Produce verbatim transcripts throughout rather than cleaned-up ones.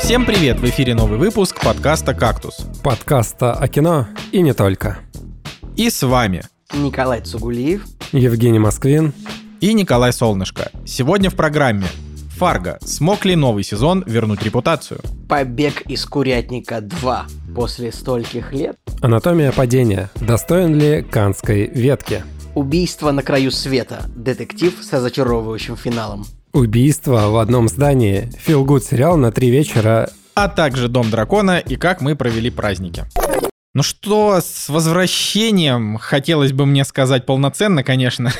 Всем привет! В эфире новый выпуск подкаста «Кактус». Подкаста о кино и не только. И с вами Николай Цугулиев, Евгений Москвин и Николай Солнышко. Сегодня в программе «Фарго. Смог ли новый сезон вернуть репутацию?» «Побег из курятника два. После стольких лет». Анатомия падения. Достоин ли каннской ветки? «Убийство на краю света. Детектив со зачаровывающим финалом». Убийство в одном здании. Feel Good сериал на три вечера. А также «Дом дракона» и как мы провели праздники. Ну что, с возвращением, хотелось бы мне сказать полноценно, конечно.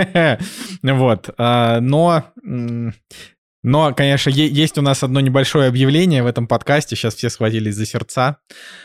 Вот, но... Но, конечно, есть у нас одно небольшое объявление в этом подкасте, сейчас все схватились за сердца.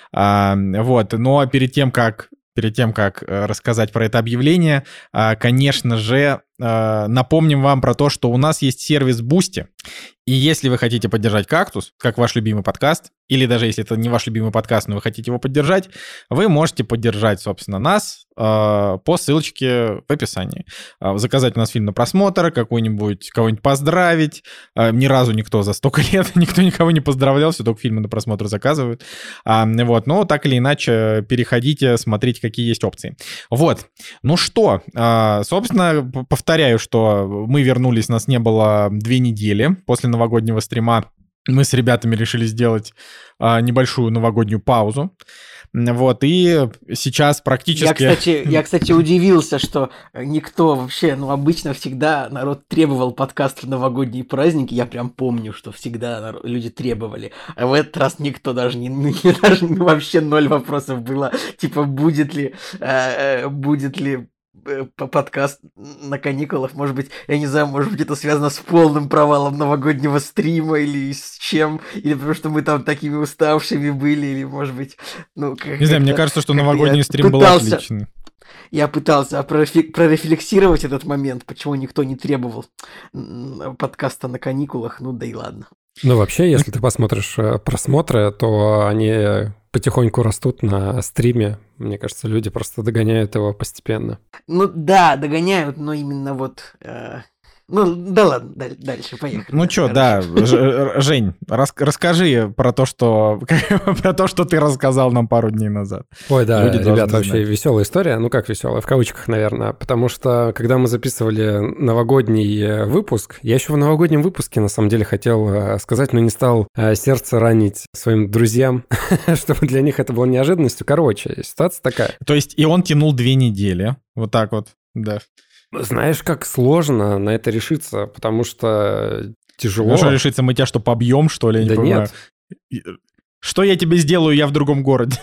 Вот, но перед тем, как... Перед тем, как рассказать про это объявление, конечно же, напомним вам про то, что у нас есть сервис Boosty. И если вы хотите поддержать «Кактус», как ваш любимый подкаст, или даже если это не ваш любимый подкаст, но вы хотите его поддержать, вы можете поддержать, собственно, нас по ссылочке в описании. Заказать у нас фильм на просмотр, какой-нибудь, кого-нибудь поздравить. Ни разу никто за столько лет, никто никого не поздравлял, все только фильмы на просмотр заказывают. Вот, но так или иначе, переходите, смотрите, какие есть опции. Вот, ну что, собственно, повторяю, что мы вернулись, нас не было две недели после новогоднего стрима. Мы с ребятами решили сделать а, небольшую новогоднюю паузу. Вот, и сейчас практически... Я, кстати, я, кстати, удивился, что никто вообще, ну, обычно всегда народ требовал подкаст в новогодние праздники. Я прям помню, что всегда народ, люди требовали. А в этот раз никто даже не... Даже вообще ноль вопросов было. Типа, будет ли... Э, будет ли... подкаст на каникулах, может быть, я не знаю, может быть, это связано с полным провалом новогоднего стрима или с чем, или потому что мы там такими уставшими были, или, может быть, ну... Как, не знаю, мне кажется, что новогодний стрим пытался, был отличный. Я пытался прорефи- прорефлексировать этот момент, почему никто не требовал подкаста на каникулах, ну да и ладно. Ну, вообще, если ты посмотришь просмотры, то они потихоньку растут на стриме. Мне кажется, люди просто догоняют его постепенно. Ну да, догоняют, но именно вот... Э... Ну да ладно, дальше, поехали. Ну что, да, Жень, рас- расскажи про то, что про то, что ты рассказал нам пару дней назад. Ой, да, люди ребят, вообще знать. Веселая история, ну как веселая, в кавычках, наверное, потому что когда мы записывали новогодний выпуск, я еще в новогоднем выпуске на самом деле хотел сказать, но не стал сердце ранить своим друзьям, чтобы для них это было неожиданностью. Короче, ситуация такая. То есть и он тянул две недели, вот так вот, да. Знаешь, как сложно на это решиться, потому что тяжело. Ну что решиться, мы тебя что, побьем, что ли? Я да не нет. Понимаю. Что я тебе сделаю, я в другом городе?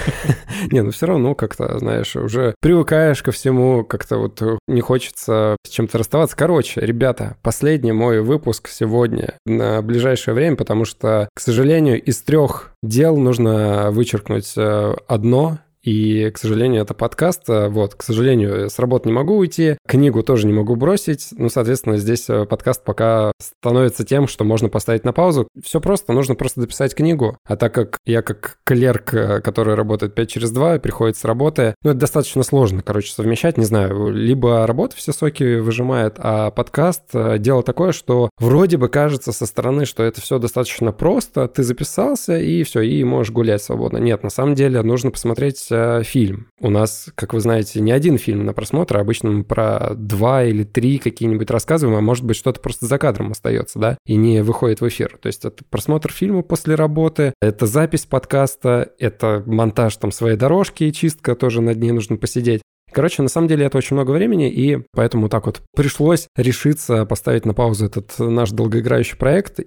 Не, ну все равно как-то, знаешь, уже привыкаешь ко всему, как-то вот не хочется с чем-то расставаться. Короче, ребята, последний мой выпуск сегодня на ближайшее время, потому что, к сожалению, из трех дел нужно вычеркнуть одно. И, к сожалению, это подкаст. Вот, к сожалению, с работы не могу уйти, книгу тоже не могу бросить. Ну, соответственно, здесь подкаст пока становится тем, что можно поставить на паузу. Все просто, нужно просто дописать книгу. А так как я как клерк, который работает пять через два, приходит с работы, ну, это достаточно сложно, короче, совмещать. Не знаю, либо работа все соки выжимает, а подкаст — дело такое, что вроде бы кажется со стороны, что это все достаточно просто. Ты записался, и все, и можешь гулять свободно. Нет, на самом деле нужно посмотреть фильм. У нас, как вы знаете, не один фильм на просмотр, а обычно мы про два или три какие-нибудь рассказываем, а может быть что-то просто за кадром остается, да, и не выходит в эфир. То есть это просмотр фильма после работы, это запись подкаста, это монтаж там своей дорожки, чистка, тоже над ней нужно посидеть. Короче, на самом деле это очень много времени, и поэтому так вот пришлось решиться поставить на паузу этот наш долгоиграющий проект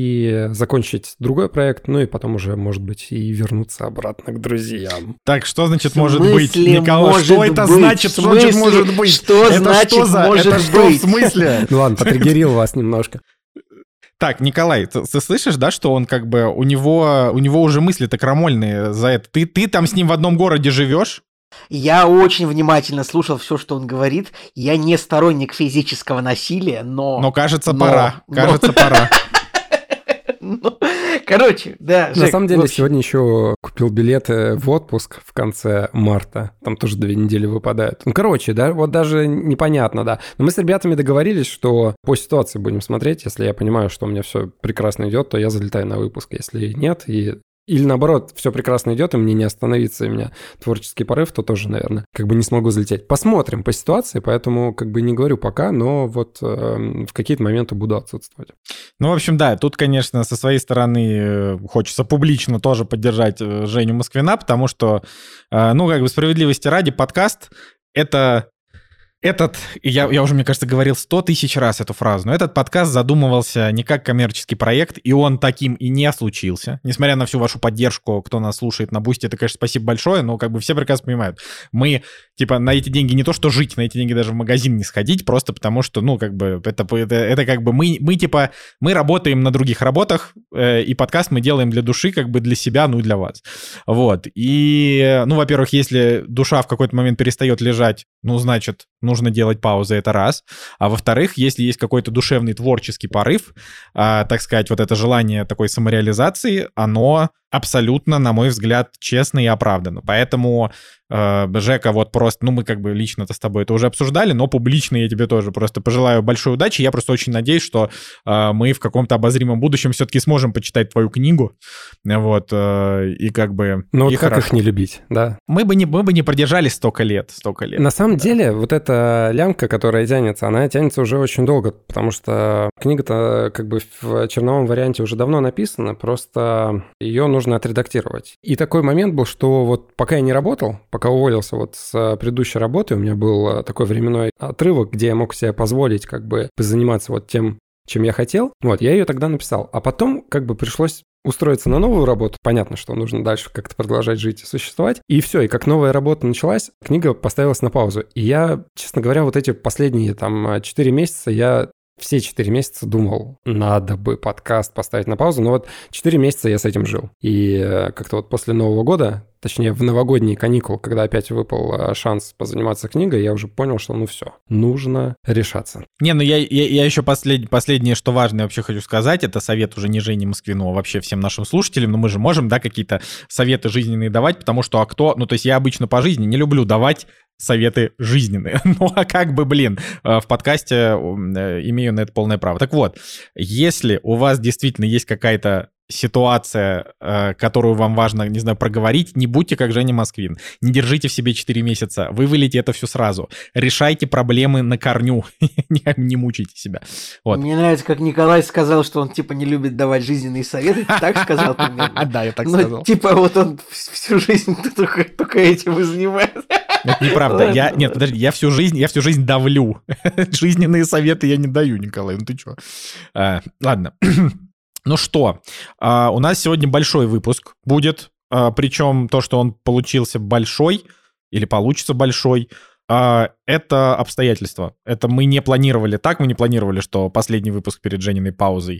и закончить другой проект, ну и потом уже, может быть, и вернуться обратно к друзьям. Так, что значит может быть, Николай? Что это значит, что значит может быть? Что значит может быть? Что в смысле? Ну ладно, потриггерил вас немножко. Так, Николай, ты, ты слышишь, да, что он как бы, у него, у него уже мысли-то крамольные за это. Ты, ты там с ним в одном городе живешь? Я очень внимательно слушал все, что он говорит. Я не сторонник физического насилия, но... Но кажется, но, пора. Но, кажется, пора. Но, Короче, да, Жек, на самом деле, сегодня еще купил билеты в отпуск в конце марта. Там тоже две недели выпадают. Ну, короче, да, вот даже непонятно, да. Но мы с ребятами договорились, что по ситуации будем смотреть. Если я понимаю, что у меня все прекрасно идет, то я залетаю на выпуск. Если нет, и... Или наоборот, все прекрасно идет, и мне не остановиться, и у меня творческий порыв, то тоже, наверное, как бы не смогу залететь. Посмотрим по ситуации, поэтому как бы не говорю пока, но вот э, в какие-то моменты буду отсутствовать. Ну, в общем, да, тут, конечно, со своей стороны хочется публично тоже поддержать Женю Москвина, потому что, э, ну, как бы справедливости ради, подкаст — это... Этот, я, я уже, мне кажется, говорил сто тысяч раз эту фразу, но этот подкаст задумывался не как коммерческий проект, и он таким и не случился. Несмотря на всю вашу поддержку, кто нас слушает на Бусти, это, конечно, спасибо большое, но как бы все прекрасно понимают. Мы, типа, на эти деньги не то что жить, на эти деньги даже в магазин не сходить, просто потому что, ну, как бы, это, это, это как бы мы, мы, типа, мы работаем на других работах, э, и подкаст мы делаем для души, как бы для себя, ну и для вас. Вот. И, ну, во-первых, если душа в какой-то момент перестает лежать, ну, значит, нужно делать паузы, это раз. А во-вторых, если есть какой-то душевный творческий порыв, а, так сказать, вот это желание такой самореализации, оно абсолютно, на мой взгляд, честно и оправданно. Поэтому, э, Жека, вот просто, ну, мы как бы лично-то с тобой это уже обсуждали, но публично я тебе тоже просто пожелаю большой удачи. Я просто очень надеюсь, что э, мы в каком-то обозримом будущем все-таки сможем почитать твою книгу. Вот, э, и как бы... Ну, вот как хорошо. Их не любить, да? Мы бы не, мы бы не продержались столько лет, столько лет. На самом да. деле, вот эта лямка, которая тянется, она тянется уже очень долго, потому что книга-то как бы в черновом варианте уже давно написана, просто ее нужно отредактировать. И такой момент был, что вот пока я не работал, пока уволился вот с предыдущей работы, у меня был такой временной отрывок, где я мог себе позволить как бы заниматься вот тем, чем я хотел. Вот, я ее тогда написал. А потом как бы пришлось устроиться на новую работу. Понятно, что нужно дальше как-то продолжать жить и существовать. И все, и как новая работа началась, книга поставилась на паузу. И я, честно говоря, вот эти последние там четыре месяца я... Все четыре месяца думал, надо бы подкаст поставить на паузу, но вот четыре месяца я с этим жил. И как-то вот после Нового года, точнее в новогодние каникулы, когда опять выпал шанс позаниматься книгой, я уже понял, что ну все, нужно решаться. Не, ну я, я, я еще послед, последнее, что важно, вообще хочу сказать, это совет уже не Жене Москвину, а вообще всем нашим слушателям, но мы же можем, да, какие-то советы жизненные давать, потому что, а кто, ну то есть я обычно по жизни не люблю давать советы жизненные. Ну, а как бы, блин, в подкасте имею на это полное право. Так вот, если у вас действительно есть какая-то ситуация, которую вам важно, не знаю, проговорить, не будьте как Женя Москвин. Не держите в себе четыре месяца. Вывалите это все сразу. Решайте проблемы на корню. не, не мучайте себя. Вот. Мне нравится, как Николай сказал, что он, типа, не любит давать жизненные советы. Ты так сказал? Да, я так ну, сказал. Типа, вот он всю жизнь только, только этим и занимается. Это неправда. Я, нет, подожди, я всю жизнь, я всю жизнь давлю. Жизненные советы я не даю, Николай. Ну ты чё? А, ладно. Ну что, а, у нас сегодня большой выпуск будет. А, причем то, что он получился большой или получится большой, а, это обстоятельства. Это мы не планировали так, мы не планировали, что последний выпуск перед Жениной паузой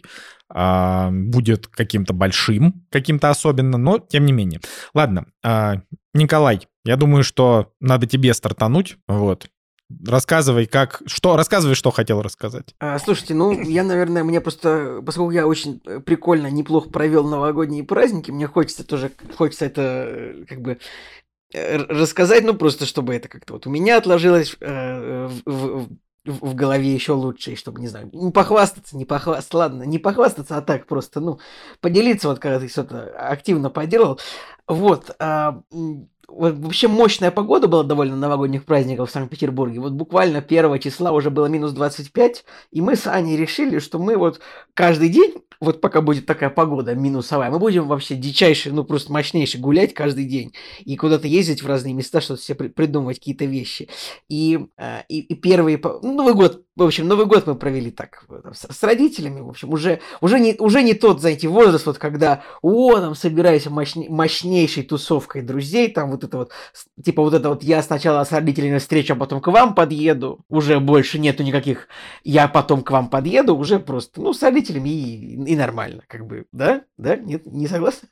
а, будет каким-то большим, каким-то особенно, но тем не менее. Ладно, а, Николай, я думаю, что надо тебе стартануть, вот. Рассказывай, как, что, рассказывай, что хотел рассказать. А, слушайте, ну, я, наверное, мне просто, поскольку я очень прикольно, неплохо провел новогодние праздники, мне хочется тоже, хочется это, как бы, рассказать, ну, просто чтобы это как-то вот у меня отложилось э, в, в, в голове еще лучше, и чтобы, не знаю, не похвастаться, не похвастаться, ладно, не похвастаться, а так просто, ну, поделиться, вот когда ты что-то активно поделал. Вот, а, вообще мощная погода была довольно новогодних праздников в Санкт-Петербурге. Вот буквально первого числа уже было минус двадцать пять, и мы с Аней решили, что мы вот каждый день, вот пока будет такая погода минусовая, мы будем вообще дичайше, ну просто мощнейше гулять каждый день и куда-то ездить в разные места, что-то себе при- придумывать, какие-то вещи. И, и, и первый, ну, Новый год, в общем, Новый год мы провели так, с, с родителями, в общем, уже, уже, не, уже не тот, знаете, возраст, вот когда, о, там, собираемся мощней, мощнейшей тусовкой друзей, там, вот это вот, типа вот это вот, я сначала с родителями встречу, а потом к вам подъеду, уже больше нету никаких, я потом к вам подъеду, уже просто, ну, с родителями и, и нормально, как бы, да? Да? Нет? Не согласен?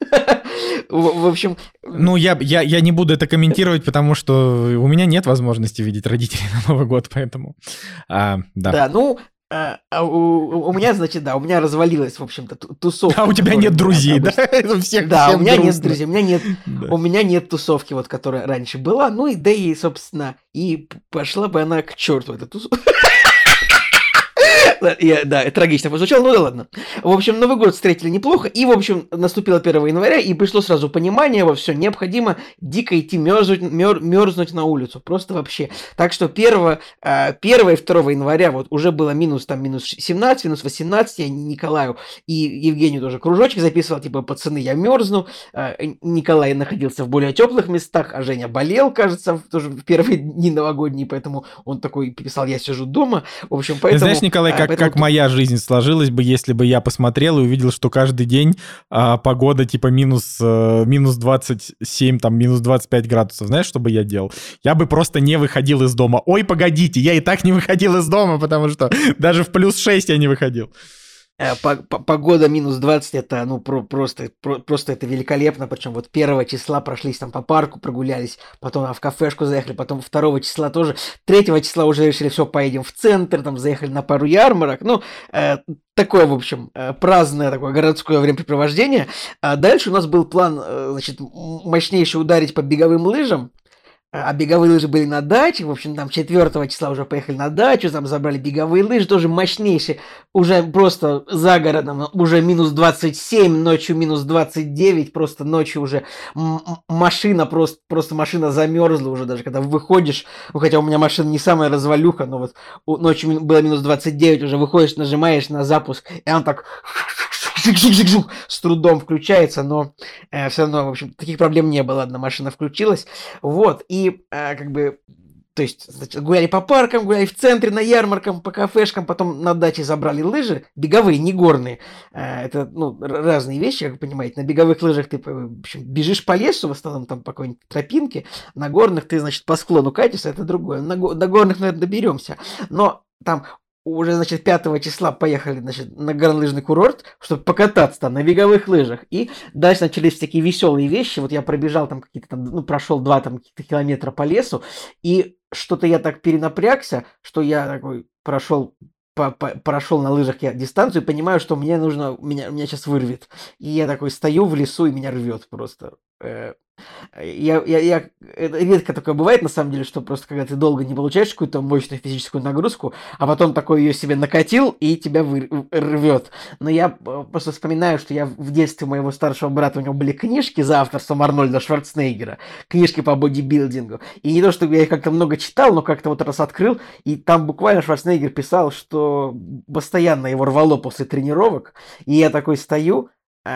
В общем... Ну, я, я, я не буду это комментировать, потому что у меня нет возможности видеть родителей на Новый год, поэтому... А, да. Да, ну... А, а у, у меня, значит, да, у меня развалилась, в общем-то, тусовка. А у тебя нет друзей, да? Это всех, да, всем у меня грустно. нет друзей, у меня нет, Да. у меня нет тусовки, вот, которая раньше была. Ну и да и, собственно, и пошла бы она к черту, эта тусовка. Я, да, трагично прозвучало, ну да ладно. В общем, Новый год встретили неплохо, и, в общем, наступило первого января, и пришло сразу понимание, во все, необходимо дико идти мерзнуть, мер, мерзнуть на улицу, просто вообще. Так что первого, первого и второго января вот уже было минус, там, минус семнадцать, минус восемнадцать, я Николаю и Евгению тоже кружочек записывал, типа, пацаны, я мерзну, Николай находился в более теплых местах, а Женя болел, кажется, тоже в первые дни новогодние, поэтому он такой писал, я сижу дома, в общем, поэтому... Знаешь, Николай, как, поэтому... как моя жизнь сложилась бы, если бы я посмотрел и увидел, что каждый день а, погода типа минус, а, минус двадцать семь, там, минус двадцать пять градусов. Знаешь, что бы я делал? Я бы просто не выходил из дома. Ой, погодите, я и так не выходил из дома, потому что даже в плюс шесть я не выходил. Погода минус двадцать, это, ну, про, просто, про, просто это великолепно, причем вот первого числа прошлись там по парку, прогулялись, потом в кафешку заехали, потом второго числа тоже, третьего числа уже решили, все, поедем в центр, там, заехали на пару ярмарок, ну, э, такое, в общем, э, праздное такое городское времяпрепровождение, а дальше у нас был план, э, значит, мощнейший ударить по беговым лыжам. А беговые лыжи были на даче, в общем, там четвёртого числа уже поехали на дачу, там забрали беговые лыжи, тоже мощнейшие, уже просто за городом, уже минус двадцать семь, ночью минус двадцать девять, просто ночью уже м- машина, просто, просто машина замерзла уже даже, когда выходишь, ну, хотя у меня машина не самая развалюха, но вот ночью было минус двадцать девять, уже выходишь, нажимаешь на запуск, и он так с трудом включается, но э, все равно, в общем, таких проблем не было, одна машина включилась, вот, и э, как бы, то есть, значит, гуляли по паркам, гуляли в центре, на ярмарках, по кафешкам, потом на даче забрали лыжи, беговые, не горные, э, это, ну, разные вещи, как вы понимаете, на беговых лыжах ты, в общем, бежишь по лесу, в основном там по какой-нибудь тропинке, на горных ты, значит, по склону катишься, это другое, на, на горных, наверное, доберемся, но там... Уже, значит, пятого числа поехали, значит, на горнолыжный курорт, чтобы покататься там на беговых лыжах. И дальше начались такие веселые вещи. Вот я пробежал там какие-то там, ну, прошел два там каких-то километра по лесу, и что-то я так перенапрягся, что я такой прошел по, по, прошел на лыжах я дистанцию и понимаю, что мне нужно, меня, меня сейчас вырвет. И я такой стою в лесу, и меня рвет просто. Я, я, я, это редко такое бывает, на самом деле, что просто когда ты долго не получаешь какую-то мощную физическую нагрузку, а потом такой ее себе накатил, и тебя вы, рвет. Но я просто вспоминаю, что я в детстве моего старшего брата, у него были книжки за авторством Арнольда Шварценеггера, книжки по бодибилдингу. И не то, чтобы я их как-то много читал, но как-то вот раз открыл, и там буквально Шварценеггер писал, что постоянно его рвало после тренировок, и я такой стою,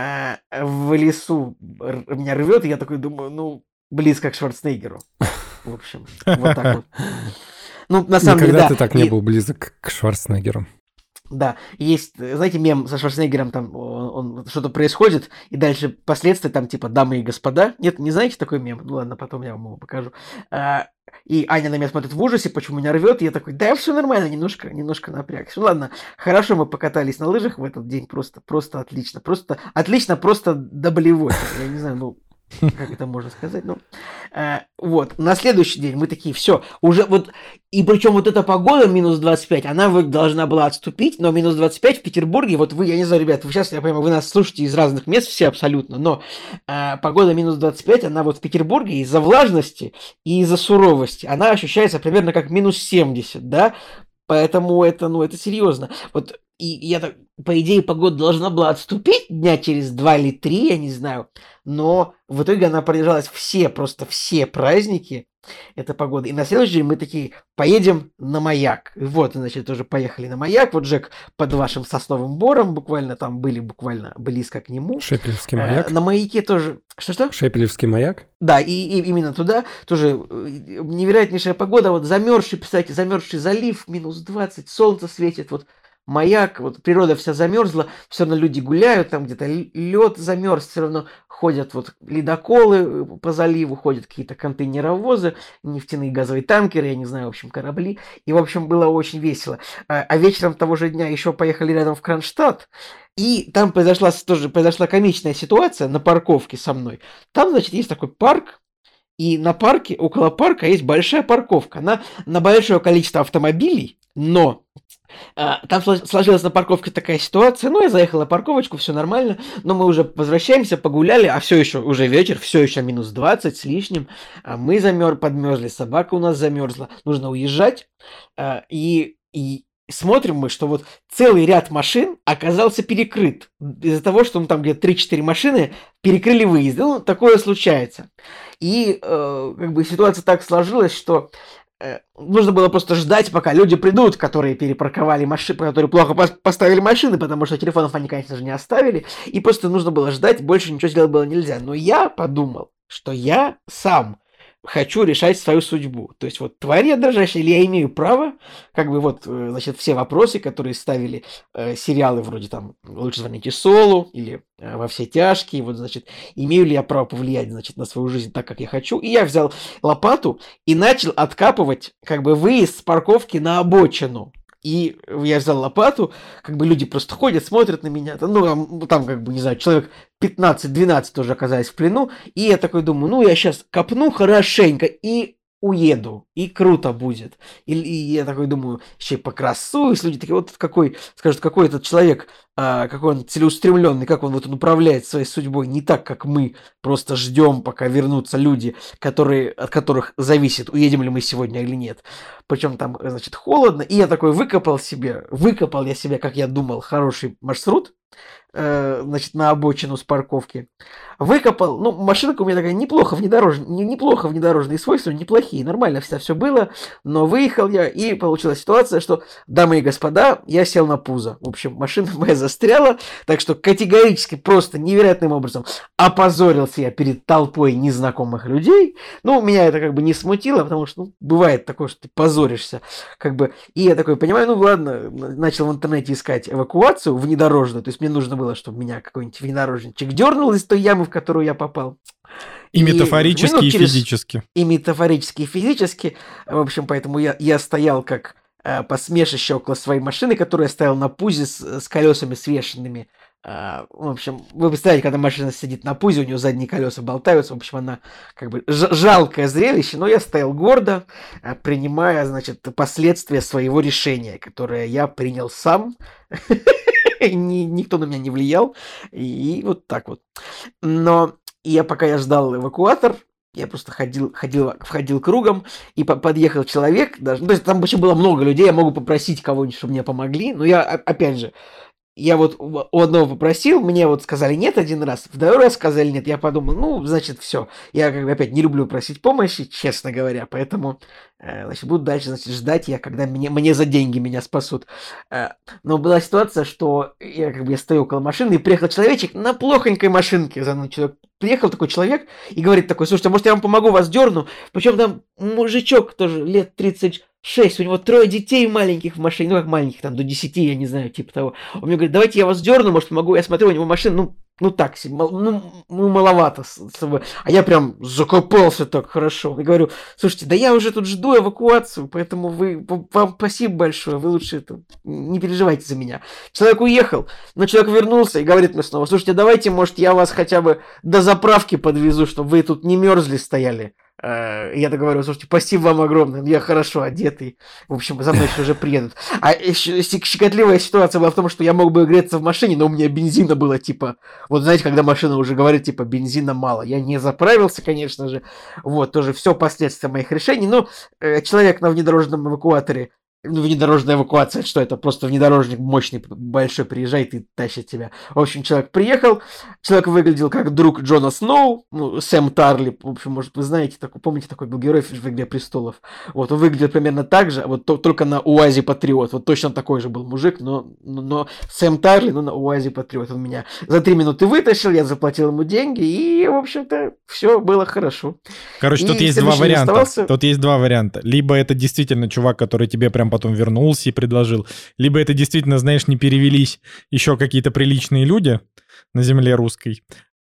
в лесу меня рвет, и я такой думаю, ну, близко к Шварценеггеру. В общем, вот так вот. Ну, на самом деле, да. Никогда ты так не был близок к Шварценеггеру. Да, есть, знаете, мем со Шварценеггером, там он, он, что-то происходит, и дальше последствия там типа «дамы и господа». Нет, не знаете такой мем? Ну ладно, потом я вам его покажу. А, и Аня на меня смотрит в ужасе, почему меня рвет, и я такой, да, все нормально, немножко, немножко напрягся. Ну ладно, хорошо, мы покатались на лыжах в этот день, просто, просто отлично, просто отлично, просто до болевой. Я не знаю, ну... Как это можно сказать? Ну, э, вот, на следующий день мы такие, все, уже вот, и причем вот эта погода минус двадцать пять, она должна была отступить, но минус двадцать пять в Петербурге, вот вы, я не знаю, ребят, вы сейчас, я понимаю, вы нас слушаете из разных мест все абсолютно, но э, погода минус двадцать пять, она вот в Петербурге из-за влажности и из-за суровости, она ощущается примерно как минус семьдесят, да, поэтому это, ну, это серьезно. Вот, и я так, по идее, погода должна была отступить дня через два или три, я не знаю, но в итоге она продержалась все, просто все праздники, эта погода. И на следующий день мы такие, поедем на маяк. И вот, значит, тоже поехали на маяк. Вот Жек под вашим сосновым бором, буквально там были, буквально близко к нему. Шепелевский маяк. Э, на маяке тоже... Что-что? Шепелевский маяк. Да, и, и именно туда тоже невероятнейшая погода. Вот замерзший, представьте, замерзший залив, минус двадцать, солнце светит, вот маяк, вот природа вся замерзла, все равно люди гуляют, там где-то лед замерз, все равно ходят вот ледоколы по заливу, ходят какие-то контейнеровозы, нефтяные газовые танкеры, я не знаю, в общем, корабли. И, в общем, было очень весело. А, а вечером того же дня еще поехали рядом в Кронштадт, и там произошла тоже произошла комичная ситуация на парковке со мной. Там, значит, есть такой парк, и на парке, около парка есть большая парковка. Она на большое количество автомобилей, Но а, там сложилась на парковке такая ситуация, ну, я заехал на парковочку, все нормально, но мы уже возвращаемся, погуляли, а все еще уже вечер, все еще минус двадцать с лишним, а мы замер, подмерзли, собака у нас замерзла, нужно уезжать, а, и, и смотрим мы, что вот целый ряд машин оказался перекрыт из-за того, что ну, там где-то три-четыре машины перекрыли выезд, ну, такое случается. И э, как бы ситуация так сложилась, что нужно было просто ждать, пока люди придут, которые перепарковали машины, которые плохо поставили машины, потому что телефонов они, конечно же, не оставили. И просто нужно было ждать, больше ничего сделать было нельзя. Но я подумал, что я сам хочу решать свою судьбу. То есть вот тварь я дрожащая, или я имею право, как бы вот, значит, все вопросы, которые ставили э, сериалы вроде там «Лучше звоните Солу» или э, «Во все тяжкие», вот, значит, имею ли я право повлиять, значит, на свою жизнь так, как я хочу. И я взял лопату и начал откапывать, как бы, выезд с парковки на обочину. И я взял лопату, как бы люди просто ходят, смотрят на меня, ну, там, как бы, не знаю, человек пятнадцать-двенадцать тоже оказались в плену, и я такой думаю, ну, я сейчас копну хорошенько и уеду, и круто будет. И, и я такой думаю, еще и покрасуюсь, люди такие, вот какой, скажут, какой этот человек, а, какой он целеустремленный, как он вот он управляет своей судьбой, не так, как мы, просто ждем, пока вернутся люди, которые, от которых зависит, уедем ли мы сегодня или нет. Причем там, значит, холодно, и я такой выкопал себе, выкопал я себе, как я думал, хороший маршрут, э, значит, на обочину с парковки. Выкопал, ну, машинка у меня такая неплохо внедорожная, не, неплохо внедорожные свойства, неплохие, нормально всегда все было, но выехал я, и получилась ситуация, что, дамы и господа, я сел на пузо. В общем, машина моя застряла, так что категорически просто невероятным образом опозорился я перед толпой незнакомых людей. Ну, меня это как бы не смутило, потому что, ну, бывает такое, что ты позоришься, как бы, и я такой, понимаю, ну, ладно, начал в интернете искать эвакуацию внедорожную, то есть мне нужно было, чтобы меня какой-нибудь внедорожничек дернул из той ямы, в которую я попал. И, и метафорически, и через... физически. И метафорически, и физически. В общем, поэтому я, я стоял как э, посмешище около своей машины, которую я стоял на пузе с, с колесами свешенными. Э, в общем, вы представляете, когда машина сидит на пузе, у нее задние колеса болтаются. В общем, она как бы ж- жалкое зрелище, но я стоял гордо, э, принимая, значит, последствия своего решения, которое я принял сам. Никто на меня не влиял. И вот так вот. Но я пока я ждал эвакуатор, я просто ходил, ходил, входил кругом, и по- подъехал человек, даже, ну, то есть там вообще было много людей, я могу попросить кого-нибудь, чтобы мне помогли, но я, опять же, я вот у одного попросил, мне вот сказали нет один раз, второй раз сказали нет, я подумал, ну, значит, все. Я как бы опять не люблю просить помощи, честно говоря, поэтому, э, значит, буду дальше, значит, ждать я, когда мне, мне за деньги меня спасут. Э, но была ситуация, что я как бы я стою около машины, и приехал человечек на плохонькой машинке, за мной человек. Приехал такой человек и говорит такой, слушайте, может, я вам помогу, вас дерну? Причем там мужичок тоже лет тридцать шесть, у него трое детей маленьких в машине, ну как маленьких, там до десяти, я не знаю, типа того. Он мне говорит, давайте я вас дерну, может, помогу. Я смотрю, у него машина, ну, ну так себе, ну, ну маловато с собой. А я прям закопался так хорошо. И говорю, слушайте, да я уже тут жду эвакуацию, поэтому вы, вам спасибо большое, вы лучше это, не переживайте за меня. Человек уехал, но человек вернулся и говорит мне снова, слушайте, давайте, может, я вас хотя бы до заправки подвезу, чтобы вы тут не мерзли стояли. Я так говорю, слушайте, спасибо вам огромное, я хорошо одетый, в общем, за мной уже приедут. А щекотливая ситуация была в том, что я мог бы греться в машине, но у меня бензина было, типа, вот знаете, когда машина уже говорит, типа, бензина мало. Я не заправился, конечно же, вот, тоже все последствия моих решений, но э, человек на внедорожном эвакуаторе, ну, внедорожная эвакуация, что это? Просто внедорожник мощный, большой приезжает и тащит тебя. В общем, человек приехал, человек выглядел как друг Джона Сноу, ну, Сэм Тарли, в общем, может, вы знаете, такой, помните, такой был герой в «Игре престолов». Вот, он выглядел примерно так же, вот то, только на УАЗе Патриот, вот точно такой же был мужик, но, но, но Сэм Тарли, ну, на УАЗе Патриот, он меня за три минуты вытащил, я заплатил ему деньги, и, в общем-то, все было хорошо. Короче, и тут есть два варианта, оставался... тут есть два варианта. Либо это действительно чувак, который тебе прям потом вернулся и предложил, либо это действительно, знаешь, не перевелись еще какие-то приличные люди на земле русской,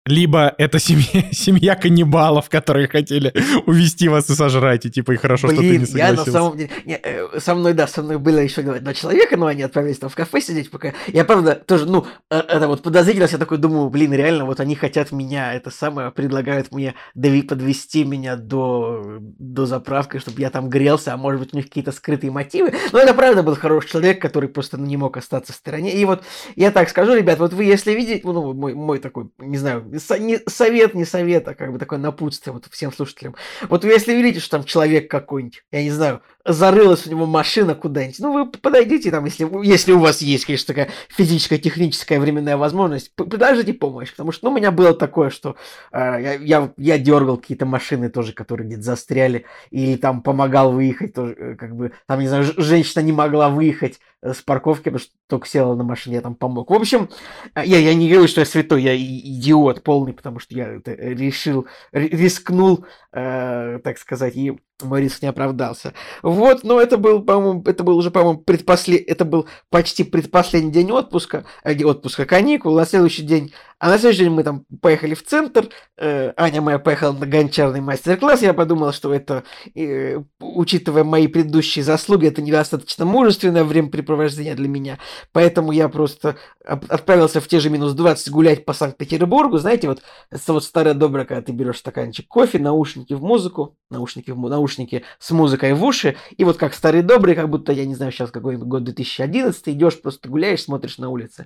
либо это семья, семья каннибалов, которые хотели увести вас и сожрать, и типа, и хорошо, Блин, что ты не согласился. я на самом деле... Не, э, со мной, да, со мной было еще два человека, но они отправились там в кафе сидеть пока. Я, правда, тоже, ну, э, это вот подозрительность, я такой думаю, блин, реально, вот они хотят меня, это самое, предлагают мне дови- подвести меня до, до заправки, чтобы я там грелся, а может быть, у них какие-то скрытые мотивы. Но это, правда, был хороший человек, который просто ну, не мог остаться в стороне. И вот я так скажу, ребят, вот вы, если видите, ну, мой, мой такой, не знаю, со- не, совет, не совет, а как бы такое напутствие вот всем слушателям. Вот вы, если видите, что там человек какой-нибудь, я не знаю, зарылась у него машина куда-нибудь, ну, вы подойдите там, если, если у вас есть, конечно, такая физическая, техническая, временная возможность, предложите помощь, потому что, ну, у меня было такое, что э, я, я, я дергал какие-то машины тоже, которые где-то застряли, или там помогал выехать тоже, э, как бы, там, не знаю, ж- женщина не могла выехать э, с парковки, потому что только села на машине, я там помог. В общем, э, я, я не говорю, что я святой, я и- идиот полный, потому что я это решил, ри- рискнул, э, так сказать, и мой риск не оправдался. Вот, но это был, по-моему, это был уже, по-моему, предпослед... это был почти предпоследний день отпуска, э, отпуска каникул, на следующий день, а на следующий день мы там поехали в центр, э, Аня моя поехала на гончарный мастер-класс, я подумал, что это, э, учитывая мои предыдущие заслуги, это недостаточно мужественное времяпрепровождение для меня, поэтому я просто отправился в те же минус двадцать гулять по Санкт-Петербургу, знаете, вот, это вот старая добрая, когда ты берешь стаканчик кофе, наушники в музыку, наушники в му- наушники с музыкой в уши, и вот как старый добрый, как будто, я не знаю, сейчас какой-нибудь год две тысячи одиннадцатый, идешь, просто гуляешь, смотришь на улице.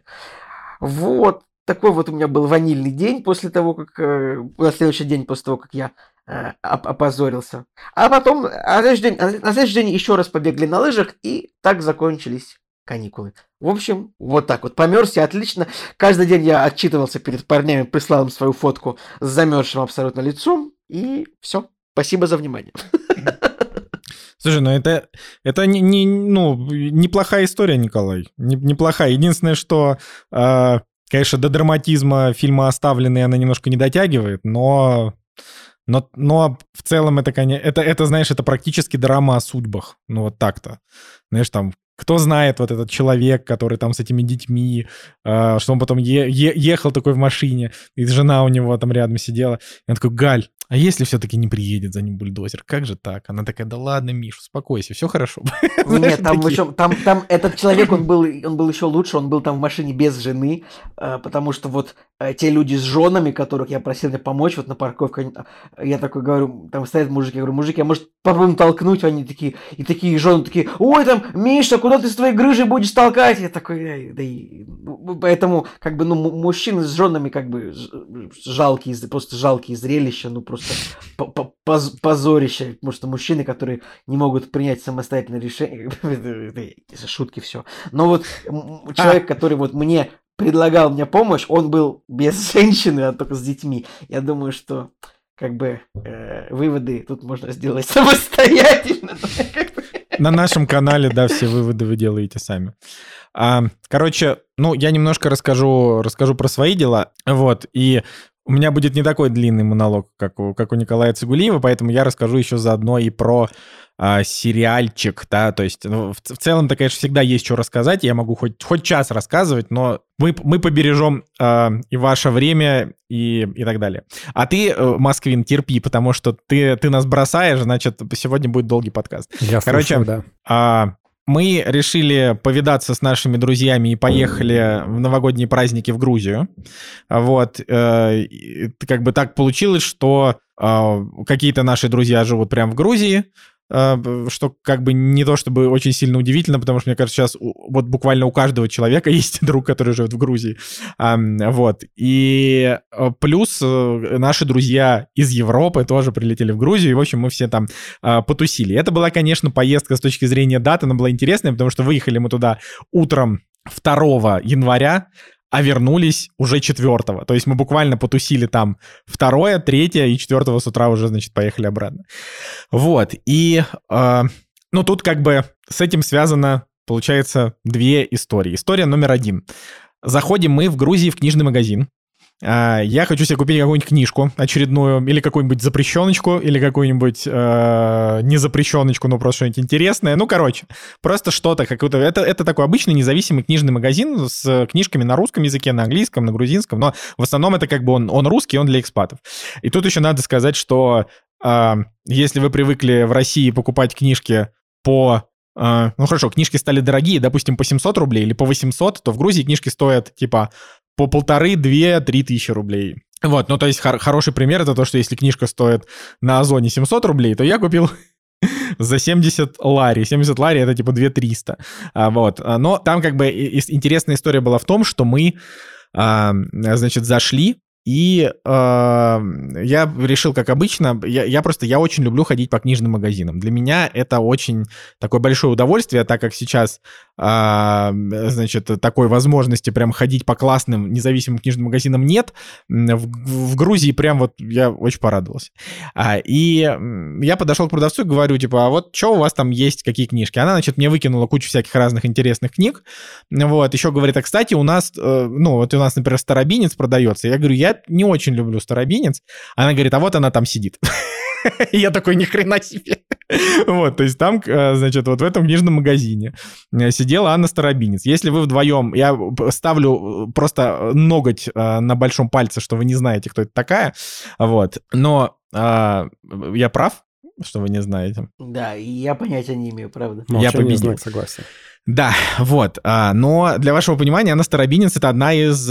Вот, такой вот у меня был ванильный день после того, как... э, на следующий день после того, как я э, оп- опозорился. А потом, а на следующий день, а на следующий день еще раз побегли на лыжах, и так закончились каникулы. В общем, вот так вот. Померз я отлично. Каждый день я отчитывался перед парнями, прислал им свою фотку с замерзшим абсолютно лицом, и все. Спасибо за внимание. Слушай, ну это, это не, не, ну, неплохая история, Николай. Не- неплохая. Единственное, что, э, конечно, до драматизма фильма «Оставленные» она немножко не дотягивает, но, но, но в целом это, конечно, это, это, знаешь, это практически драма о судьбах. Ну вот так-то. Знаешь, там, кто знает вот этот человек, который там с этими детьми, э, что он потом е- е- ехал такой в машине, и жена у него там рядом сидела. И он такой: Галь, а если все-таки не приедет за ним бульдозер? Как же так? Она такая: да ладно, Миш, успокойся, все хорошо. Знаешь, Нет, там такие. еще, там, там этот человек, он был, он был еще лучше, он был там в машине без жены, э, потому что вот э, те люди с женами, которых я просил мне помочь, вот на парковке, они- э, я такой говорю, там стоят мужики, я говорю: мужики, а может попробуем толкнуть? Они такие, и такие жены такие: ой, там, Миша, куда ты с твоей грыжей будешь толкать? Я такой, «Эй, да и...» Ну, поэтому, как бы, ну, м- мужчины с женами, как бы, ж- жалкие, просто жалкие зрелища, ну, просто по- по- поз- позорище, потому что мужчины, которые не могут принять самостоятельное решение, это, это шутки все. Но вот м, человек, который вот мне предлагал мне помощь, он был без женщины, а только с детьми. Я думаю, что как бы э, выводы тут можно сделать самостоятельно. На нашем канале, да, все выводы вы делаете сами. А, короче, ну, я немножко расскажу, расскажу про свои дела, вот, и у меня будет не такой длинный монолог, как у, как у Николая Цигулиева, поэтому я расскажу еще заодно и про а, сериальчик, да, то есть ну, в, в целом-то, конечно, всегда есть что рассказать, я могу хоть, хоть час рассказывать, но мы, мы побережем а, и ваше время, и, и так далее. А ты, э, Москвин, терпи, потому что ты, ты нас бросаешь, значит, сегодня будет долгий подкаст. Я Короче, слушаю, да. а, мы решили повидаться с нашими друзьями и поехали в новогодние праздники в Грузию. Вот. э, и Как бы так получилось, что э, какие-то наши друзья живут прямо в Грузии, э, что как бы не то чтобы очень сильно удивительно, потому что, мне кажется, сейчас у- вот буквально у каждого человека есть друг, который живет в Грузии. А, Вот. И э, плюс э, наши друзья из Европы тоже прилетели в Грузию, и, в общем, мы все там а, потусили. Это была, конечно, поездка с точки зрения даты, она была интересная, потому что выехали мы туда утром второго января, а вернулись уже четвертого. То есть мы буквально потусили там второе, третье, и четвертого с утра уже, значит, поехали обратно. Вот. И, э, ну, тут как бы с этим связано, получается, две истории. История номер один. Заходим мы в Грузии в книжный магазин. я хочу себе купить какую-нибудь книжку очередную, или какую-нибудь запрещеночку, или какую-нибудь э, незапрещеночку, ну, просто что-нибудь интересное. Ну, короче, просто что-то, какое-то... Это, это такой обычный независимый книжный магазин с книжками на русском языке, на английском, на грузинском, но в основном это как бы он, он русский, он для экспатов. И тут еще надо сказать, что э, если вы привыкли в России покупать книжки по... Э, ну, хорошо, книжки стали дорогие, допустим, по семьсот рублей или по восемьсот, то в Грузии книжки стоят, типа... по полторы, две, три тысячи рублей. Вот, ну, то есть хор- хороший пример — это то, что если книжка стоит на Озоне семьсот рублей, то я купил за семьдесят лари. семьдесят лари — это типа две тысячи триста. А, вот. Но там как бы интересная история была в том, что мы, а, значит, зашли, и э, я решил, как обычно, я, я просто, я очень люблю ходить по книжным магазинам. Для меня это очень такое большое удовольствие, так как сейчас, э, значит, такой возможности прям ходить по классным независимым книжным магазинам нет. В, в Грузии прям вот я очень порадовался. А, и я подошел к продавцу и говорю, типа, а вот что у вас там есть, какие книжки? Она, значит, мне выкинула кучу всяких разных интересных книг. Вот, еще говорит, а, кстати, у нас, э, ну, вот у нас, например, Старобинец продается. Я говорю, я не очень люблю Старобинец. Она говорит, а вот она там сидит. Я такой, ни хрена себе. Вот, то есть там, значит, вот в этом книжном магазине сидела Анна Старобинец. Если вы вдвоем, я ставлю просто ноготь на большом пальце, что вы не знаете, кто это такая, вот, но а, я прав, что вы не знаете? Да, и я понятия не имею, правда. Молчание, я победил. знак согласия. Да, вот, а, но для вашего понимания, Анна Старобинец — это одна из...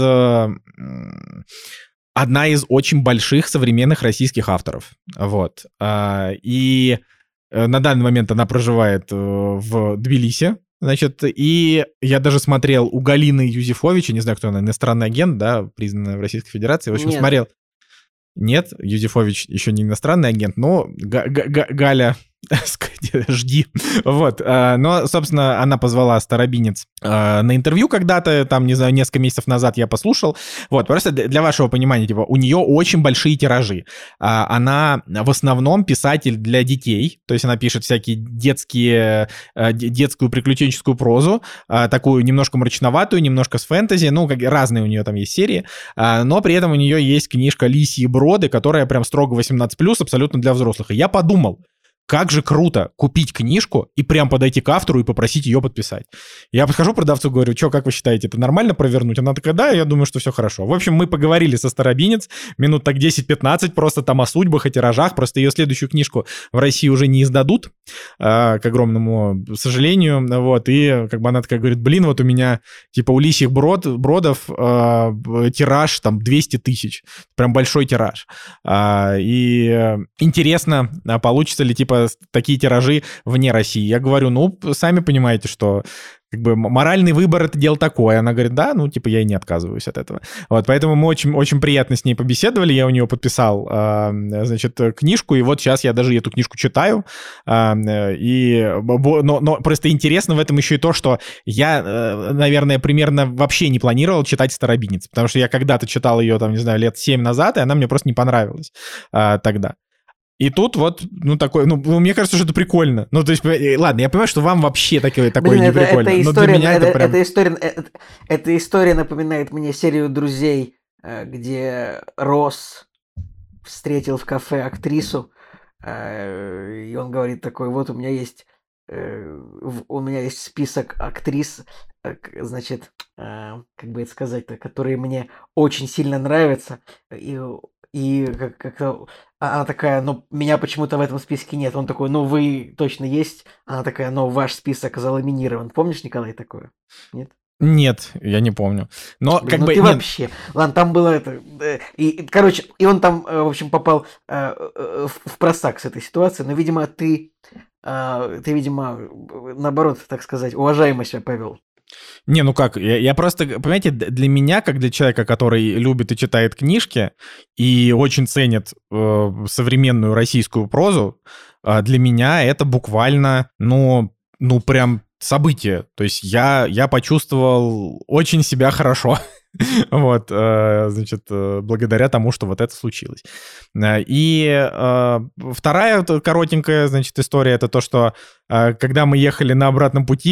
одна из очень больших современных российских авторов. Вот. И на данный момент она проживает в Тбилиси. Значит, и я даже смотрел у Галины Юзефовича, не знаю, кто она, иностранный агент, да, признанная в Российской Федерации. В общем, Нет. смотрел. Нет, Юзефович еще не иностранный агент, но Га- Га- Галя... жди. Вот. Но, собственно, она позвала Старобинец на интервью когда-то, там, не знаю, несколько месяцев назад я послушал. Вот, просто для вашего понимания, типа, у нее очень большие тиражи. Она в основном писатель для детей, то есть она пишет всякие детские, детскую приключенческую прозу, такую немножко мрачноватую, немножко с фэнтези, ну, как разные у нее там есть серии, но при этом у нее есть книжка «Лисьи броды», которая прям строго восемнадцать плюс, абсолютно для взрослых. И я подумал, как же круто купить книжку и прям подойти к автору и попросить ее подписать. Я подхожу к продавцу, говорю, что, как вы считаете, это нормально провернуть? Она такая, да, я думаю, что все хорошо. В общем, мы поговорили со Старобинец минут так десять-пятнадцать, просто там о судьбах, о тиражах. Просто ее следующую книжку в России уже не издадут, к огромному сожалению. Вот, и как бы она такая говорит, блин, вот у меня типа у лисьих брод, бродов э, тираж там двести тысяч. Прям большой тираж. А, и интересно, получится ли типа такие тиражи вне России. Я говорю, ну, сами понимаете, что как бы моральный выбор — это дело такое. Она говорит, да, ну, типа, я и не отказываюсь от этого. Вот, поэтому мы очень, очень приятно с ней побеседовали. Я у нее подписал, значит, книжку, и вот сейчас я даже эту книжку читаю. И, но, но просто интересно в этом еще и то, что я, наверное, примерно вообще не планировал читать Старобинец, потому что я когда-то читал ее, там, не знаю, лет семь назад, и она мне просто не понравилась тогда. И тут вот, ну, такой, ну, мне кажется, что это прикольно. Ну, то есть, ладно, я понимаю, что вам вообще такое, такое Блин, не это, прикольно, это но история, для меня это, это прям... Эта история, это, эта история напоминает мне серию «Друзей», где Росс встретил в кафе актрису, и он говорит такой, вот у меня есть, у меня есть список актрис, значит, как бы это сказать-то, которые мне очень сильно нравятся, и... И как- как-то она такая, ну, меня почему-то в этом списке нет. Он такой, ну, вы точно есть. Она такая, ну, ваш список заламинирован. Помнишь, Николай, такое? Нет? Нет, я не помню. Но Блин, как ну бы... ты нет. вообще. Ладно, там было это... э, И, и, короче, и он там, э, в общем, попал э, э, в в просак с этой ситуацией. Но, видимо, ты, э, ты, видимо, э, наоборот, так сказать, уважаемо себя повел. Не, ну как, я, я просто, понимаете, д- для меня, как для человека, который любит и читает книжки и очень ценит э, современную российскую прозу, э, для меня это буквально, ну, ну прям событие. То есть я, я почувствовал очень себя хорошо. Вот, э, значит, э, благодаря тому, что вот это случилось. Э, И э, вторая вот коротенькая, значит, история — это то, что э, когда мы ехали на обратном пути,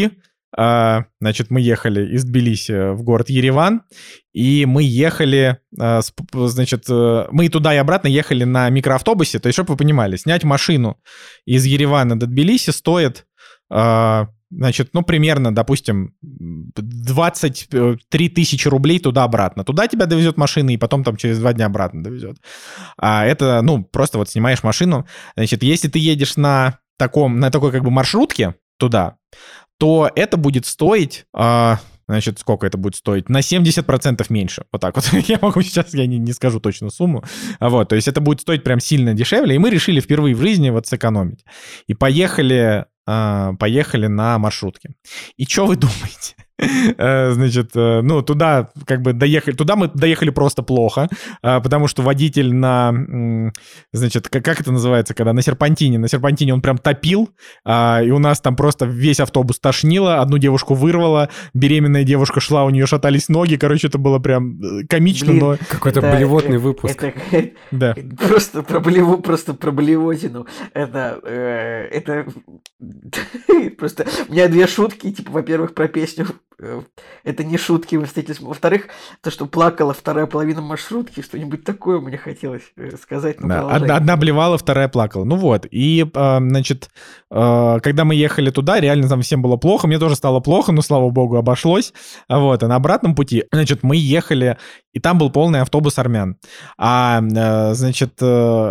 А, значит, мы ехали из Тбилиси в город Ереван, и мы ехали, а, с, значит, мы и туда, и обратно ехали на микроавтобусе. То есть, чтобы вы понимали, снять машину из Еревана до Тбилиси стоит, а, значит, ну, примерно, допустим, двадцать три тысячи рублей туда-обратно. Туда тебя довезет машина, и потом там через два дня обратно довезет. А это, ну, просто вот снимаешь машину. Значит, если ты едешь на таком, на такой как бы маршрутке туда, то это будет стоить, а, значит, сколько это будет стоить? На семьдесят процентов меньше. Вот так вот. Я могу сейчас, я не, не скажу точно сумму. Вот, то есть это будет стоить прям сильно дешевле. И мы решили впервые в жизни вот сэкономить. И поехали, а, поехали на маршрутке. И что вы думаете? Значит, ну, туда как бы доехали, туда мы доехали просто плохо, потому что водитель на, значит, как, как это называется, когда на серпантине, на серпантине он прям топил, и у нас там просто весь автобус тошнило, одну девушку вырвало, беременная девушка шла, у нее шатались ноги, короче, это было прям комично, Блин, но... Какой-то это, блевотный это, выпуск. Это, да. Просто про, блево, просто про блевотину. Это, э, это... Просто у меня две шутки, типа, во-первых, про песню. Это не шутки, мы встретились. Во-вторых, то, что плакала вторая половина маршрутки, что-нибудь такое мне хотелось сказать. Да, одна, одна блевала, вторая плакала. Ну вот, и, значит, когда мы ехали туда, реально там всем было плохо, мне тоже стало плохо, но, слава богу, обошлось. Вот, а на обратном пути, значит, мы ехали, и там был полный автобус армян. А, значит...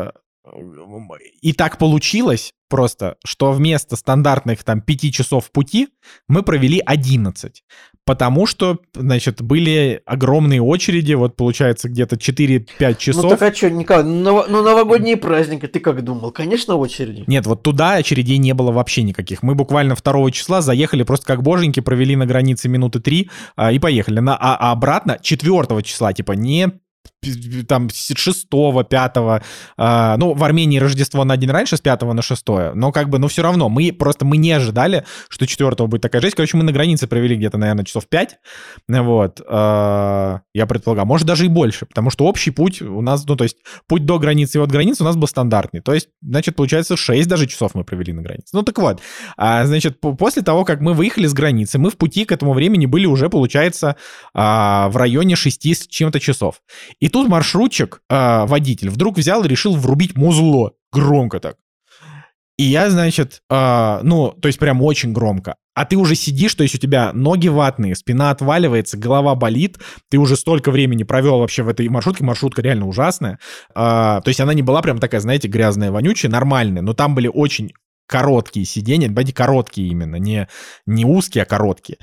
И так получилось просто, что вместо стандартных там пяти часов пути мы провели одиннадцать. Потому что, значит, были огромные очереди, вот получается где-то четыре-пять часов. Ну так а что, Николай, ну новогодние праздники, ты как думал? Конечно, очереди. Нет, вот туда очередей не было вообще никаких. Мы буквально второго числа заехали просто как боженьки, провели на границе минуты три а, и поехали. На, а, а обратно четвертого числа, типа не... там шестого, пятого, э, ну, в Армении Рождество на день раньше, с пятого на шестое, но как бы, ну, все равно, мы просто, мы не ожидали, что четвертого будет такая жесть, короче, мы на границе провели где-то, наверное, часов пять, вот, э, я предполагаю, может, даже и больше, потому что общий путь у нас, ну, то есть, путь до границы и от границы у нас был стандартный, то есть, значит, получается, шесть даже часов мы провели на границе, ну, так вот, а, значит, после того, как мы выехали с границы, мы в пути к этому времени были уже, получается, а, в районе шести с чем-то часов. И тут маршрутчик, э, водитель, вдруг взял и решил врубить музло. Громко так. И я, значит, э, ну, то есть прям очень громко. А ты уже сидишь, то есть у тебя ноги ватные, спина отваливается, голова болит. Ты уже столько времени провел вообще в этой маршрутке. Маршрутка реально ужасная. Э, то есть она не была прям такая, знаете, грязная, вонючая, нормальная. Но там были очень... короткие сиденья, давайте короткие именно, не, не узкие, а короткие.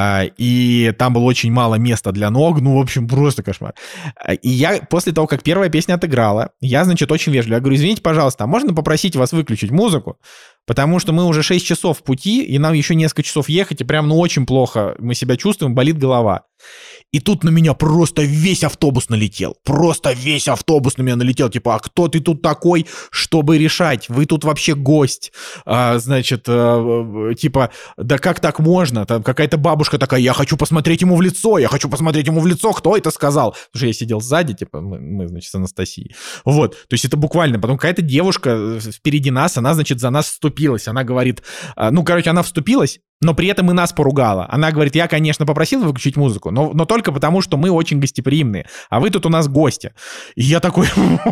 И там было очень мало места для ног, ну, в общем, просто кошмар. И я после того, как первая песня отыграла, я, значит, очень вежливо, я говорю, извините, пожалуйста, а можно попросить вас выключить музыку? Потому что мы уже шесть часов в пути, и нам еще несколько часов ехать, и прям, ну, очень плохо мы себя чувствуем, болит голова. И тут на меня просто весь автобус налетел. Просто весь автобус на меня налетел. Типа, а кто ты тут такой, чтобы решать? Вы тут вообще гость. А, значит, а, типа, да как так можно? Там какая-то бабушка такая, я хочу посмотреть ему в лицо, я хочу посмотреть ему в лицо, кто это сказал? Потому что я сидел сзади, типа, мы, мы значит, с Анастасией. Вот, то есть это буквально. Потом какая-то девушка впереди нас, она, значит, за нас вступилась. Она говорит, ну, короче, она вступилась, но при этом и нас поругала. Она говорит, я, конечно, попросил выключить музыку, но, но только потому, что мы очень гостеприимные, а вы тут у нас гости. И я такой...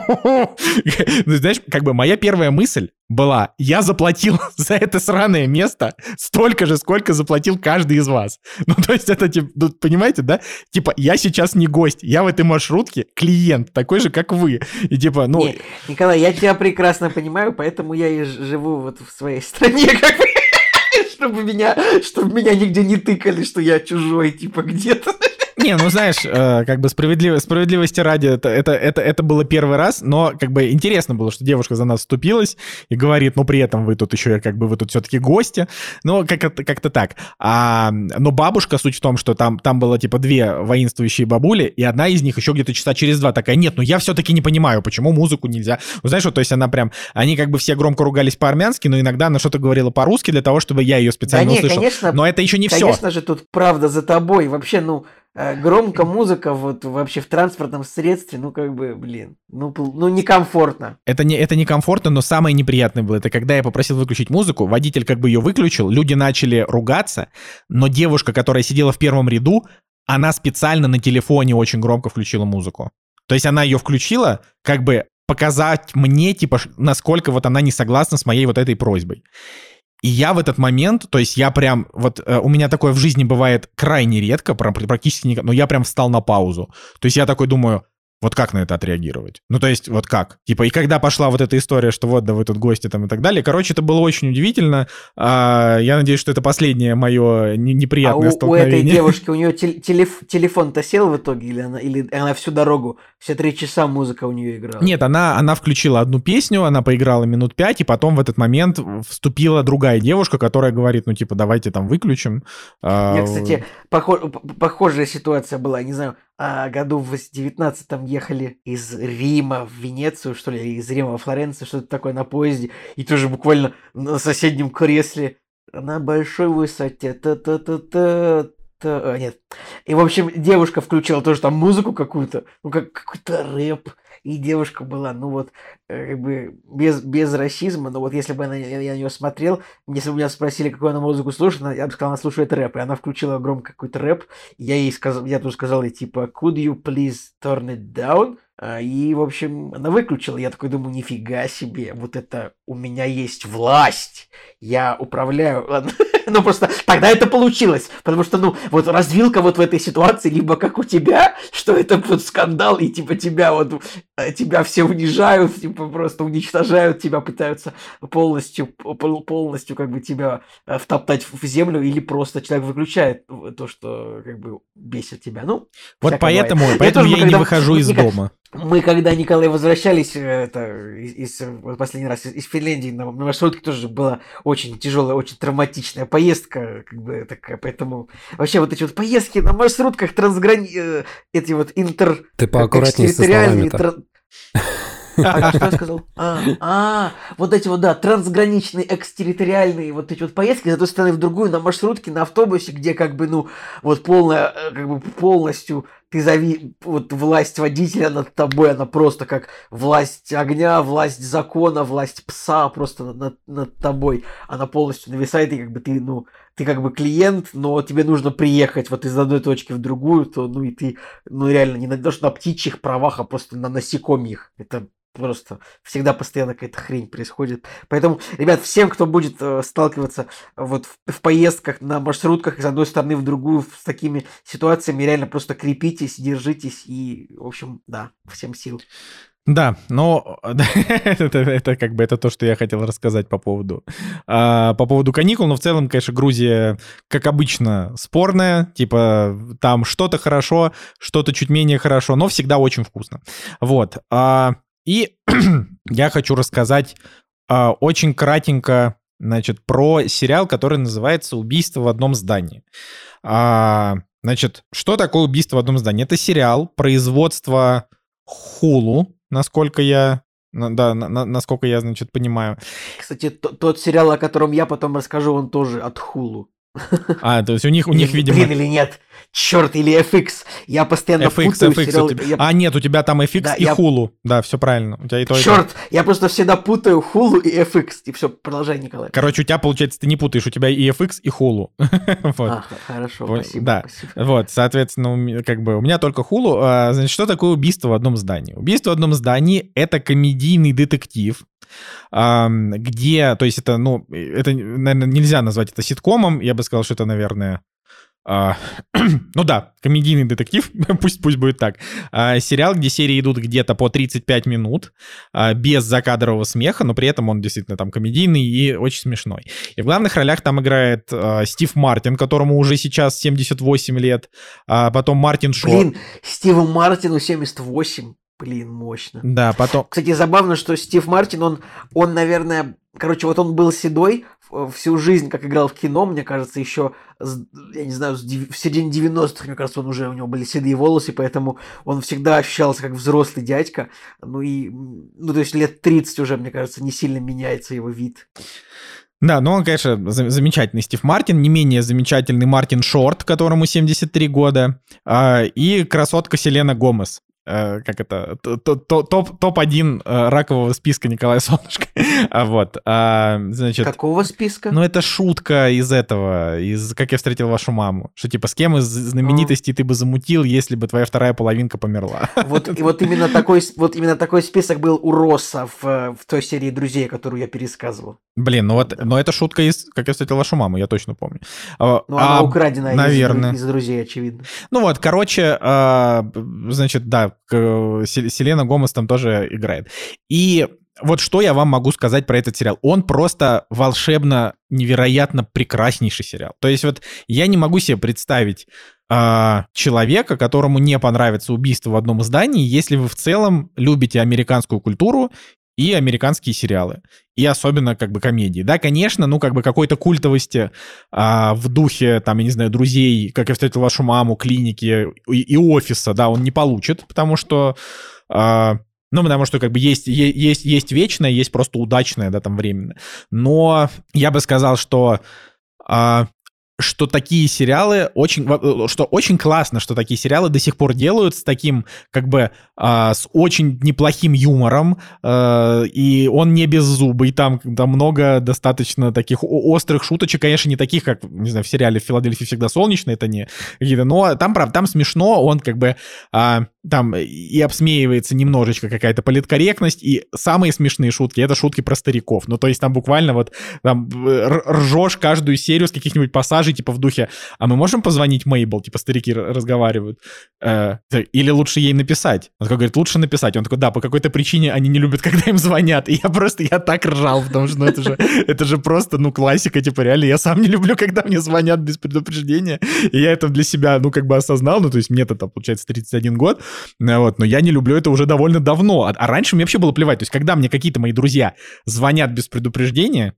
Знаешь, как бы моя первая мысль была, я заплатил за это сраное место столько же, сколько заплатил каждый из вас. Ну, то есть это, типа, ну, понимаете, да? Типа, я сейчас не гость, я в этой маршрутке клиент, такой же, как вы. И типа, ну... Не, Николай, я тебя прекрасно понимаю, поэтому я и живу вот в своей стране, как бы... Чтобы меня, чтобы меня нигде не тыкали, что я чужой, типа, где-то. Не, ну знаешь, э, как бы справедливо, справедливости ради, это, это, это, это было первый раз, но как бы интересно было, что девушка за нас вступилась и говорит, ну при этом вы тут еще, как бы вы тут все-таки гости, ну как-то, как-то так. А, но бабушка, суть в том, что там, там было типа две воинствующие бабули, и одна из них еще где-то часа через два такая, нет, ну я все-таки не понимаю, почему музыку нельзя. Ну знаешь, вот, то есть она прям, они как бы все громко ругались по-армянски, но иногда она что-то говорила по-русски для того, чтобы я ее специально да не, услышал. Конечно, но это еще не конечно все. Конечно же, тут правда за тобой, вообще, ну... громко музыка вот вообще в транспортном средстве, ну как бы, блин, ну, ну некомфортно. Это не, это некомфортно, но самое неприятное было, это когда я попросил выключить музыку, водитель как бы ее выключил, люди начали ругаться, но девушка, которая сидела в первом ряду, она специально на телефоне очень громко включила музыку. То есть она ее включила, как бы показать мне, типа, насколько вот она не согласна с моей вот этой просьбой. И я в этот момент, то есть я прям, вот э, у меня такое в жизни бывает крайне редко, прям, практически никак, но я прям встал на паузу. То есть я такой думаю, вот как на это отреагировать? Ну, то есть, вот как? Типа, и когда пошла вот эта история, что вот, да вы тут гости там и так далее, короче, это было очень удивительно. А, я надеюсь, что это последнее мое неприятное а у, столкновение. у этой девушки, у нее тел- телеф- телефон-то сел в итоге, или она, или она всю дорогу, все три часа музыка у нее играла? Нет, она, она включила одну песню, она поиграла минут пять, и потом в этот момент вступила другая девушка, которая говорит, ну, типа, давайте там выключим. У меня, кстати, похож, похожая ситуация была, не знаю, а году в девятнадцатом ехали из Рима в Венецию, что ли, из Рима во Флоренцию, что-то такое на поезде, и тоже буквально на соседнем кресле на большой высоте. Та-та-та-та. А, нет. И, в общем, девушка включила тоже там музыку какую-то, ну, как какой-то рэп. И девушка была, ну вот, как бы без, без расизма, но вот если бы она, я, я на нее смотрел, если бы меня спросили, какую она музыку слушает, я бы сказал, она слушает рэп. И она включила громко какой-то рэп. И я ей сказал, я тоже сказал ей, типа, could you please turn it down? И, в общем, она выключила. Я такой думаю, нифига себе, вот это у меня есть власть. Я управляю. Ладно. Ну, просто тогда это получилось. Потому что, ну, вот развилка вот в этой ситуации, либо как у тебя, что это вот скандал, и типа тебя вот, тебя все унижают, типа просто уничтожают, тебя пытаются полностью, полностью как бы тебя втоптать в землю, или просто человек выключает то, что как бы бесит тебя. Ну, вот поэтому, бывает. поэтому я, я и не выхожу из никак... дома. Мы, когда, Николай, возвращались это, из, из, последний раз из, из Финляндии на, на маршрутке, тоже была очень тяжелая, очень травматичная поездка, как бы такая, поэтому вообще вот эти вот поездки на маршрутках трансграни... эти вот интер... Ты поаккуратнее со словами-то. Тран... А, что я сказал? А, а, вот эти вот, да, трансграничные, экстерриториальные вот эти вот поездки с одной стороны в другую на маршрутке, на автобусе, где как бы, ну, вот полная, как бы полностью ты зави... вот власть водителя над тобой, она просто как власть огня, власть закона, власть пса просто над, над тобой. Она полностью нависает, и как бы ты, ну, ты как бы клиент, но тебе нужно приехать вот из одной точки в другую, то, ну, и ты, ну, реально не найдешь на птичьих правах, а просто на насекомьих. Это просто всегда постоянно какая-то хрень происходит. Поэтому, ребят, всем, кто будет э, сталкиваться вот в, в поездках на маршрутках из одной стороны в другую с такими ситуациями, реально просто крепитесь, держитесь и, в общем, да, всем сил. Да, но это, это как бы это то, что я хотел рассказать по поводу, а, по поводу каникул. Но в целом, конечно, Грузия, как обычно, спорная. Типа там что-то хорошо, что-то чуть менее хорошо, но всегда очень вкусно. Вот. А, и я хочу рассказать а, очень кратенько, значит, про сериал, который называется «Убийство в одном здании». А, значит, что такое «Убийство в одном здании»? Это сериал производства Hulu, насколько я, да, на, насколько я, значит, понимаю. Кстати, т- тот сериал, о котором я потом расскажу, он тоже от Hulu. А, то есть у них, у или, них, видимо... Блин, или нет. Черт, или эф икс. Я постоянно эф икс, путаю эф икс сериал. тебя... Я... А, нет, у тебя там эф икс да, и я... Hulu. Да, все правильно. У тебя и то, и Черт, то. я просто всегда путаю Hulu и эф икс. И все, продолжай, Николай. Короче, у тебя, получается, ты не путаешь, у тебя и эф икс, и Hulu. Вот. А, хорошо, вот, спасибо. Да, спасибо. вот, соответственно, как бы у меня только Hulu. А, значит, что такое «Убийство в одном здании»? «Убийство в одном здании» — это комедийный детектив, где, то есть это, ну, это, наверное, нельзя назвать это ситкомом, я бы сказал, что это, наверное, а, ну да, комедийный детектив, пусть, пусть будет так. А, сериал, где серии идут где-то по тридцать пять минут, а, без закадрового смеха, но при этом он действительно там комедийный и очень смешной. И в главных ролях там играет а, Стив Мартин, которому уже сейчас семьдесят восемь лет, а потом Мартин Шорт. Блин, Стиву Мартину семьдесят восемь. Блин, мощно. Да, потом... Кстати, забавно, что Стив Мартин, он, он, наверное, короче, вот он был седой всю жизнь, как играл в кино, мне кажется, еще, я не знаю, в середине девяностых, мне кажется, он уже, у него были седые волосы, поэтому он всегда ощущался как взрослый дядька, ну и, ну, то есть лет тридцать уже, мне кажется, не сильно меняется его вид. Да, ну он, конечно, за- замечательный Стив Мартин, не менее замечательный Мартин Шорт, которому семьдесят три года, а, и красотка Селена Гомес. Э, как это, т- т- т- топ, топ-один э, ракового списка Николая Солнышко. А вот, а, значит... Какого списка? Ну, это шутка из этого, из «Как я встретил вашу маму». Что, типа, с кем из знаменитостей ты бы замутил, если бы твоя вторая половинка померла? Вот, и вот именно такой, вот именно такой список был у Росса в, в той серии «Друзей», которую я пересказывал. Блин, ну вот, но это шутка из «Как я встретил вашу маму», я точно помню. А, Ну, она а, украдена наверное. из, из «Друзей», очевидно. Ну вот, короче, а, значит, да, к- Сел- Селена Гомес там тоже играет. И вот что я вам могу сказать про этот сериал. Он просто волшебно, невероятно прекраснейший сериал. То есть вот я не могу себе представить а, человека, которому не понравится убийство в одном здании, если вы в целом любите американскую культуру и американские сериалы. И особенно как бы комедии. Да, конечно, ну как бы какой-то культовости а, в духе, там, я не знаю, «Друзей», «Как я встретил вашу маму», «Клиники» и, и «Офиса», да, он не получит, потому что... А, ну, потому что как бы есть, е- есть, есть вечное, есть просто удачное, да, там, временно. Но я бы сказал, что... а, что такие сериалы очень, что очень классно, что такие сериалы до сих пор делают с таким, как бы, а, с очень неплохим юмором, а, и он не беззубый, там, там много достаточно таких о- острых шуточек, конечно, не таких, как, не знаю, в сериале «В Филадельфии всегда солнечно», это не какие-то, но там, правда, там смешно, он как бы, а, там и обсмеивается немножечко какая-то политкорректность, и самые смешные шутки — это шутки про стариков, ну, то есть там буквально вот, там, р- ржешь каждую серию с каких-нибудь пассажей, типа в духе, а мы можем позвонить Мейбл, типа старики р- разговаривают, э, или лучше ей написать? Он такой говорит, лучше написать. Он такой, да, по какой-то причине они не любят, когда им звонят. И я просто, я так ржал, потому что ну, это же, это же просто, ну, классика, типа реально, я сам не люблю, когда мне звонят без предупреждения, и я это для себя, ну, как бы осознал, ну, то есть мне-то там, получается, тридцать один год, вот, но я не люблю это уже довольно давно, а, а раньше мне вообще было плевать, то есть когда мне какие-то мои друзья звонят без предупреждения,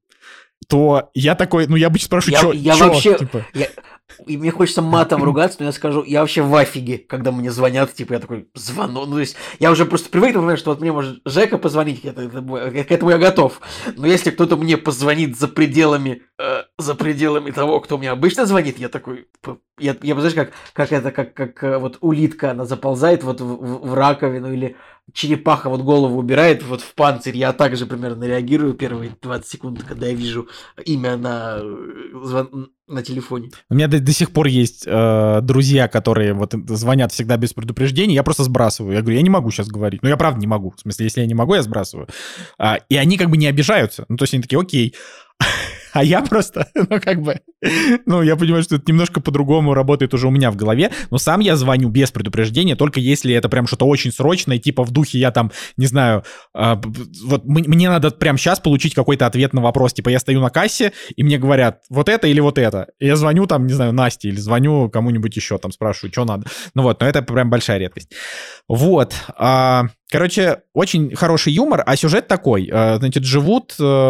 то я такой, ну, я обычно спрашиваю, Я, что, я чё, вообще... типа? Я, и мне хочется матом ругаться, но я скажу, я вообще в афиге, когда мне звонят, типа, я такой, звону, ну, то есть, я уже просто привык, например, что вот мне может Жека позвонить, это, это, к этому я готов, но если кто-то мне позвонит за пределами, э, за пределами того, кто мне обычно звонит, я такой, я, я знаешь, как, как это, как, как э, вот улитка, она заползает вот в, в, в раковину, или черепаха вот голову убирает вот в панцирь, я также примерно реагирую первые двадцать секунд, когда я вижу имя на, звон, на телефоне. У меня до, до сих пор есть э, друзья, которые вот звонят всегда без предупреждения, я просто сбрасываю. Я говорю, я не могу сейчас говорить. Ну, я правда не могу. В смысле, если я не могу, я сбрасываю. А, и они как бы не обижаются. Ну, то есть они такие, окей. А я просто, ну, как бы, ну, я понимаю, что это немножко по-другому работает уже у меня в голове, но сам я звоню без предупреждения, только если это прям что-то очень срочное, типа в духе я там, не знаю, э, вот мне надо прямо сейчас получить какой-то ответ на вопрос, типа я стою на кассе, и мне говорят, вот это или вот это, и я звоню там, не знаю, Насте, или звоню кому-нибудь еще, там, спрашиваю, что надо, ну вот, но это прям большая редкость. Вот, а... Короче, очень хороший юмор, а сюжет такой. Значит, живут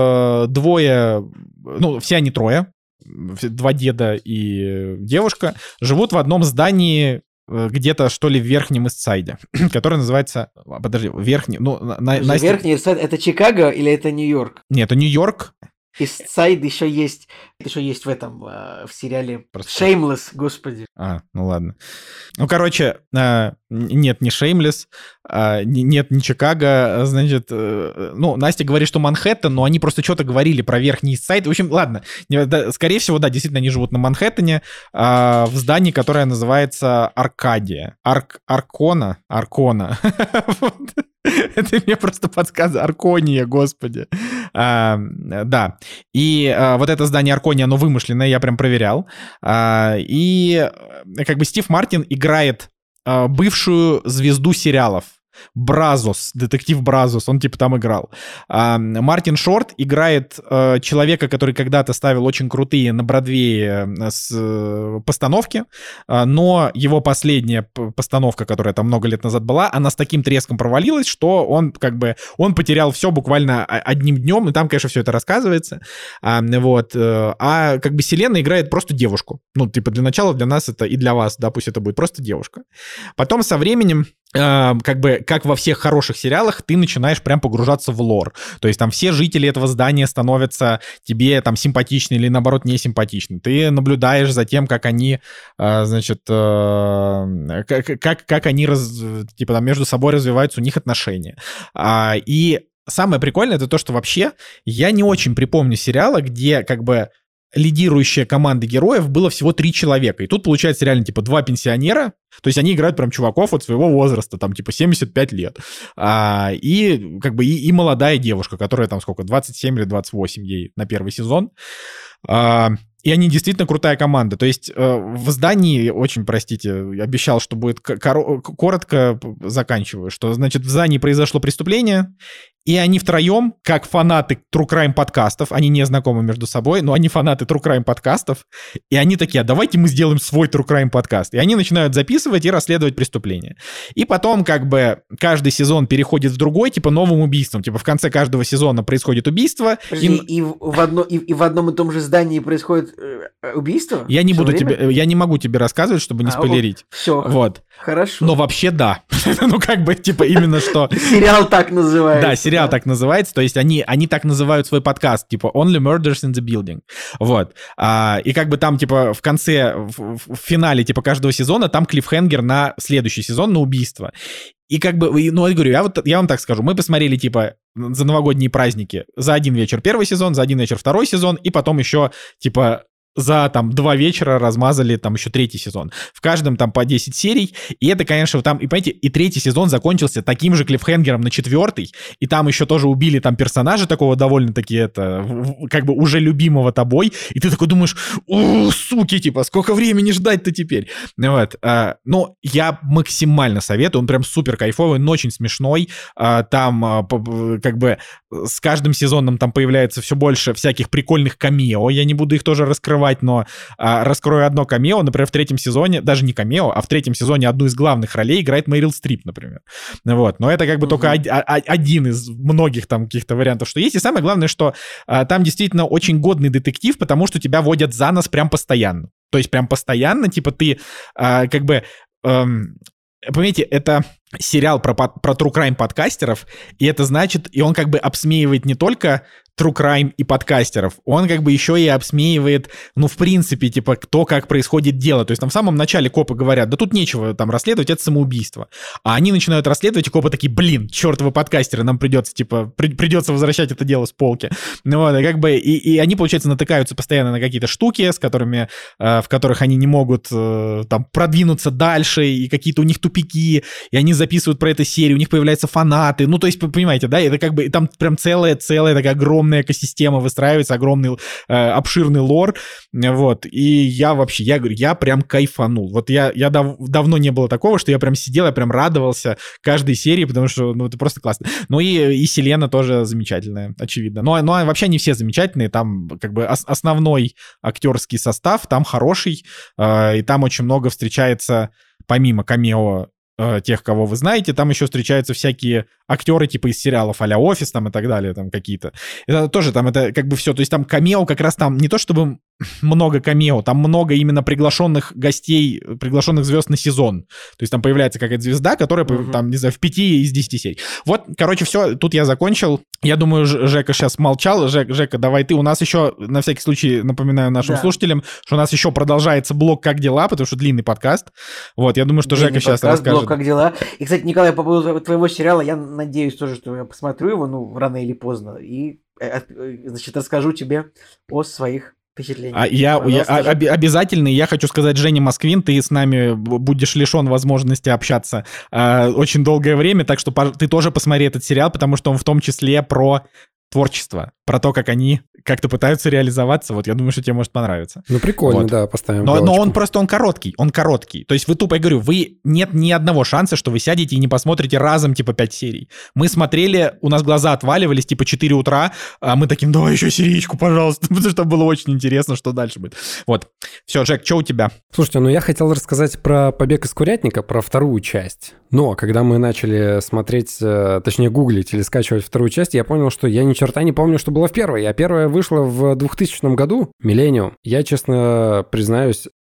двое, ну, все они трое, два деда и девушка, живут в одном здании где-то, что ли, в Верхнем Ист-Сайде, который называется... Подожди, Верхний... Ну, на, на... Верхний Ист-Сайд — это Чикаго или это Нью-Йорк? Нет, это Нью-Йорк. Ист-Сайд еще есть, еще есть в этом, в сериале Shameless, господи. А, ну ладно. Ну, короче, нет, не Shameless, нет, не Чикаго, значит, ну, Настя говорит, что Манхэттен, но они просто что-то говорили про Верхний Ист-Сайд. В общем, ладно, скорее всего, да, действительно, они живут на Манхэттене, в здании, которое называется Аркадия. Арк... Аркона? Аркона. Это мне просто подсказывает. Аркония, господи. А, да. И а, вот это здание Аркония, оно вымышленное, я прям проверял. А, и как бы Стив Мартин играет а, бывшую звезду сериалов. Бразос, детектив Бразос, он типа там играл. А, Мартин Шорт играет а, человека, который когда-то ставил очень крутые на Бродвее с, а, постановки, а, но его последняя постановка, которая там много лет назад была, она с таким треском провалилась, что он как бы, он потерял все буквально одним днем, и там, конечно, все это рассказывается. А, вот. А как бы Селена играет просто девушку. Ну, типа для начала для нас это и для вас, да, пусть это будет просто девушка. Потом со временем э, как бы, как во всех хороших сериалах, ты начинаешь прям погружаться в лор. То есть там все жители этого здания становятся тебе там симпатичны или, наоборот, не симпатичны. Ты наблюдаешь за тем, как они, э, значит, э, как, как, как они раз, типа, там, между собой развиваются у них отношения. А, и самое прикольное — это то, что вообще я не очень припомню сериала, где как бы лидирующая команда героев было всего три человека. И тут получается реально типа два пенсионера, то есть они играют прям чуваков от своего возраста, там типа семьдесят пять лет. А, и как бы и, и молодая девушка, которая там сколько, двадцать семь или двадцать восемь ей на первый сезон. А, и они действительно крутая команда. То есть э, в здании, очень, простите, обещал, что будет коро- коротко, заканчиваю, что, значит, в здании произошло преступление, и они втроем, как фанаты True Crime подкастов, они не знакомы между собой, но они фанаты True Crime подкастов, и они такие: а давайте мы сделаем свой True Crime подкаст. И они начинают записывать и расследовать преступления. И потом как бы каждый сезон переходит в другой, типа новым убийством. Типа в конце каждого сезона происходит убийство. Подожди, и... И, в одно, и, и в одном и том же здании происходит э, убийство? Я не Всё буду время? тебе, я не могу тебе рассказывать, чтобы не а, спойлерить. Все. Вот. Хорошо. Но вообще да. Ну как бы типа именно что... Сериал так называется. Да, сериал так называется. То есть они, они так называют свой подкаст, типа Only Murders in the Building. Вот. А, и как бы там типа в конце, в, в финале типа каждого сезона там клиффхенгер на следующий сезон, на убийство. И как бы, ну, я говорю, я, вот, я вам так скажу, мы посмотрели, типа, за новогодние праздники за один вечер первый сезон, за один вечер второй сезон, и потом еще, типа, за там два вечера размазали там еще третий сезон. В каждом там по десять серий. И это, конечно, там, и понимаете, и третий сезон закончился таким же клиффхенгером на четвертый. И там еще тоже убили там персонажа такого довольно-таки, это, как бы уже любимого тобой. И ты такой думаешь: о, суки, типа, сколько времени ждать-то теперь? Вот. А, ну, я максимально советую. Он прям супер кайфовый, он очень смешной. А, там а, как бы с каждым сезоном там появляется все больше всяких прикольных камео. Я не буду их тоже раскрывать, но а, раскрою одно камео. Например, в третьем сезоне, даже не камео, а в третьем сезоне одну из главных ролей играет Мэрил Стрип, например. Вот. Но это как бы mm-hmm. только од- од- один из многих там каких-то вариантов, что есть. И самое главное, что а, там действительно очень годный детектив, потому что тебя водят за нос прям постоянно. То есть прям постоянно, типа ты а, как бы... Эм, понимаете, это сериал про, про True Crime подкастеров, и это значит, и он как бы обсмеивает не только True Crime и подкастеров, он как бы еще и обсмеивает, ну, в принципе, типа, то, как происходит дело. То есть там в самом начале копы говорят: да тут нечего там расследовать, это самоубийство. А они начинают расследовать, и копы такие: блин, чертовы подкастеры, нам придется, типа, при, придется возвращать это дело с полки. Ну вот, и как бы, и, и они, получается, натыкаются постоянно на какие-то штуки, с которыми, э, в которых они не могут э, там продвинуться дальше, и какие-то у них тупики, и они записывают про эту серию, у них появляются фанаты. Ну, то есть, понимаете, да, это как бы, там прям целая-целая такая огромная экосистема выстраивается, огромный э, обширный лор, вот, и я вообще, я говорю, я прям кайфанул. Вот я, я дав, давно не было такого, что я прям сидел, я прям радовался каждой серии, потому что, ну, это просто классно. Ну и, и Селена тоже замечательная, очевидно. Ну, ну, а вообще они все замечательные, там как бы ос- основной актерский состав там хороший, э, и там очень много встречается, помимо камео тех, кого вы знаете, там еще встречаются всякие актеры типа из сериалов а-ля «Офис» там и так далее, там какие-то. Это тоже там это как бы все, то есть там камео как раз там не то чтобы много камео, там много именно приглашенных гостей, приглашенных звезд на сезон. То есть там появляется какая-то звезда, которая uh-huh. там, не знаю, в пяти из десяти серий. Вот, короче, все, тут я закончил. Я думаю, Ж- Жека сейчас молчал. Жек, Жека, давай ты. У нас еще, на всякий случай, напоминаю нашим да. слушателям, что у нас еще продолжается блог «Как дела?», потому что длинный подкаст. Вот, я думаю, что длинный Жека сейчас подкаст, расскажет. Блог «Как дела?». И, кстати, Николай, по поводу твоего сериала, я надеюсь тоже, что я посмотрю его, ну, рано или поздно, и, значит, расскажу тебе о своих впечатление. А я, я об, обязательно, я хочу сказать, Женя Москвин, ты с нами будешь лишен возможности общаться э, очень долгое время, так что ты тоже посмотри этот сериал, потому что он в том числе про творчество, про то, как они как-то пытаются реализоваться. Вот, я думаю, что тебе может понравиться. Ну, прикольно, вот. Да, поставим но, но он просто, он короткий, он короткий. То есть вы тупо, я говорю, вы нет ни одного шанса, что вы сядете и не посмотрите разом, типа, пять серий. Мы смотрели, у нас глаза отваливались, типа, четыре утра, а мы таким: давай еще сериечку, пожалуйста, потому что было очень интересно, что дальше будет. Вот. Все, Жек, что у тебя? Слушайте, ну я хотел рассказать про «Побег из Курятника», про вторую часть. Но когда мы начали смотреть, точнее, гуглить или скачивать вторую часть, я понял, что я ни черта не помню, что было в первой. А первая вышла в двухтысячном году, «Миллениум». Я, честно признаюсь,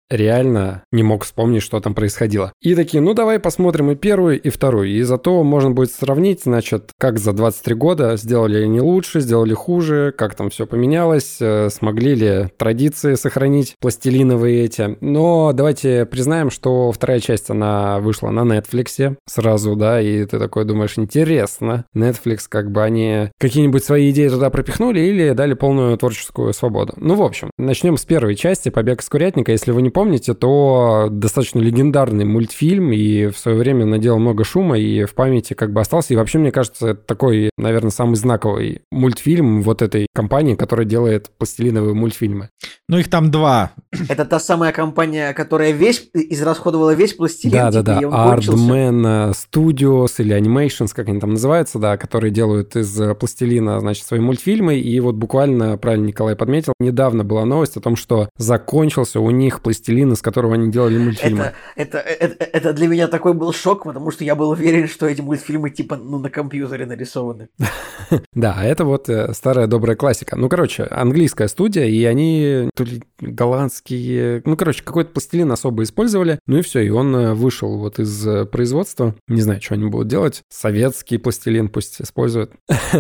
реально не мог вспомнить, что там происходило. И такие, ну давай посмотрим и первую, и вторую. И зато можно будет сравнить, значит, как за двадцать три года сделали они лучше, сделали хуже, как там все поменялось, смогли ли традиции сохранить пластилиновые эти. Но давайте признаем, что вторая часть, она вышла на Netflix сразу, да, и ты такой думаешь, интересно, Netflix, как бы они какие-нибудь свои идеи туда пропихнули или дали полную творческую свободу. Ну, в общем, начнем с первой части «Побег из курятника». Если вы не помните, то достаточно легендарный мультфильм, и в свое время наделал много шума, и в памяти как бы остался. И вообще, мне кажется, это такой, наверное, самый знаковый мультфильм вот этой компании, которая делает пластилиновые мультфильмы. Ну, их там два. Это та самая компания, которая весь израсходовала весь пластилин. Да-да-да, типа, Aardman Studios или Animations, как они там называются, да, которые делают из пластилина, значит, свои мультфильмы. И вот буквально, правильно Николай подметил, недавно была новость о том, что закончился у них пластилин, из которого они делали мультфильмы. Это, это, это, это для меня такой был шок, потому что я был уверен, что эти мультфильмы типа ну, на компьютере нарисованы. Да, это вот старая добрая классика. Ну, короче, английская студия, и они то ли голландские... Ну, короче, какой-то пластилин особо использовали. Ну и все, и он вышел вот из производства. Не знаю, что они будут делать. Советский пластилин пусть используют.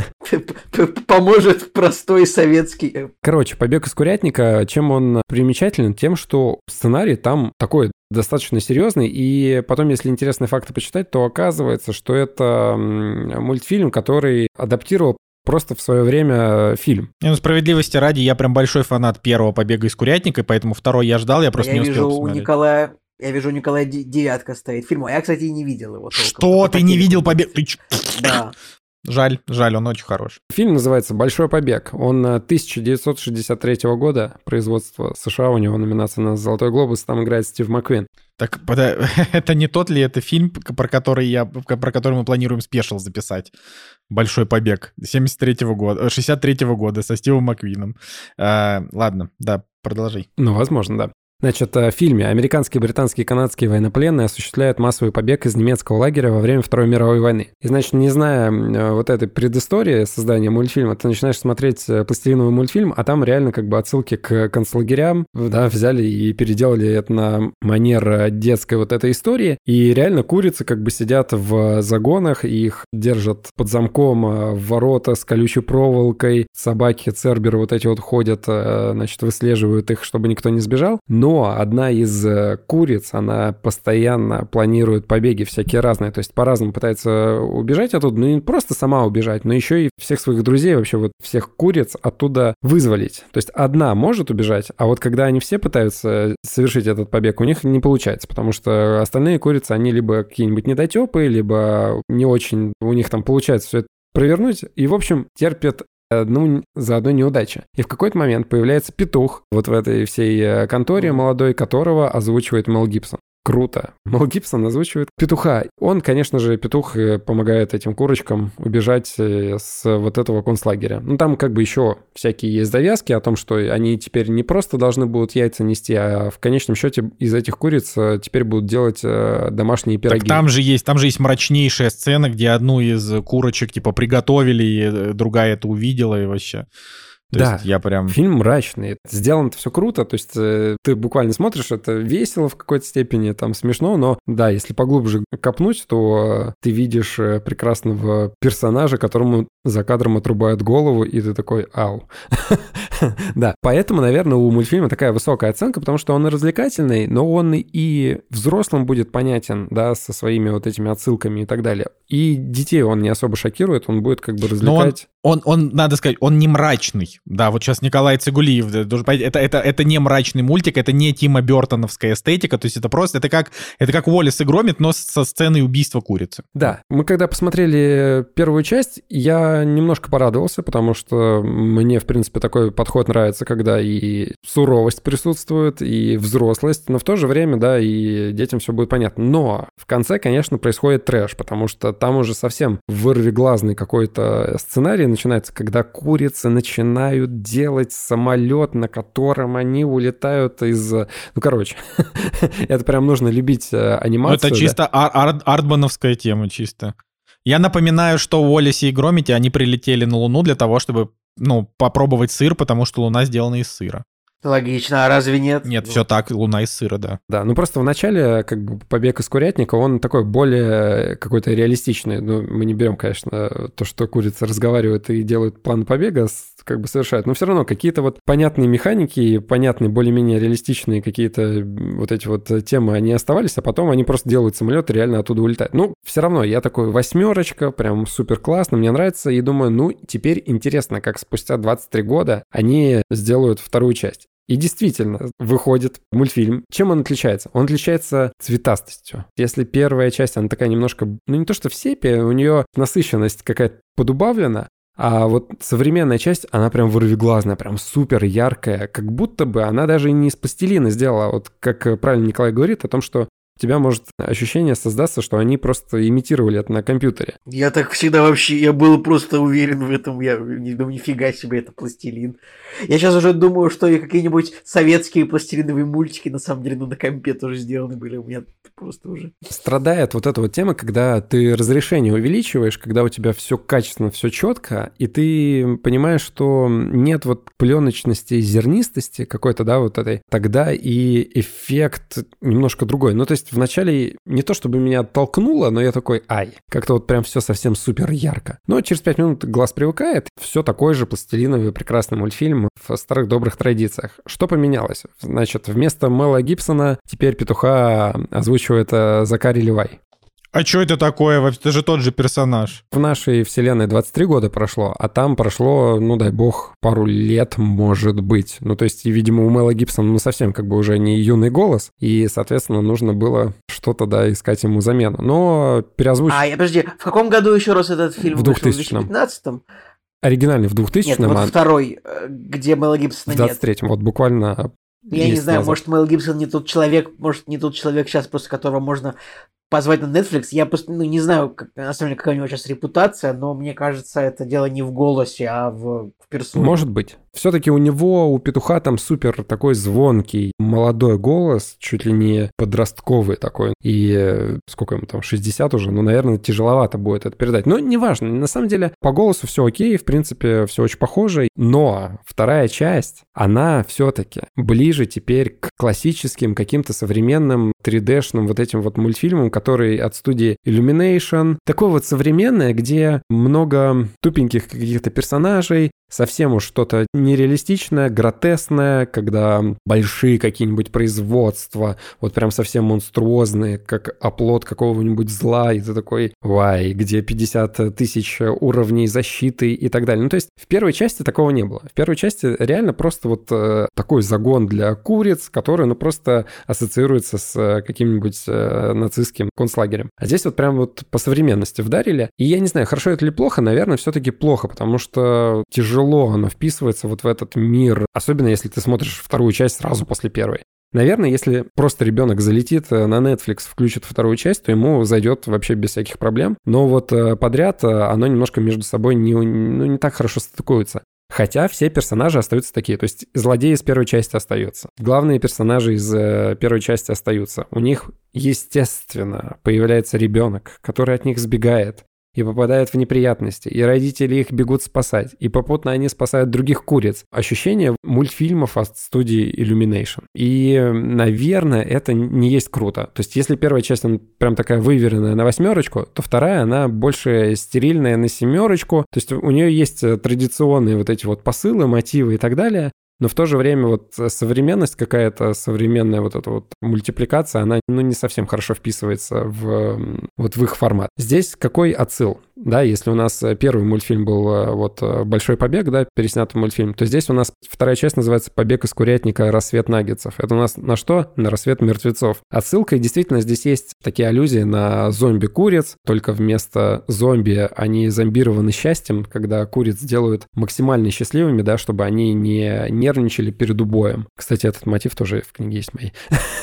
Поможет простой советский. Короче, «Побег из курятника», чем он примечателен? Тем, что сценарий там такой достаточно серьезный, и потом, если интересные факты почитать, то оказывается, что это мультфильм, который адаптировал просто в свое время фильм. Ну, справедливости ради, я прям большой фанат первого «Побега из курятника», и поэтому второй я ждал, я просто я не успел вижу, посмотреть. У Николая, я вижу, у Николая девятка стоит фильм, а я, кстати, и не видел его. Толком. Что? Ты не видел «Побег»? Ты... Да. Жаль, жаль, он очень хорош. Фильм называется «Большой побег». Он тысяча девятьсот шестьдесят третьего года, производство США, у него номинация на «Золотой глобус», там играет Стив Маккуин. Так, это не тот ли это фильм, про который, я, про который мы планируем спешл записать? «Большой побег» семьдесят третьего года, шестьдесят третьего года со Стивом Маккуином. А, ладно, да, продолжи. Ну, возможно, да. Значит, в фильме американские, британские и канадские военнопленные осуществляют массовый побег из немецкого лагеря во время Второй мировой войны. И, значит, не зная вот этой предыстории создания мультфильма, ты начинаешь смотреть пластилиновый мультфильм, а там реально как бы отсылки к концлагерям, да, взяли и переделали это на манер детской вот этой истории. И реально курицы как бы сидят в загонах, и их держат под замком в ворота с колючей проволокой, собаки, церберы вот эти вот ходят, значит, выслеживают их, чтобы никто не сбежал. Но Но одна из куриц, она постоянно планирует побеги всякие разные, то есть по-разному пытается убежать оттуда, ну не просто сама убежать, но еще и всех своих друзей, вообще вот всех куриц оттуда вызволить. То есть одна может убежать, а вот когда они все пытаются совершить этот побег, у них не получается, потому что остальные курицы, они либо какие-нибудь недотепы, либо не очень у них там получается все это провернуть, и, в общем, терпят ну, заодно неудача. И в какой-то момент появляется петух вот в этой всей конторе молодой, которого озвучивает Мел Гибсон. Круто. Мел Гибсон озвучивает петуха. Он, конечно же, петух помогает этим курочкам убежать с вот этого концлагеря. Ну, там как бы еще всякие есть завязки о том, что они теперь не просто должны будут яйца нести, а в конечном счете из этих куриц теперь будут делать домашние пироги. Так там же есть, там же есть мрачнейшая сцена, где одну из курочек типа приготовили, и другая это увидела, и вообще... То да, есть я прям... фильм мрачный. Сделано это все круто, то есть э, ты буквально смотришь, это весело в какой-то степени, там смешно, но да, если поглубже копнуть, то э, ты видишь э, прекрасного персонажа, которому за кадром отрубают голову, и ты такой «ау». Да, поэтому, наверное, у мультфильма такая высокая оценка, потому что он и развлекательный, но он и взрослым будет понятен, да, со своими вот этими отсылками и так далее. И детей он не особо шокирует, он будет как бы развлекать. Он, он, надо сказать, он не мрачный. Да, вот сейчас Николай Цигулиев, это, это, это не мрачный мультик, это не Тима Бёртоновская эстетика, то есть это просто, это как, это как Уоллес и Громит, но со сценой убийства курицы. Да, мы когда посмотрели первую часть, я немножко порадовался, потому что мне, в принципе, такой подход нравится, когда и суровость присутствует, и взрослость, но в то же время, да, и детям все будет понятно. Но в конце, конечно, происходит трэш, потому что там уже совсем вырвиглазный какой-то сценарий начинается, когда курицы начинают делать самолет, на котором они улетают из... Ну, короче, это прям нужно любить анимацию. Это чисто ар- ар- артмановская тема, чисто. Я напоминаю, что в Уоллесе и Громите они прилетели на Луну для того, чтобы, ну, попробовать сыр, потому что Луна сделана из сыра. Логично, а разве нет? Нет, Ну, все так, луна из сыра, да. Да, ну просто в начале как бы «Побег из курятника», он такой более какой-то реалистичный. Ну, мы не берем, конечно, то, что курица разговаривает и делает план побега, как бы совершает. Но все равно какие-то вот понятные механики, понятные, более-менее реалистичные какие-то вот эти вот темы, они оставались, а потом они просто делают самолет и реально оттуда улетают. Ну, все равно я такой восьмерочка, прям супер классно, мне нравится, и думаю, ну, теперь интересно, как спустя двадцать три года они сделают вторую часть. И действительно, выходит мультфильм. Чем он отличается? Он отличается цветастостью. Если первая часть, она такая немножко, ну не то что в сепе, у нее насыщенность какая-то подубавлена, а вот современная часть, она прям вырвиглазная, прям супер яркая, как будто бы она даже и не из пластилина сделала. Вот как правильно Николай говорит о том, что у тебя может ощущение создаться, что они просто имитировали это на компьютере. Я так всегда вообще, я был просто уверен в этом, я не думаю, нифига себе, это пластилин. Я сейчас уже думаю, что и какие-нибудь советские пластилиновые мультики, на самом деле, ну, на компе тоже сделаны были, у меня просто уже... Страдает вот эта вот тема, когда ты разрешение увеличиваешь, когда у тебя все качественно, все четко, и ты понимаешь, что нет вот пленочности, зернистости какой-то, да, вот этой, тогда и эффект немножко другой. Ну, то есть вначале не то чтобы меня оттолкнуло, но я такой, ай, как-то вот прям все совсем супер ярко. Но через пять минут глаз привыкает, все такой же пластилиновый прекрасный мультфильм в старых добрых традициях. Что поменялось? Значит, вместо Мэла Гибсона теперь петуха озвучивает Закари Левай. А что это такое? Это же тот же персонаж. В нашей вселенной двадцать три года прошло, а там прошло, ну дай бог, пару лет, может быть. Ну то есть, видимо, у Мэла Гибсона ну совсем как бы уже не юный голос, и, соответственно, нужно было что-то, да, искать ему замену. Но переозвучить... А, я, подожди, в каком году еще раз этот фильм В вышел? двухтысячном. В две тысячи пятнадцатом? Оригинальный в двухтысячном, Нет, вот а второй, где Мэла Гибсона в двадцать третьем, вот буквально... Я не месяц знаю, назад. может, Мэл Гибсон не тот человек, может, не тот человек сейчас, просто которого можно позвать на Netflix. Я просто ну, не знаю, как, на самом деле, какая у него сейчас репутация, но мне кажется, это дело не в голосе, а в, в персоне. Может быть. Все-таки у него, у петуха там супер такой звонкий, молодой голос, чуть ли не подростковый такой. И э, сколько ему там, шестьдесят уже? Ну, наверное, тяжеловато будет это передать. Но неважно, на самом деле по голосу все окей, в принципе, все очень похоже. Но вторая часть, она все-таки ближе теперь к классическим каким-то современным три дэ-шным вот этим вот мультфильмам, которые от студии Illumination. Такое вот современное, где много тупеньких каких-то персонажей, совсем уж что-то нереалистичное, гротесное, когда большие какие-нибудь производства, вот прям совсем монструозные, как оплот какого-нибудь зла, и ты такой, вай, где пятьдесят тысяч уровней защиты и так далее. Ну, то есть в первой части такого не было. В первой части реально просто вот э, такой загон для куриц, который, ну, просто ассоциируется с э, каким-нибудь э, нацистским концлагерем. А здесь вот прям вот по современности вдарили. И я не знаю, хорошо это или плохо, наверное, все-таки плохо, потому что тяжело Тяжело оно вписывается вот в этот мир, особенно если ты смотришь вторую часть сразу после первой. Наверное, если просто ребенок залетит на Netflix, включит вторую часть, то ему зайдет вообще без всяких проблем. Но вот подряд оно немножко между собой не, ну, не так хорошо стыкуется. Хотя все персонажи остаются такие. То есть злодей из первой части остается. Главные персонажи из первой части остаются. У них, естественно, появляется ребенок, который от них сбегает и попадает в неприятности, и родители их бегут спасать, и попутно они спасают других куриц. Ощущение мультфильмов от студии Illumination. И, наверное, это не есть круто. То есть, если первая часть, она прям такая выверенная на восьмерочку, то вторая, она больше стерильная на семерочку. То есть, у нее есть традиционные вот эти вот посылы, мотивы и так далее. Но в то же время вот современность какая-то, современная вот эта вот мультипликация, она ну, не совсем хорошо вписывается в, вот в их формат. Здесь какой отсыл? Да, если у нас первый мультфильм был вот «Большой побег», да, переснятый мультфильм, то здесь у нас вторая часть называется «Побег из курятника. Рассвет наггетсов». Это у нас на что? На рассвет мертвецов. Отсылка, и действительно здесь есть такие аллюзии на зомби-куриц, только вместо зомби они зомбированы счастьем, когда куриц делают максимально счастливыми, да, чтобы они не нервничали перед убоем. Кстати, этот мотив тоже в книге есть моей.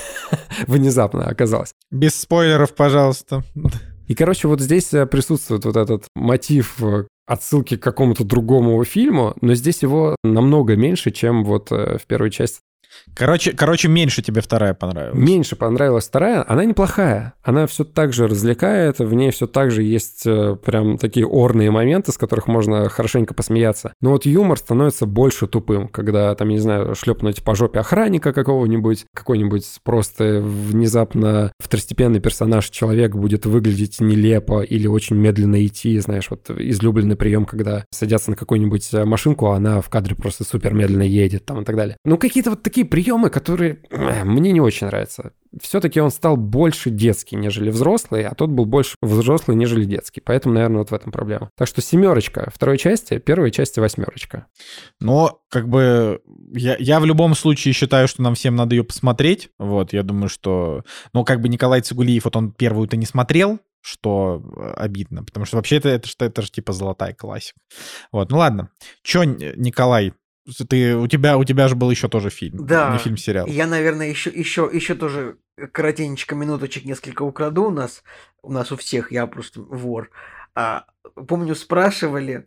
Внезапно оказалось. Без спойлеров, пожалуйста. И, короче, вот здесь присутствует вот этот мотив отсылки к какому-то другому фильму, но здесь его намного меньше, чем вот в первой части. Короче, короче, меньше тебе вторая понравилась. Меньше понравилась вторая. Она неплохая. Она все так же развлекает. В ней все так же есть э, прям такие орные моменты, с которых можно хорошенько посмеяться. Но вот юмор становится больше тупым, когда, там, я не знаю, шлепнуть по жопе охранника какого-нибудь, какой-нибудь просто внезапно второстепенный персонаж, человек будет выглядеть нелепо или очень медленно идти, знаешь, вот излюбленный прием, когда садятся на какую-нибудь машинку, а она в кадре просто супер медленно едет, там и так далее. Ну, какие-то вот такие приемы, которые э, мне не очень нравятся. Все-таки он стал больше детский, нежели взрослый, а тот был больше взрослый, нежели детский. Поэтому, наверное, вот в этом проблема. Так что семерочка второй части, первой части восьмерочка. Но, как бы, я, я в любом случае считаю, что нам всем надо ее посмотреть. Вот, я думаю, что... Ну, как бы Николай Цигулиев, вот он первую-то не смотрел, что обидно, потому что вообще это, это, это, это же типа золотая классика. Вот, ну ладно. Че, Николай, ты, у, тебя, у тебя же был еще тоже фильм, да, не фильм-сериал. Я, наверное, еще, еще, еще тоже коротенечко минуточек несколько украду у нас, у нас у всех, я просто вор. А, помню, спрашивали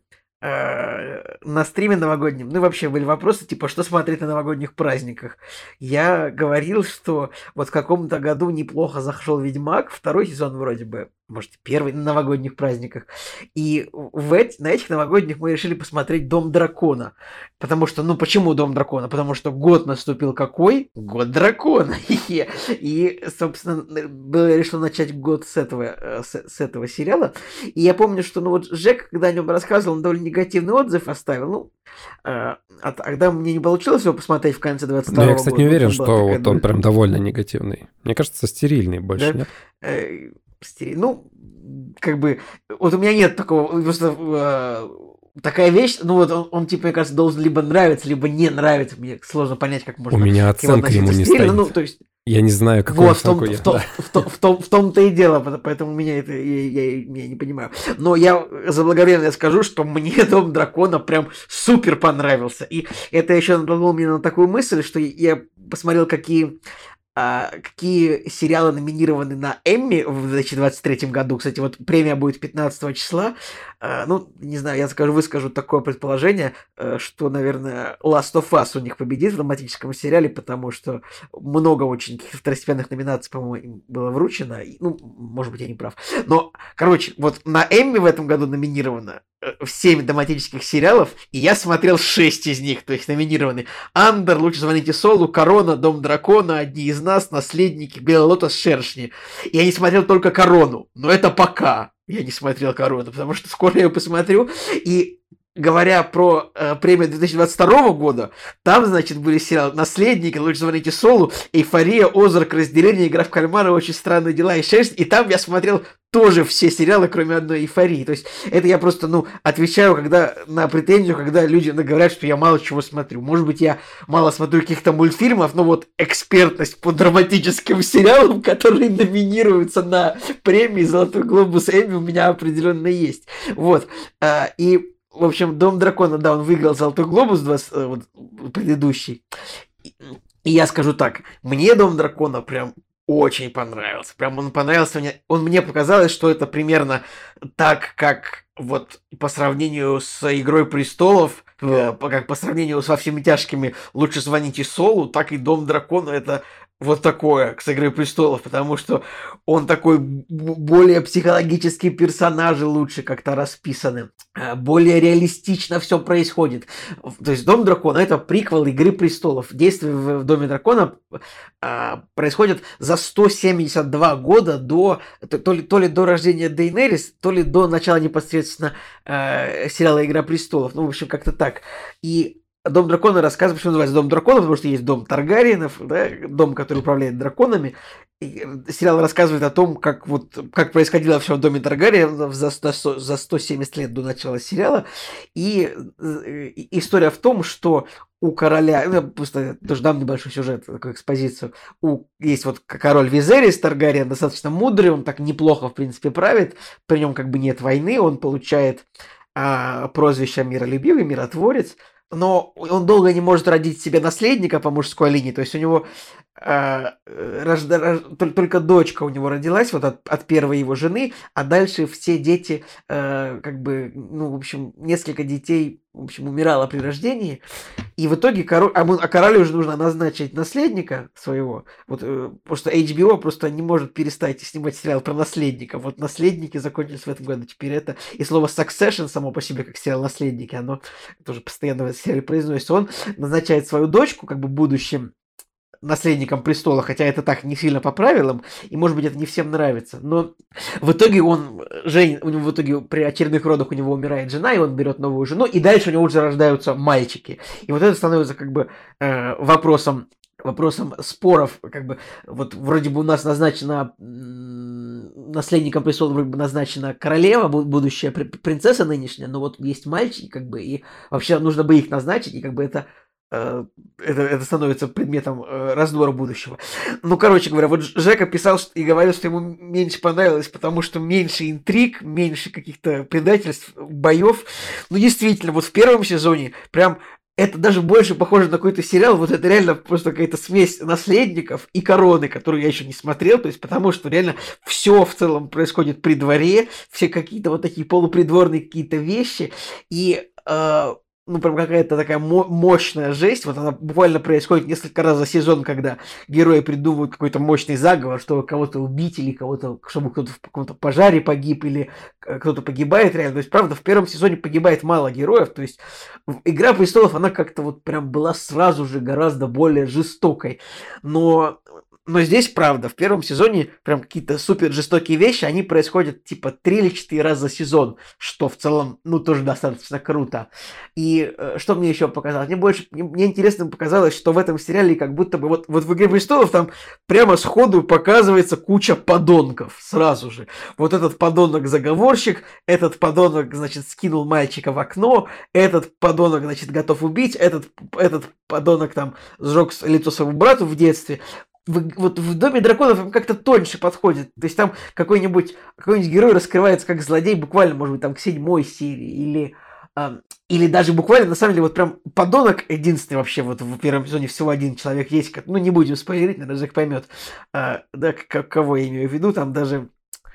э, на стриме новогоднем, ну и вообще были вопросы, типа, что смотреть на новогодних праздниках. Я говорил, что вот в каком-то году неплохо зашел «Ведьмак», второй сезон вроде бы, может, первый на новогодних праздниках. И в эти, на этих новогодних мы решили посмотреть «Дом дракона». Потому что, ну почему «Дом дракона»? Потому что год наступил какой? Год дракона. И, собственно, было решено начать год с этого, с, с этого сериала. И я помню, что, ну вот Жек, когда о нем рассказывал, он довольно негативный отзыв оставил. Ну, а, а тогда мне не получилось его посмотреть в конце двадцать второго года. Я, кстати, не уверен, что вот он прям довольно негативный. Мне кажется, стерильный больше, да? Нет? Ну, как бы, вот у меня нет такого, просто э, такая вещь, ну вот он, он, типа, мне кажется, должен либо нравиться, либо не нравиться, мне сложно понять, как можно... У меня оценка ему не стоит. Ну, то есть... Я не знаю, какую вот, оценку в том, я... В, том, да. в, том, в, том, в том-то и дело, поэтому меня это, я, я, я не понимаю. Но я заблаговременно скажу, что мне «Дом дракона» прям супер понравился. И это еще натолкнуло меня на такую мысль, что я посмотрел, какие... какие сериалы номинированы на Эмми в две тысячи двадцать третьем году. Кстати, вот премия будет пятнадцатого числа. Ну, не знаю, я скажу, выскажу такое предположение, что, наверное, Last of Us у них победит в драматическом сериале, потому что много очень каких-то второстепенных номинаций, по-моему, им было вручено. Ну, может быть, я не прав. Но, короче, вот на Эмми в этом году номинировано семь драматических сериалов, и я смотрел шесть из них, то есть номинированы «Андер», «Лучше звоните Солу», «Корона», «Дом дракона», «Одни из нас», «Наследники», «Белый лотос», «Шершни». Я не смотрел только «Корону», но это пока я не смотрел «Корону», потому что скоро я ее посмотрю, и... Говоря про э, премию две тысячи двадцать второго года, там, значит, были сериалы «Наследники», «Лучше звоните Солу», «Эйфория», «Озарк», «Разделение», «Игра в кальмара», «Очень странные дела» и «Шерсть». И там я смотрел тоже все сериалы, кроме одной «Эйфории». То есть это я просто, ну, отвечаю когда, на претензию, когда люди говорят, что я мало чего смотрю. Может быть, я мало смотрю каких-то мультфильмов, но вот экспертность по драматическим сериалам, которые номинируются на премии «Золотой глобус», Эмми у меня определенно есть. Вот. А, и... В общем, «Дом дракона», да, он выиграл «Золотой глобус» двадцать, вот, предыдущий. И, и я скажу так, мне «Дом дракона» прям очень понравился. Прям он понравился мне. Он мне показалось, что это примерно так, как вот по сравнению с «Игрой престолов», как по сравнению со «Всеми тяжкими» «Лучше звоните Солу», так и «Дом дракона» это вот такое с «Игрой престолов», потому что он такой более психологические персонажи лучше как-то расписаны, более реалистично все происходит. То есть «Дом дракона» — это приквел «Игры престолов». Действие в «Доме дракона» а, происходит за сто семьдесят два года до, то ли, то ли до рождения Дейенерис, то ли до начала непосредственно а, сериала «Игра престолов». Ну, в общем, как-то так. И «Дом дракона» рассказывает, почему называется «Дом дракона», потому что есть дом Таргариенов, да, дом, который управляет драконами. И сериал рассказывает о том, как, вот, как происходило все в доме Таргариенов за, за сто семьдесят лет до начала сериала. И, и история в том, что у короля, ну, я просто тоже дам небольшой сюжет, такую экспозицию. У, есть вот король Визерис Таргариен, достаточно мудрый, он так неплохо, в принципе, правит. При нем как бы нет войны, он получает а, прозвище миролюбивый, миротворец. Но он долго не может родить себе наследника по мужской линии, то есть у него э, рожда, рож, только дочка у него родилась вот от, от первой его жены, а дальше все дети, э, как бы, ну, в общем, несколько детей в общем, умирала при рождении, и в итоге король, а, мы, а королю уже нужно назначить наследника своего, вот, э, потому что эйч би о просто не может перестать снимать сериал про наследника. Вот наследники закончились в этом году, теперь это, и слово Succession само по себе, как сериал «Наследники», оно тоже постоянно в этой серии произносится. Он назначает свою дочку, как бы будущим наследником престола, хотя это так не сильно по правилам, и, может быть, это не всем нравится. Но в итоге он, Жень, у него в итоге при очередных родах у него умирает жена, и он берет новую жену, и дальше у него уже рождаются мальчики. И вот это становится как бы э, вопросом, вопросом споров, как бы, вот вроде бы у нас назначена наследником престола, вроде бы назначена королева, будущая принцесса нынешняя, но вот есть мальчики, как бы, и вообще нужно бы их назначить, и как бы это Это, это становится предметом раздора будущего. Ну, короче говоря, вот Жека писал и говорил, что ему меньше понравилось, потому что меньше интриг, меньше каких-то предательств, боев. Ну, действительно, вот в первом сезоне прям это даже больше похоже на какой-то сериал. Вот это реально просто какая-то смесь наследников и короны, которую я еще не смотрел. То есть, потому что реально все в целом происходит при дворе, все какие-то вот такие полупридворные какие-то вещи. И э, ну, прям какая-то такая мощная жесть. Вот она буквально происходит несколько раз за сезон, когда герои придумывают какой-то мощный заговор, чтобы кого-то убить, или кого-то, чтобы кто-то в каком-то пожаре погиб, или кто-то погибает реально. То есть, правда, в первом сезоне погибает мало героев. То есть, «Игра престолов», она как-то вот прям была сразу же гораздо более жестокой. Но... Но здесь, правда, в первом сезоне прям какие-то супер жестокие вещи, они происходят типа три или четыре раза за сезон, что в целом, ну, тоже достаточно круто. И э, что мне еще показалось? Мне больше, мне, мне интересно показалось, что в этом сериале как будто бы, вот, вот в «Игре престолов» там прямо сходу показывается куча подонков сразу же. Вот этот подонок-заговорщик, этот подонок, значит, скинул мальчика в окно, этот подонок, значит, готов убить, этот, этот подонок там сжег лицо своему брату в детстве. В, вот в «Доме драконов» им как-то тоньше подходит. То есть там какой-нибудь, какой-нибудь герой раскрывается как злодей буквально, может быть, там к седьмой серии. Или, э, или даже буквально, на самом деле, вот прям подонок единственный вообще вот в первом сезоне всего один человек есть. Как, ну, не будем спойлерить, наверное, Жек поймет, э, да, к- кого я имею в виду. Там даже...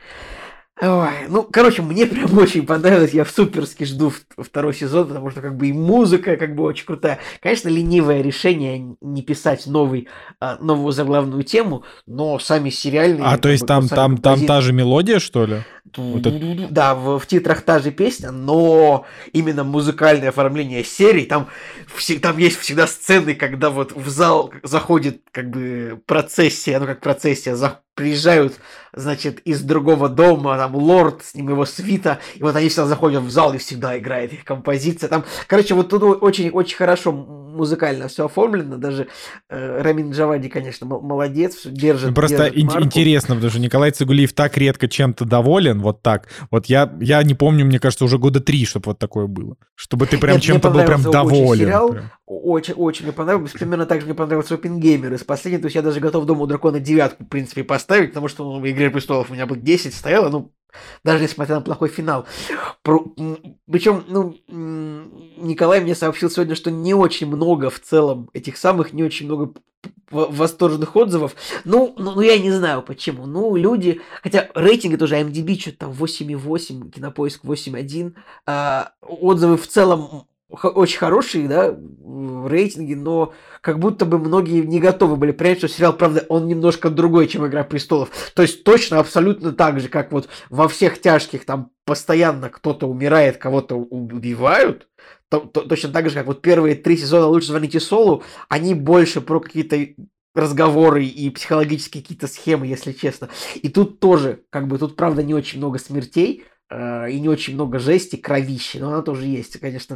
Ой, ну, короче, мне прям очень понравилось, я суперски жду второй сезон, потому что как бы и музыка как бы очень крутая. Конечно, ленивое решение не писать новый, новую заглавную тему, но сами сериальные... А, то есть бы, там, там, композиции... там та же мелодия, что ли? Вот это... Да, в, в титрах та же песня, но именно музыкальное оформление серий, там, вс- там есть всегда сцены, когда вот в зал заходит как бы процессия, ну как процессия, за... приезжают, значит, из другого дома, там, лорд, с ним его свита, и вот они всегда заходят в зал, и всегда играет их композиция. Там, короче, вот тут очень-очень хорошо музыкально все оформлено, даже э, Рамин Джавади, конечно, м- молодец, держит. Просто держит ин- интересно, потому что Николай Цигулиев так редко чем-то доволен, вот так. Вот я, я не помню, мне кажется, уже года три, чтобы вот такое было. Чтобы ты прям Нет, чем-то был прям доволен. Очень сериал, прям. Очень, очень мне понравился. Примерно так же мне понравился Оппенгеймер из последнего. То есть я даже готов «Дому дракона» девятку, в принципе, поставить, потому что ну, в «Игре престолов» у меня бы десять стояло, ну, даже несмотря на плохой финал. Про... Причем, ну, Николай мне сообщил сегодня, что не очень много в целом этих самых, не очень много восторженных отзывов. Ну, ну, ну, я не знаю почему. Ну, люди... Хотя рейтинги тоже ай эм ди би что-то там восемь и восемь, Кинопоиск восемь и один. А, отзывы в целом очень хорошие, да, рейтинги, но как будто бы многие не готовы были принять, что сериал, правда, он немножко другой, чем «Игра престолов». То есть точно, абсолютно так же, как вот во «Всех тяжких» там постоянно кто-то умирает, кого-то убивают, то, то, точно так же, как вот первые три сезона «Лучше звоните Солу», они больше про какие-то разговоры и психологические какие-то схемы, если честно. И тут тоже, как бы, тут, правда, не очень много смертей, и не очень много жести, кровищи, но она тоже есть, конечно.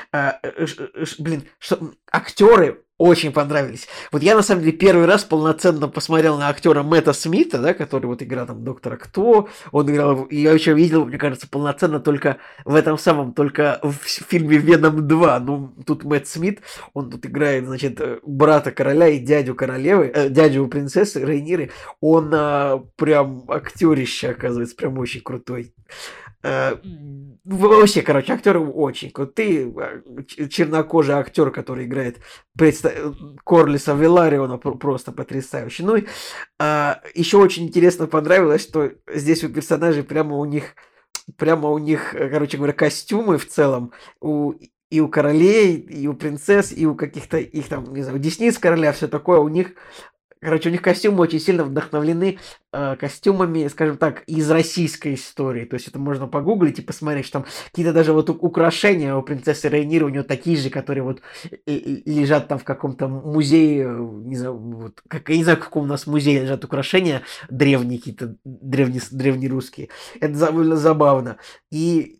Блин, что... актеры очень понравились. Вот я, на самом деле, первый раз полноценно посмотрел на актера Мэтта Смита, да, который вот играл там Доктора Кто, он играл, и я еще видел, мне кажется, полноценно только в этом самом, только в фильме «Веном два». Ну, тут Мэтт Смит, он тут играет, значит, брата короля и дядю королевы, э, дядю принцессы Рейниры. Он э, прям актерище, оказывается, прям очень крутой. Вообще, короче, актеры очень крутые. Чернокожий актер, который играет предста... Корлиса Велариона, просто потрясающий. Ну и а, еще очень интересно понравилось, что здесь у персонажей прямо у них, прямо у них, короче говоря, костюмы в целом. У и у королей, и у принцесс, и у каких-то их там, не знаю, десниц короля, все такое, у них, короче, у них костюмы очень сильно вдохновлены э, костюмами, скажем так, из российской истории. То есть это можно погуглить и посмотреть, что там какие-то даже вот украшения у принцессы Рейниры, у нее такие же, которые вот и, и лежат там в каком-то музее, не знаю, вот, как, я не знаю, в каком у нас музее лежат украшения древние, какие-то древние, древнерусские. Это довольно забавно. И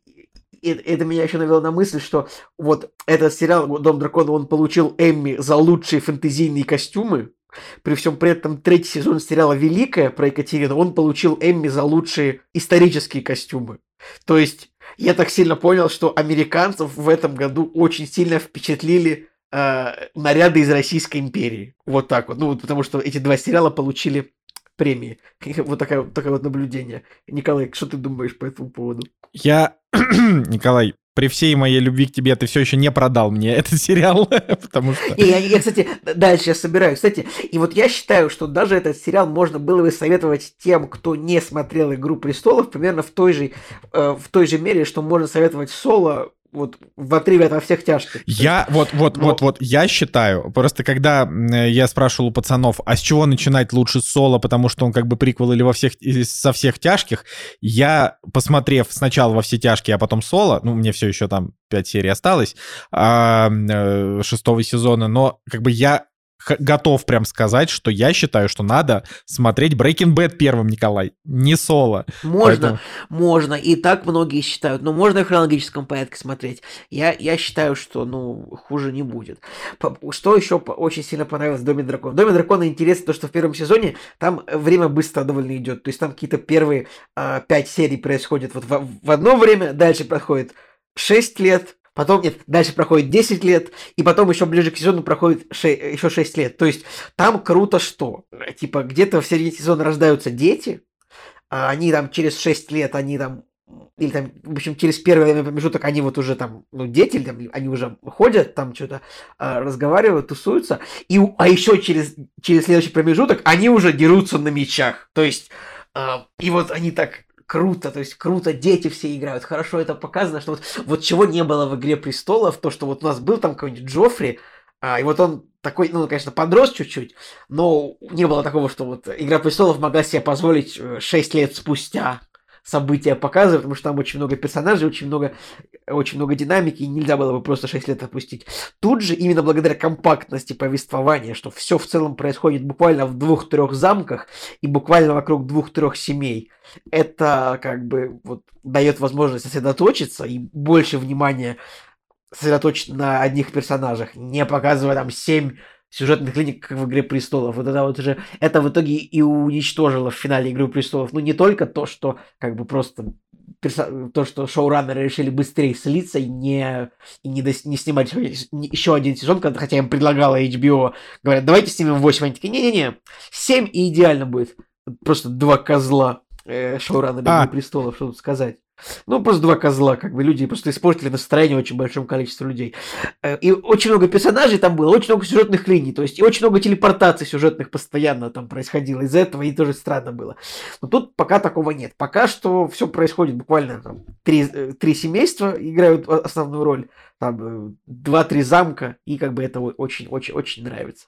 это меня еще навело на мысль, что вот этот сериал «Дом дракона», он получил Эмми за лучшие фэнтезийные костюмы. При всем при этом третий сезон сериала «Великая» про Екатерину, он получил Эмми за лучшие исторические костюмы. То есть я так сильно понял, что американцев в этом году очень сильно впечатлили э, наряды из Российской империи. Вот так вот. Ну, вот потому что эти два сериала получили премии. Вот такое, вот такое вот наблюдение. Николай, что ты думаешь по этому поводу? Я, Николай, при всей моей любви к тебе, ты все еще не продал мне этот сериал, потому что... И я, я, кстати, дальше я собираю. Кстати, и вот я считаю, что даже этот сериал можно было бы советовать тем, кто не смотрел «Игру престолов», примерно в той же, э, в той же мере, что можно советовать «Соло», вот в отрыве от «Во всех тяжких». Я вот, вот, Но... вот, вот, я считаю, просто когда я спрашивал у пацанов, а с чего начинать лучше Соло, потому что он как бы приквел или во всех, со всех тяжких, я, посмотрев сначала «Во все тяжкие», а потом Соло, ну, мне все еще там пять серий осталось, а, шестого сезона, но как бы я готов прям сказать, что я считаю, что надо смотреть Breaking Bad первым, Николай, не Соло. Можно, Поэтому... можно, и так многие считают, но можно и в хронологическом порядке смотреть. Я, я считаю, что, ну, хуже не будет. Что еще очень сильно понравилось в «Доме дракона»? В «Доме дракона» интересно то, что в первом сезоне там время быстро довольно идет, то есть там какие-то первые а, пять серий происходят вот в, в одно время, дальше проходит шесть лет, потом, нет, дальше проходит десять лет, и потом еще ближе к сезону проходит шесть, еще шесть лет. То есть там круто что? Типа где-то в середине сезона рождаются дети, а они там через шесть лет, они там, или там, в общем, через первый время промежуток они вот уже там, ну, дети, там, они уже ходят, там что-то а, разговаривают, тусуются, и, а еще через, через следующий промежуток они уже дерутся на мечах. То есть, а, и вот они так... Круто, то есть круто, дети все играют, хорошо это показано, что вот, вот чего не было в «Игре престолов», то, что вот у нас был там какой-нибудь Джоффри, а, и вот он такой, ну, конечно, подрос чуть-чуть, но не было такого, что вот «Игра престолов» могла себе позволить шесть лет спустя события показывать, потому что там очень много персонажей, очень много, очень много динамики, и нельзя было бы просто шесть лет отпустить. Тут же, именно благодаря компактности повествования, что все в целом происходит буквально в двух-трех замках и буквально вокруг двух-трех семей, это как бы вот дает возможность сосредоточиться и больше внимания сосредоточить на одних персонажах, не показывая там семь сюжетных линий, как в «Игре престолов». Вот это вот уже, это в итоге и уничтожило в финале «Игры престолов». Ну, не только то, что как бы просто перso... то, что шоураннеры решили быстрее слиться и не, и не, дос... не снимать еще один сезон, хотя им предлагала эйч би о. Говорят, давайте снимем восемь. Они такие, не-не-не, семь и идеально будет. Просто два козла э, шоураннеры а. «Игры престолов», что тут сказать. Ну, просто два козла, как бы люди просто испортили настроение очень большому количеству людей. И очень много персонажей там было, очень много сюжетных линий, то есть и очень много телепортаций сюжетных постоянно там происходило из-за этого, и тоже странно было. Но тут пока такого нет. Пока что все происходит буквально там три, три семейства играют основную роль, там два-три замка, и как бы это очень-очень-очень нравится.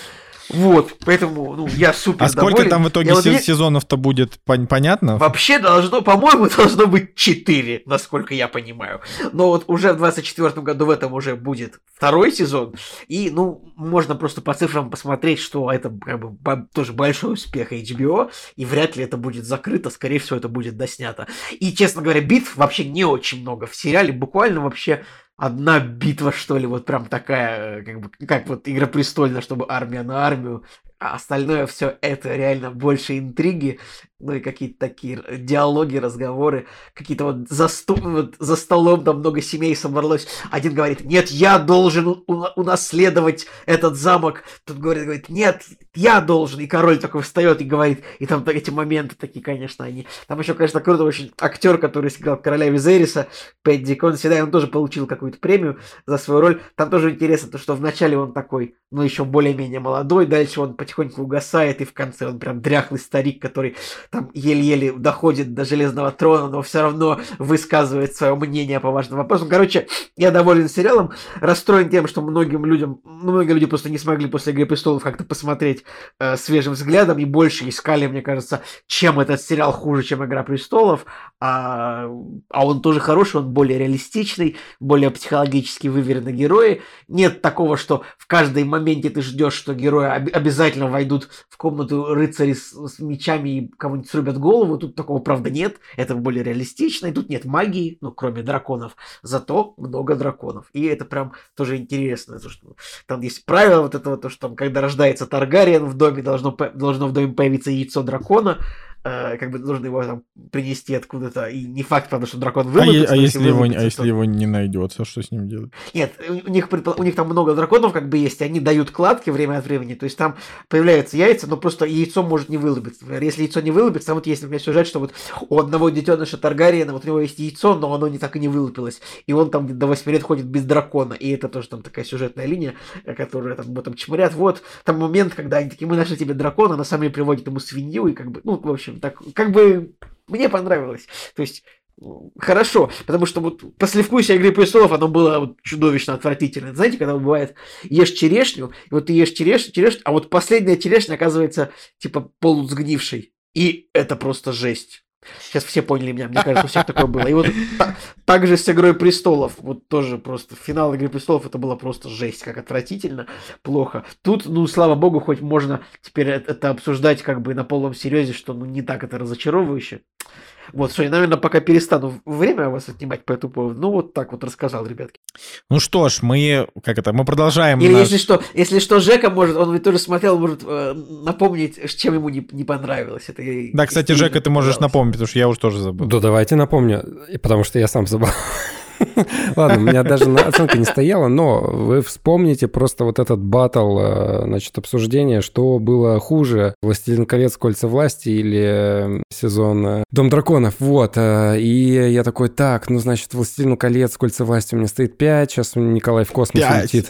Вот, поэтому, ну, я супер А сколько доволен. там в итоге я се- вот сезонов-то будет, понятно? Вообще должно, по-моему, должно быть четыре, насколько я понимаю. Но вот уже в двадцать четвёртом году в этом уже будет второй сезон. И, ну, можно просто по цифрам посмотреть, что это как бы б- тоже большой успех эйч би о, и вряд ли это будет закрыто, скорее всего, это будет доснято. И, честно говоря, битв вообще не очень много в сериале, буквально вообще... Одна битва, что ли, вот прям такая, как бы, как вот «Игра престольная», чтобы армия на армию, а остальное все это реально больше интриги, ну и какие-то такие диалоги, разговоры, какие-то вот за, сту- вот за столом там много семей собралось. Один говорит, нет, я должен унаследовать этот замок. Тут говорит, говорит, нет, я должен. И король такой встает и говорит, и там эти моменты такие, конечно, они... Там еще, конечно, круто очень актер, который сыграл короля Визериса, Пэдди Консидай, он тоже получил какую-то премию за свою роль. Там тоже интересно то, что вначале он такой, ну, еще более-менее молодой, дальше он потихоньку потихоньку угасает, и в конце он прям дряхлый старик, который там еле-еле доходит до Железного трона, но все равно высказывает свое мнение по важным вопросам. Короче, я доволен сериалом, расстроен тем, что многим людям, ну, многие люди просто не смогли после «Игры престолов» как-то посмотреть э, свежим взглядом и больше искали, мне кажется, чем этот сериал хуже, чем «Игра престолов», а, а он тоже хороший, он более реалистичный, более психологически выверенный герои. Нет такого, что в каждом моменте ты ждешь, что герои об- обязательно войдут в комнату рыцарей с, с мечами и кому-нибудь срубят голову. Тут такого, правда, нет. Это более реалистично. И тут нет магии, ну, кроме драконов. Зато много драконов. И это прям тоже интересно. То, что там есть правило вот этого, то, что там, когда рождается Таргариен, в доме должно, должно в доме появиться яйцо дракона. Э, как бы нужно его там принести откуда-то. И не факт, правда, что дракон вылупится. А, е- а, если, его, вылупится, а если то... его не найдется, что с ним делать? Нет, у них, у них там много драконов как бы есть, и они дают кладки время от времени, то есть там появляются яйца, но просто яйцо может не вылупиться. Если яйцо не вылупится, там вот есть, например, сюжет, что вот у одного детеныша Таргариена, вот у него есть яйцо, но оно не так и не вылупилось, и он там до восьми лет ходит без дракона, и это тоже там такая сюжетная линия, которая там, вот, там чморят, вот, там момент, когда они такие, мы нашли тебе дракона, на самом деле приводят ему свинью, и как бы, ну, в общем, так, как бы мне понравилось, то есть хорошо, потому что вот послевкусие «Игры престолов», оно было вот чудовищно отвратительно. Знаете, когда бывает, ешь черешню, и вот ты ешь черешню, черешню, а вот последняя черешня оказывается типа полусгнившей. И это просто жесть. Сейчас все поняли меня, мне кажется, у всех такое было. И вот так, так же с «Игрой престолов», вот тоже просто финал «Игры престолов» это было просто жесть, как отвратительно, плохо. Тут, ну, слава богу, хоть можно теперь это обсуждать как бы на полном серьезе, что ну не так это разочаровывающе. Вот, что я, наверное, пока перестану время вас отнимать по этому поводу. Ну, вот так вот рассказал, ребятки. Ну что ж, мы, как это, мы продолжаем. Или наш... если что, если что, Жека может, он ведь тоже смотрел, может э, напомнить, чем ему не, не понравилось. Это да, кстати, Жека, ты можешь напомнить, потому что я уже тоже забыл. Да, давайте напомню, потому что я сам забыл. Ладно, у меня даже оценка не стояла, но вы вспомните просто вот этот баттл, значит, обсуждение, что было хуже, «Властелин колец. Кольца власти» или сезон «Дом драконов». Вот, и я такой, так, ну, значит, «Властелину колец. Кольца власти» у меня стоит пять, сейчас Николай в космос улетит.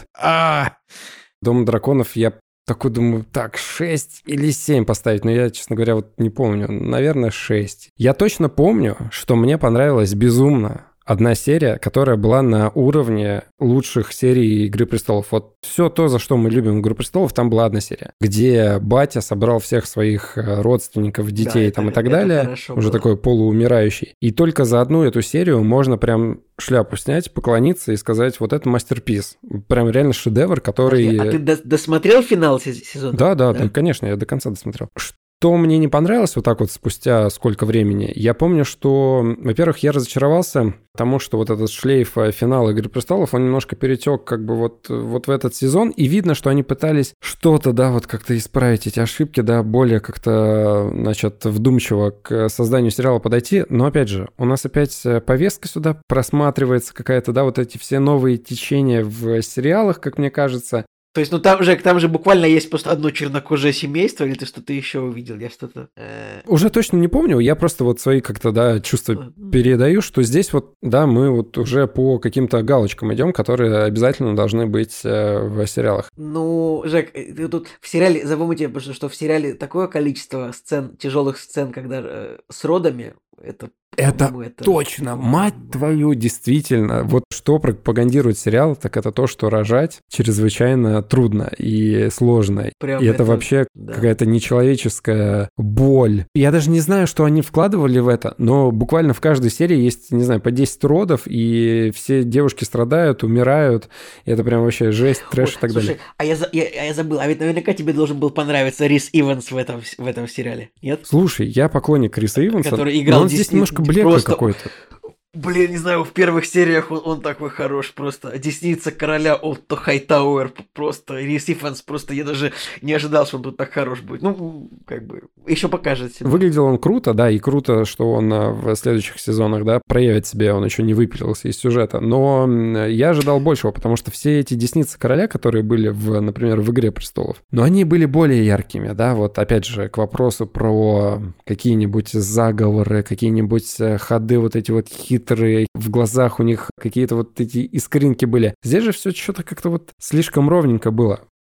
«Дом драконов» я такой думаю, так, шесть или семь поставить, но я, честно говоря, вот не помню, наверное, шесть. Я точно помню, что мне понравилось безумно одна серия, которая была на уровне лучших серий «Игры престолов». Вот все то, за что мы любим «Игру престолов», там была одна серия, где батя собрал всех своих родственников, детей, да, там, это, и так далее, уже было. Такой полуумирающий. И только за одну эту серию можно прям шляпу снять, поклониться и сказать, вот это мастерпис. Прям реально шедевр, который... А ты досмотрел финал сезона? Да, да, да, конечно, я до конца досмотрел. Что мне не понравилось вот так вот спустя сколько времени, я помню, что, во-первых, я разочаровался, потому что вот этот шлейф финала «Игры престолов», он немножко перетек как бы вот, вот в этот сезон, и видно, что они пытались что-то, да, вот как-то исправить эти ошибки, да, более как-то, значит, вдумчиво к созданию сериала подойти, но, опять же, у нас опять повестка сюда просматривается какая-то, да, вот эти все новые течения в сериалах, как мне кажется. То есть, ну там же, там же буквально есть просто одно чернокожее семейство, или ты что-то еще увидел? Я что-то... Уже точно не помню, я просто вот свои как-то, да, чувства передаю, что здесь вот, да, мы вот уже по каким-то галочкам идем, которые обязательно должны быть в сериалах. Ну, Жек, ты тут в сериале, запомните, потому что в сериале такое количество сцен, тяжелых сцен, когда э, с родами, это... Это, это точно, мать твою, действительно. Вот что пропагандирует сериал, так это то, что рожать чрезвычайно трудно и сложно. Прям и это, это вообще да. какая-то нечеловеческая боль. Я даже не знаю, что они вкладывали в это, но буквально в каждой серии есть, не знаю, по десять родов, и все девушки страдают, умирают. И это прям вообще жесть, трэш Ой, и так слушай, далее. А я, я, я забыл, а ведь наверняка тебе должен был понравиться Рис Иванс в этом, в этом сериале, нет? Слушай, я поклонник Риса Иванса, который играл но он здесь немножко блеклый просто... какой-то. Блин, не знаю, в первых сериях он, он такой хорош, просто десница короля Отто Хайтауэр, просто Рис Иванс, просто я даже не ожидал, что он тут так хорош будет. Ну, как бы, еще покажет себя. Выглядел он круто, да, и круто, что он в следующих сезонах, да, проявит себя, он еще не выпилился из сюжета, но я ожидал большего, потому что все эти десницы короля, которые были, в, например, в «Игре престолов», но они были более яркими, да, вот опять же, к вопросу про какие-нибудь заговоры, какие-нибудь ходы, вот эти вот хитрые, в глазах у них какие-то вот эти искринки были. Здесь же все что-то как-то вот слишком ровненько было.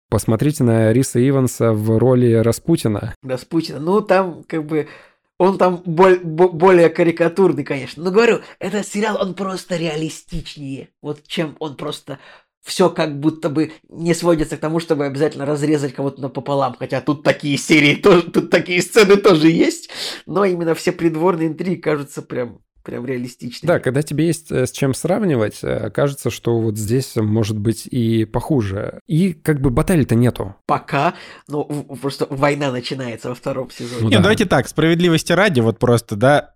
Посмотрите на Риса Иванса в роли Распутина. Распутина. Ну, там как бы... Он там боль, бо, более карикатурный, конечно. Но говорю, этот сериал, он просто реалистичнее. Вот чем он просто... Все как будто бы не сводится к тому, чтобы обязательно разрезать кого-то напополам. Хотя тут такие серии, тоже, тут такие сцены тоже есть. Но именно все придворные интриги кажутся прям, прям реалистичными. Да, когда тебе есть с чем сравнивать, кажется, что вот здесь может быть и похуже. И как бы баталий-то нету. Пока, ну просто война начинается во втором сезоне. Ну, Не, да. Давайте так, справедливости ради, вот просто, да,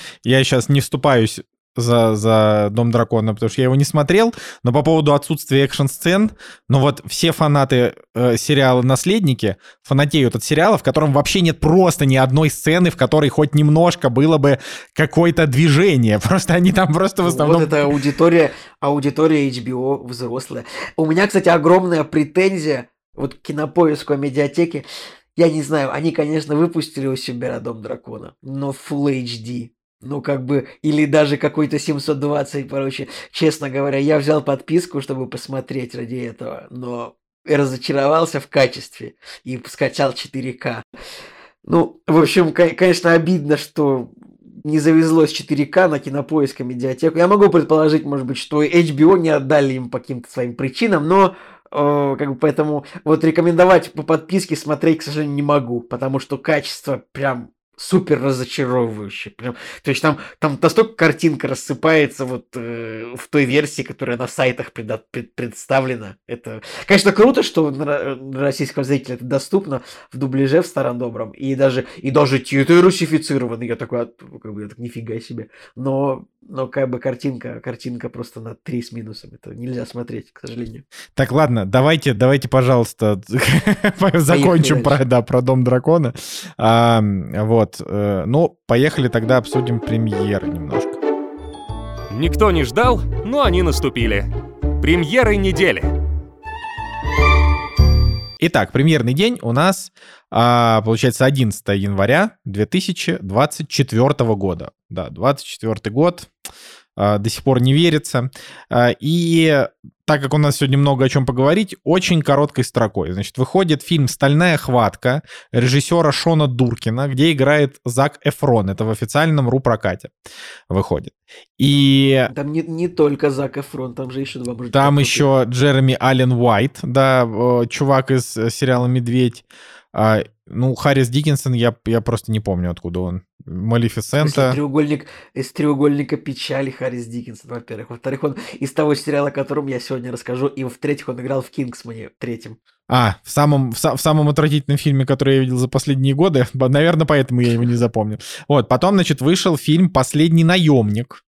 я сейчас не вступаюсь за, за Дом дракона, потому что я его не смотрел, но по поводу отсутствия экшн-сцен, ну вот все фанаты э, сериала «Наследники» фанатеют от сериала, в котором вообще нет просто ни одной сцены, в которой хоть немножко было бы какое-то движение. Просто они там просто в основном... Вот это аудитория, аудитория эйч би о взрослая. У меня, кстати, огромная претензия вот к Кинопоиску, медиатеке. Я не знаю, они, конечно, выпустили у себя «Дом дракона», но Full эйч ди. Ну, как бы, или даже какой-то семьсот двадцать, короче. Честно говоря, я взял подписку, чтобы посмотреть ради этого, но разочаровался в качестве и скачал четыре ка. Ну, в общем, конечно, обидно, что не завезло с четыре ка на Кинопоиск и медиатеку. Я могу предположить, может быть, что эйч би о не отдали им по каким-то своим причинам, но э, как бы поэтому вот рекомендовать по подписке смотреть, к сожалению, не могу, потому что качество прям супер разочаровывающе. Прям, то есть там, там настолько картинка рассыпается вот э, в той версии, которая на сайтах пред, пред, представлена. Это, конечно, круто, что на, на российского зрителя это доступно в дубляже в старом добром. И даже, и даже титры русифицированы. Я такой, как бы, я так, нифига себе. Но, но как бы картинка, картинка просто на три с минусом. Это нельзя смотреть, к сожалению. Так, ладно, давайте, давайте, пожалуйста, закончим про, да, про Дом дракона. А, вот. Ну, поехали тогда обсудим премьеры немножко. Никто не ждал, но они наступили. Премьеры недели. Итак, премьерный день у нас, получается, одиннадцатого января две тысячи двадцать четвёртого года. Да, двадцать четвёртый год. До сих пор не верится. И так как у нас сегодня много о чем поговорить, очень короткой строкой. Значит, выходит фильм «Стальная хватка» режиссера Шона Дуркина, где играет Зак Эфрон. Это в официальном РУ-прокате выходит. И... Там не, не только Зак Эфрон, там же еще два мужика. Там еще Джереми Аллен Уайт, да, чувак из сериала «Медведь». Ну, Харрис Диккенсон, я, я просто не помню, откуда он. Малефисента. Треугольник, из «Треугольника печали» Харрис Диккенсон, во-первых. Во-вторых, он из того сериала, о котором я сегодня расскажу. И в-третьих, он играл в «Кингсмане», третьем. А, в самом, в, в самом отвратительном фильме, который я видел за последние годы. Наверное, поэтому я его не запомнил. Вот, потом, значит, вышел фильм «Последний наемник»,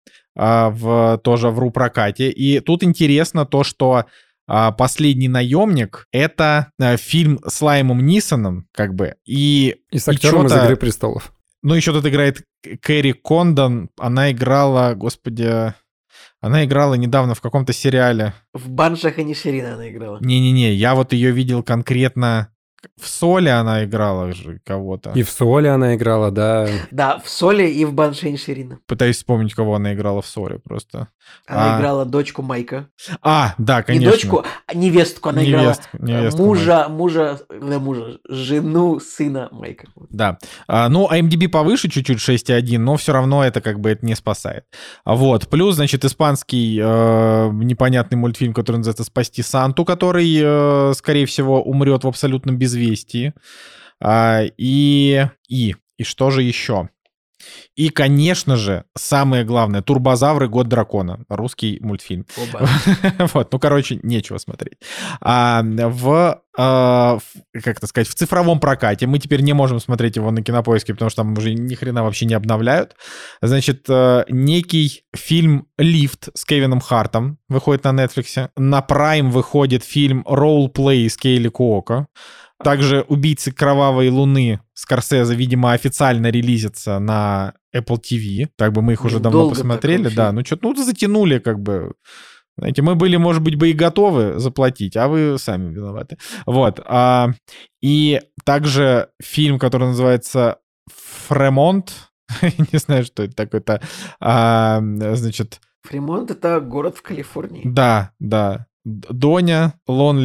в, тоже в РУ-прокате. И тут интересно то, что «Последний наемник» — это фильм с Лаймом Нисоном, как бы, и... И с актером из «Игры престолов». Ну, еще тут играет Кэрри Кондон. Она играла, господи... Она играла недавно в каком-то сериале. В «Баншах и Ниширина» она играла. Не-не-не, я вот ее видел конкретно... В «Соле» она играла же кого-то. И в «Соле» она играла, да. Да, в «Соле» и в «Банше и Ниширина». Пытаюсь вспомнить, кого она играла в «Соле» просто. Она а... играла дочку Майка. А, да, конечно. Не дочку, а невестку. Она Невест, играла невестку мужа, Майка. мужа, да, мужа, жену сына Майка. Да. А, ну, ай эм ди би повыше чуть-чуть, шесть и один, но все равно это как бы это не спасает. Вот. Плюс, значит, испанский э, непонятный мультфильм, который называется «Спасти Санту», который, э, скорее всего, умрет в абсолютном безвестии. А, и, и, и что же еще? И, конечно же, самое главное, «Турбозавры. Год дракона». Русский мультфильм. Вот, ну, короче, нечего смотреть. А в, а, как это сказать, в цифровом прокате мы теперь не можем смотреть его на Кинопоиске, потому что там уже ни хрена вообще не обновляют. Значит, некий фильм «Лифт» с Кевином Хартом выходит на Netflix. На Prime выходит фильм «Ролл-плей» с Кейли Куоко. Также «Убийцы кровавой луны» Скорсезе, видимо, официально релизится на Apple ти ви. Так бы мы их уже давно посмотрели. Да, ну что-то, ну, затянули как бы. Знаете, мы были, может быть, бы и готовы заплатить, а вы сами виноваты. Вот. А, и также фильм, который называется «Фремонт». Не знаю, что это такое-то. А, значит... Фремонт — это город в Калифорнии. Да, да. Доня, Лонли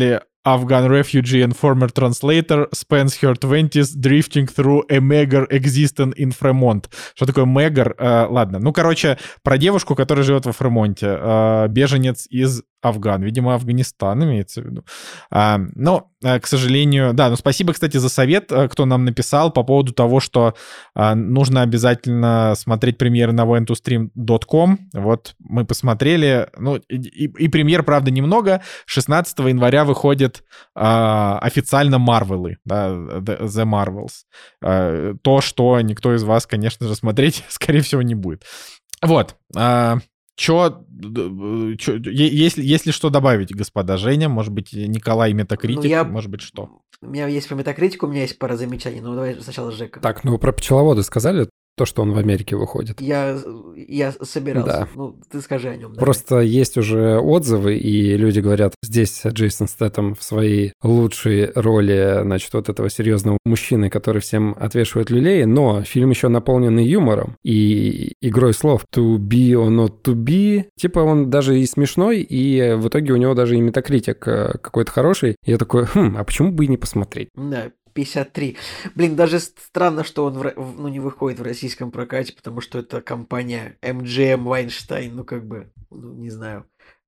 Afghan refugee and former translator spends her twenties drifting through a meager existence in Fremont. Что такое meager? Uh, ладно. Ну, короче, про девушку, которая живет во Фремонте. Uh, беженец из Афган. Видимо, Афганистан имеется в виду. Uh, но, uh, к сожалению... Да, ну спасибо, кстати, за совет, uh, кто нам написал по поводу того, что uh, нужно обязательно смотреть премьеры на вен ту стрим точка ком. Вот мы посмотрели. Ну, и, и, и премьер, правда, немного. шестнадцатого января выходит Uh, официально Марвелы, да, The, The Marvels. Uh, то, что никто из вас, конечно же, смотреть, скорее всего, не будет. Вот. Uh, чё, чё, если, если что добавить, господа, Женя, может быть, Николай Метакритик, ну, я... может быть, что? У меня есть по Метакритику, у меня есть пара замечаний, но давай сначала Жека. Так, ну про пчеловода сказали? То, что он в Америке выходит. Я, я собирался. Да. Ну, ты скажи о нем. Просто давай. Есть уже отзывы, и люди говорят, здесь Джейсон Стэттем в своей лучшей роли, значит, вот этого серьезного мужчины, который всем отвешивает люлей, но фильм еще наполненный юмором и игрой слов. To be or not to be. Типа он даже и смешной, и в итоге у него даже и метакритик какой-то хороший. И я такой, хм, а почему бы и не посмотреть? Да. пятьдесят три. Блин, даже странно, что он в, ну, не выходит в российском прокате, потому что это компания эм джи эм Weinstein, ну как бы, ну не знаю.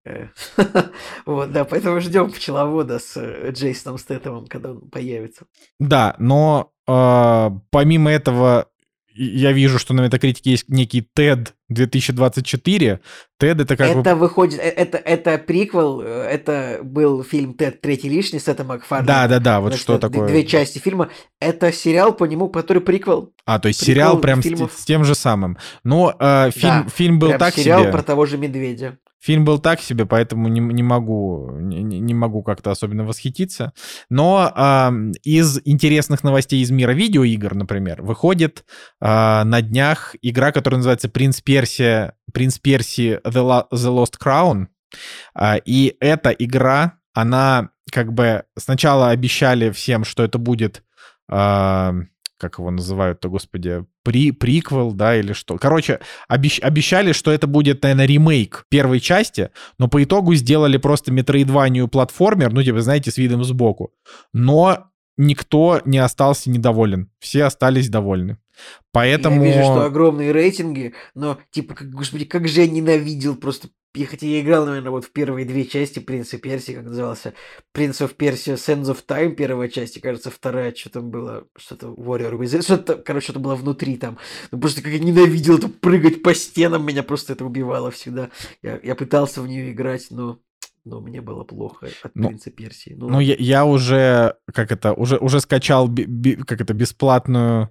Вот, да, поэтому ждем пчеловода с Джейсоном Стэттемом, когда он появится. Да, но помимо этого я вижу, что на Метакритике есть некий TED две тысячи двадцать четыре. TED это как Это бы... выходит, это, это приквел, это был фильм TED «Третий лишний» с Сеттом Макфарлейном. Да-да-да, вот Значит, что такое. Две части фильма. Это сериал по нему, который приквел. А, то есть сериал прям с, с тем же самым. Но э, фильм, да, фильм был так сериал себе. Сериал про того же медведя. Фильм был так себе, поэтому не, не могу, не, не могу как-то особенно восхититься. Но э, из интересных новостей из мира видеоигр, например, выходит э, на днях игра, которая называется «Принц Персия», «Принц Персии The Lost Crown». Э, и эта игра, она как бы сначала обещали всем, что это будет... Э, как его называют-то, господи, при, приквел, да, или что. Короче, обещ, обещали, что это будет, наверное, ремейк первой части, но по итогу сделали просто метроидванию платформер, ну, типа, знаете, с видом сбоку. Но никто не остался недоволен. Все остались довольны. Поэтому... Я вижу, что огромные рейтинги, но, типа, как, господи, как же я ненавидел просто... Я, хотя я играл, наверное, вот в первые две части «Принца Персии», как назывался, «Prince of Persia Sands of Time», первая часть, и, кажется, вторая, что там было, что-то Warrior Wizard, что-то, короче, что-то было внутри там. Ну, просто как я ненавидел это прыгать по стенам, меня просто это убивало всегда. Я, я пытался в нее играть, но... Но мне было плохо от ну, «Принца Персии». Ну, ну я, я уже, как это, уже, уже скачал би, би, как это, бесплатную,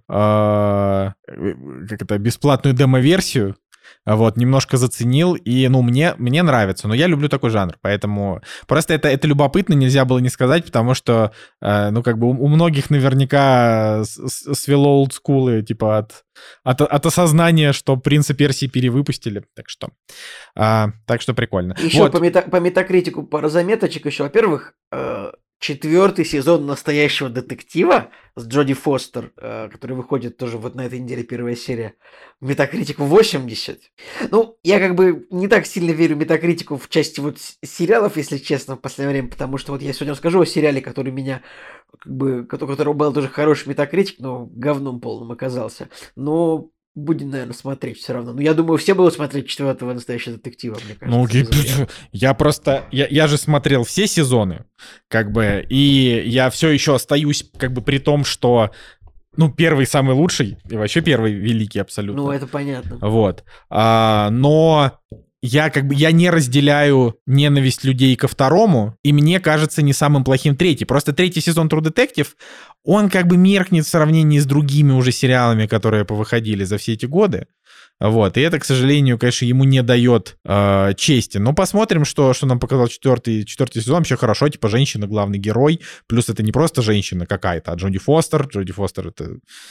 э, как это, бесплатную демо-версию. Вот, немножко заценил, и, ну, мне, мне нравится, но я люблю такой жанр, поэтому просто это, это любопытно, нельзя было не сказать, потому что, э, ну, как бы у, у многих наверняка свело олдскулы, типа, от, от, от осознания, что «Принца Персии» перевыпустили, так что, э, так что прикольно. Еще вот. по, мета, по метакритику пара заметочек еще, во-первых, э, четвертый сезон «Настоящего детектива» с Джоди Фостер, э, который выходит тоже вот на этой неделе, первая серия, Метакритик восемьдесят. Ну, я как бы не так сильно верю Метакритику в части вот сериалов, если честно, в последнее время, потому что вот я сегодня расскажу о сериале, который меня, как бы, у которого был тоже хороший Метакритик, но говном полным оказался. Но будем, наверное, смотреть все равно. Но я думаю, все будут смотреть четвертого «Настоящего детектива», мне кажется. Ну, я просто... Я, я же смотрел все сезоны, как бы, и я все еще остаюсь, как бы, при том, что... Ну, первый самый лучший, и вообще первый великий абсолютно. Ну, это понятно. Вот. А, но я как бы, я не разделяю ненависть людей ко второму, и мне кажется не самым плохим третий. Просто третий сезон True Detective, он как бы меркнет в сравнении с другими уже сериалами, которые повыходили за все эти годы. Вот, и это, к сожалению, конечно, ему не дает э, чести. Но посмотрим, что, что нам показал четвертый, четвертый сезон. Вообще хорошо, типа, женщина главный герой. Плюс это не просто женщина какая-то, а Джоди Фостер. Джоди Фостер это...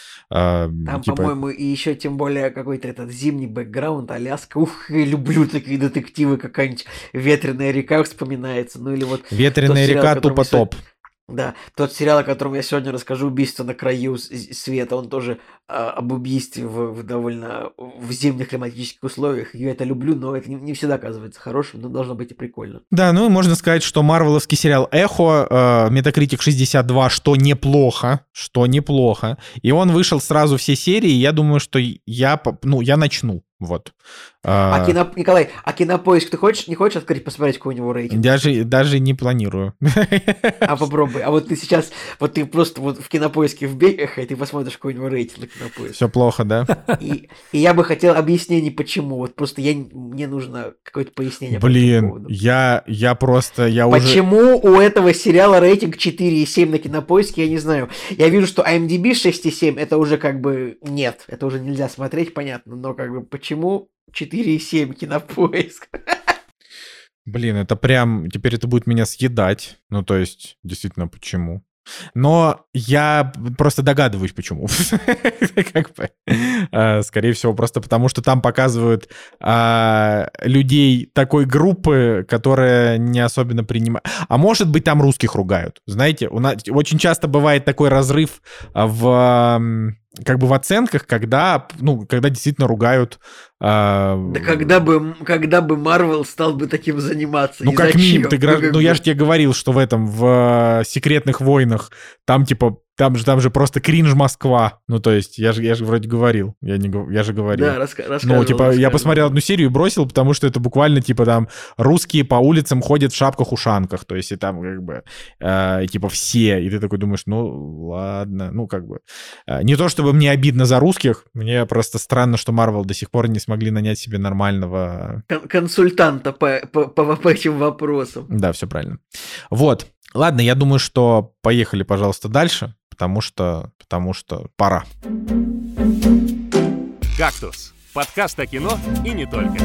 Э, Там, типа... по-моему, и еще тем более какой-то этот зимний бэкграунд, Аляска. Ух, я люблю такие детективы, какая-нибудь «Ветреная река» вспоминается. Ну или вот... «Ветреная река» тупо топ. Да, тот сериал, о котором я сегодня расскажу, «Убийство на краю света», он тоже а, об убийстве в, в довольно в зимних климатических условиях. Я это люблю, но это не, не всегда оказывается хорошим, но должно быть и прикольно. Да, ну и можно сказать, что марвеловский сериал «Эхо», э, Metacritic шестьдесят два, что неплохо, что неплохо. И он вышел сразу все серии, и я думаю, что я, ну, я начну. Вот. А, а кино... Николай, а Кинопоиск ты хочешь, не хочешь открыть, посмотреть, какой у него рейтинг? Даже, даже не планирую. А попробуй. А вот ты сейчас, вот ты просто вот в Кинопоиске вбей «Эхо», и ты посмотришь, какой у него рейтинг на Кинопоиске. Все плохо, да? И, и я бы хотел объяснений, почему. Вот просто я, мне нужно какое-то пояснение. Блин, я, я просто, я почему уже... у этого сериала рейтинг четыре и семь на Кинопоиске, я не знаю. Я вижу, что ай эм ди би шесть и семь, это уже как бы нет. Это уже нельзя смотреть, понятно. Но как бы почему четыре и семь Кинопоиск? Блин, это прям... Теперь это будет меня съедать. Ну, то есть, действительно, почему? Но я просто догадываюсь, почему. Как бы. Скорее всего, просто потому, что там показывают а, людей такой группы, которая не особенно принимает... А может быть, там русских ругают. Знаете, у нас очень часто бывает такой разрыв в... как бы в оценках, когда, ну, когда действительно ругают... Э... Да когда бы, когда бы Marvel стал бы таким заниматься? Ну, как минимум, ты, ну, ну, я же тебе говорил, что в этом, в э, «Секретных войнах», там, типа, там же, там же просто кринж Москва. Ну, то есть, я же, я же вроде говорил. Я, не, я же говорил. Да, раска- рассказывал. Ну, типа, я посмотрел одну серию и бросил, потому что это буквально, типа, там, русские по улицам ходят в шапках-ушанках. То есть, и там, как бы, э, типа, все. И ты такой думаешь, ну, ладно. Ну, как бы. Э, не то, чтобы мне обидно за русских. Мне просто странно, что Marvel до сих пор не смогли нанять себе нормального... Кон- консультанта по, по, по, по этим вопросам. Да, все правильно. Вот. Ладно, я думаю, что поехали, пожалуйста, дальше. Потому что, потому что пора. «Кактус» — подкаст о кино и не только.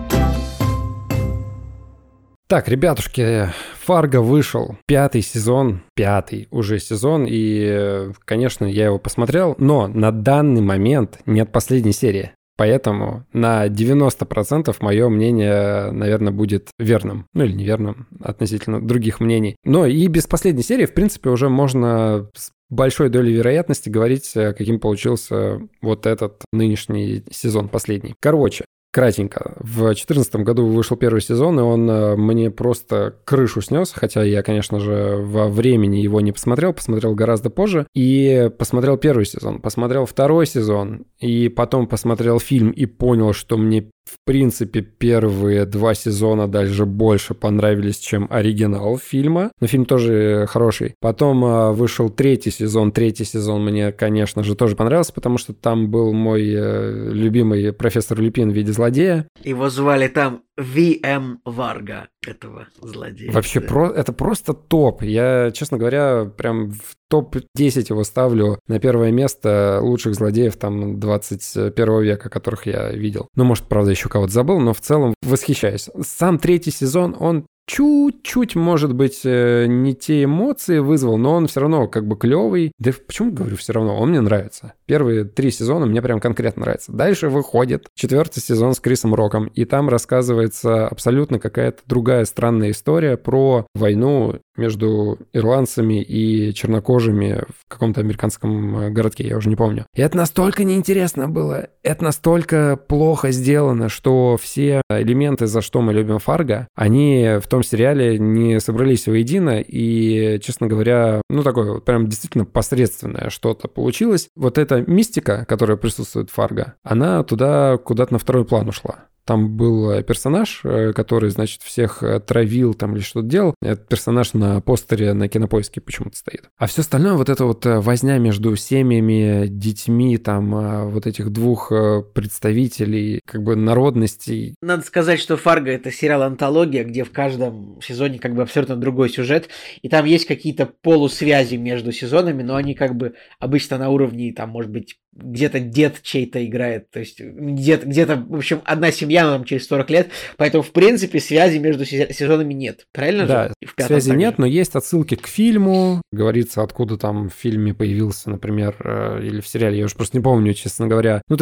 Так, ребятушки, «Фарго» вышел, пятый сезон, пятый уже сезон, и, конечно, я его посмотрел, но на данный момент нет последней серии. Поэтому на девяносто процентов мое мнение, наверное, будет верным. Ну или неверным относительно других мнений. Но и без последней серии, в принципе, уже можно с большой долей вероятности говорить, каким получился вот этот нынешний сезон последний. Короче, кратенько. В две тысячи четырнадцатом году вышел первый сезон, и он мне просто крышу снес, хотя я, конечно же, во времени его не посмотрел, посмотрел гораздо позже, и посмотрел первый сезон, посмотрел второй сезон, и потом посмотрел фильм и понял, что мне в принципе первые два сезона даже больше понравились, чем оригинал фильма, но фильм тоже хороший. Потом а, вышел третий сезон, третий сезон мне, конечно же, тоже понравился, потому что там был мой э, любимый профессор Люпин в виде злодея. Его звали там Ви Эм Варга, этого злодея. Вообще, да. про... это просто топ. Я, честно говоря, прям в топ десять его ставлю на первое место лучших злодеев там двадцать первого века, которых я видел. Ну, может, правда, еще кого-то забыл, но в целом восхищаюсь. Сам третий сезон, он чуть-чуть, может быть, не те эмоции вызвал, но он все равно как бы клевый. Да почему говорю все равно? Он мне нравится. Первые три сезона мне прям конкретно нравятся. Дальше выходит четвертый сезон с Крисом Роком, и там рассказывается абсолютно какая-то другая странная история про войну между ирландцами и чернокожими в каком-то американском городке, я уже не помню. И это настолько неинтересно было, это настолько плохо сделано, что все элементы, за что мы любим Фарго, они в том сериале не собрались воедино, и, честно говоря, ну, такое вот прям действительно посредственное что-то получилось. Вот эта мистика, которая присутствует в Фарго, она туда куда-то на второй план ушла. Там был персонаж, который, значит, всех травил там или что-то делал. Этот персонаж на постере на Кинопоиске почему-то стоит. А все остальное, вот эта вот возня между семьями, детьми, там, вот этих двух представителей, как бы, народностей. Надо сказать, что «Фарго» — это сериал-антология, где в каждом сезоне как бы абсолютно другой сюжет, и там есть какие-то полусвязи между сезонами, но они как бы обычно на уровне, там, может быть, где-то дед чей-то играет, то есть где-то, где-то, в общем, одна семья, но там через сорок лет, поэтому, в принципе, связи между сезонами нет, правильно да, же? В связи нет, же? Но есть отсылки к фильму, говорится, откуда там в фильме появился, например, или в сериале, я уже просто не помню, честно говоря. Ну, то есть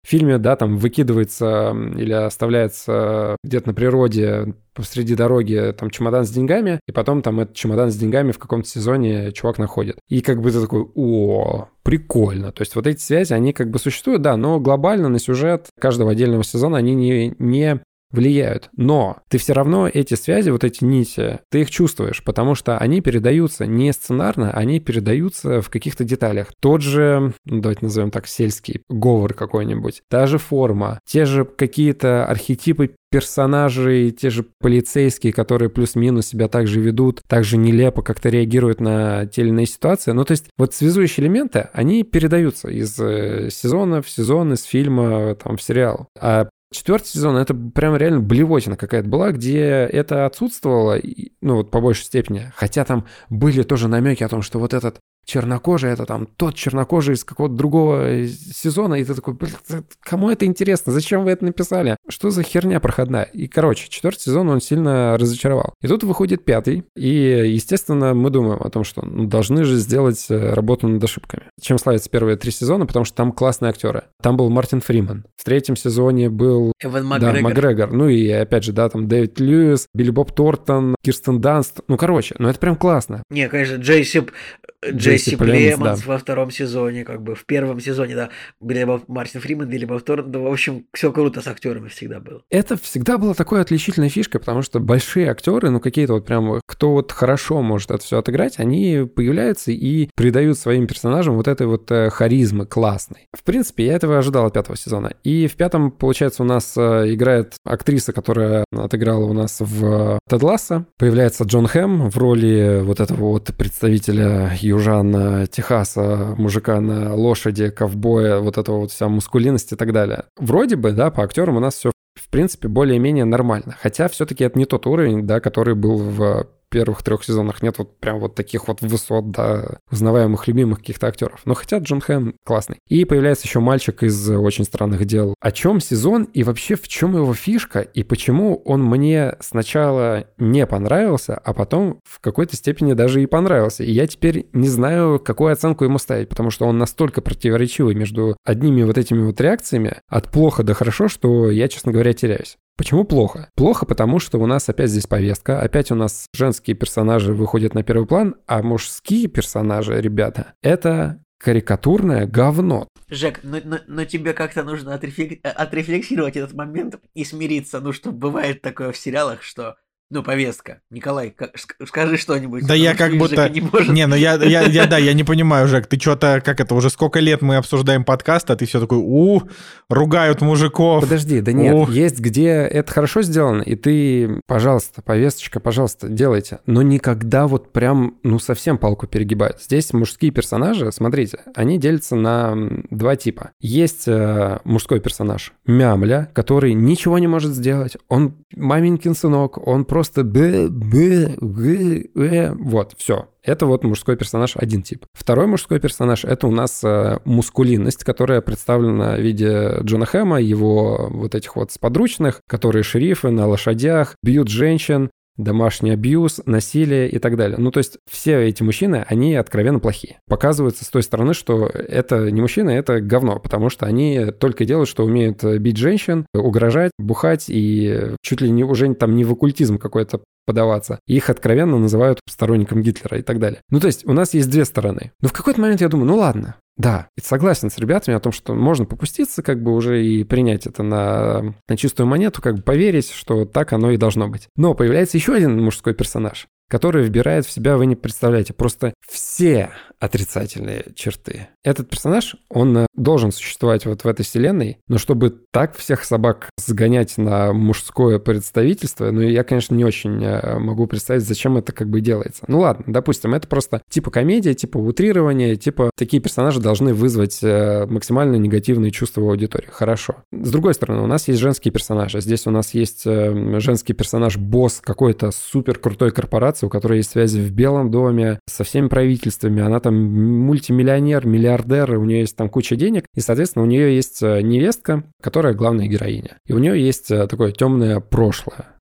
в фильме, да, там выкидывается или оставляется где-то на природе посреди дороги там чемодан с деньгами, и потом там этот чемодан с деньгами в каком-то сезоне чувак находит. И как бы ты такой, о, прикольно. То есть вот эти связи, они как бы существуют, да, но глобально на сюжет каждого отдельного сезона они не, не влияют. Но ты все равно эти связи, вот эти нити, ты их чувствуешь, потому что они передаются не сценарно, они передаются в каких-то деталях. Тот же, ну, давайте назовем так, сельский говор какой-нибудь, та же форма, те же какие-то архетипы персонажей, те же полицейские, которые плюс-минус себя так же ведут, так же нелепо как-то реагируют на те или иные ситуации. Ну, то есть вот связующие элементы, они передаются из сезона в сезон, из фильма там, в сериал. А четвертый сезон — это прям реально блевотина какая-то была, где это отсутствовало, ну вот по большей степени. Хотя там были тоже намеки о том, что вот этот чернокожий — это там тот чернокожий из какого-то другого сезона, и ты такой, блин, кому это интересно? Зачем вы это написали? Что за херня проходная? И, короче, четвертый сезон он сильно разочаровал. И тут выходит пятый, и, естественно, мы думаем о том, что ну, должны же сделать работу над ошибками. Чем славятся первые три сезона? Потому что там классные актеры. Там был Мартин Фриман. В третьем сезоне был Эван Макгрегор. Да, Макгрегор. Ну и, опять же, да, там Дэвид Льюис, Билли Боб Тортон, Кирстен Данст. Ну, короче, ну это прям классно. Не, конечно, Джейси... Джесси Племонс да. во втором сезоне, как бы в первом сезоне, да, Билли Боб, Мартин Фриман, Билли Боб Тортон, да, в общем, все круто с актерами всегда было. Это всегда была такой отличительной фишкой, потому что большие актеры, ну какие-то вот прям, кто вот хорошо может это все отыграть, они появляются и придают своим персонажам вот этой вот харизмы классной. В принципе, я этого ожидал от пятого сезона. И в пятом, получается, у нас играет актриса, которая отыграла у нас в Тед Лассо. Появляется Джон Хэм в роли вот этого вот представителя южан Техаса, мужика на лошади, ковбоя, вот этого вот вся мускулинность и так далее. Вроде бы, да, по актерам у нас все, в принципе, более-менее нормально. Хотя все-таки это не тот уровень, да, который был в первых трех сезонах. Нет вот прям вот таких вот высот, да, узнаваемых, любимых каких-то актеров. Но хотя Джон Хэм классный. И появляется еще мальчик из «Очень странных дел». О чем сезон и вообще в чем его фишка и почему он мне сначала не понравился, а потом в какой-то степени даже и понравился. И я теперь не знаю, какую оценку ему ставить, потому что он настолько противоречивый между одними вот этими вот реакциями от плохо до хорошо, что я, честно говоря, теряюсь. Почему плохо? Плохо, потому что у нас опять здесь повестка, опять у нас женские персонажи выходят на первый план, а мужские персонажи, ребята, это карикатурное говно. Жек, но, но, но тебе как-то нужно отрефлек... отрефлексировать этот момент и смириться, ну что бывает такое в сериалах, что... Ну, повестка. Николай, скажи что-нибудь. Да я как будто... Не, не, ну я, я, я, да, я не понимаю, Жек, ты что-то, как это, уже сколько лет мы обсуждаем подкаст, а ты все такой, у, ругают мужиков. Подожди, да нет, у. Есть, где это хорошо сделано, и ты, пожалуйста, повесточка, пожалуйста, делайте. Но никогда вот прям, ну, совсем палку перегибают. Здесь мужские персонажи, смотрите, они делятся на два типа. Есть э, мужской персонаж Мямля, который ничего не может сделать. Он маменькин сынок, он просто Просто б, б, г, э. Вот, все. Это вот мужской персонаж, один тип. Второй мужской персонаж — это у нас э, мускулинность, которая представлена в виде Джона Хэма, его вот этих вот сподручных, которые шерифы на лошадях, бьют женщин, домашний абьюз, насилие и так далее. Ну, то есть все эти мужчины, они откровенно плохие. Показывается с той стороны, что это не мужчины, это говно, потому что они только делают, что умеют бить женщин, угрожать, бухать и чуть ли не уже там не в оккультизм какой-то подаваться. Их откровенно называют сторонником Гитлера и так далее. Ну, то есть у нас есть две стороны. Но в какой-то момент я думаю, ну ладно, да, и согласен с ребятами о том, что можно попуститься, как бы уже и принять это на, на чистую монету, как бы поверить, что так оно и должно быть. Но появляется еще один мужской персонаж, который вбирает в себя, вы не представляете, просто все отрицательные черты. Этот персонаж, он должен существовать вот в этой вселенной, но чтобы так всех собак сгонять на мужское представительство, ну, я, конечно, не очень могу представить, зачем это как бы делается. Ну, ладно, допустим, это просто типа комедия, типа утрирование, типа такие персонажи должны вызвать максимально негативные чувства в аудитории. Хорошо. С другой стороны, у нас есть женские персонажи. Здесь у нас есть женский персонаж-босс какой-то супер крутой корпорации, у которой есть связи в Белом доме со всеми правительствами. Она там мультимиллионер, миллиардер, у нее есть там куча денег. И, соответственно, у нее есть невестка, которая главная героиня. И у нее есть такое темное прошлое.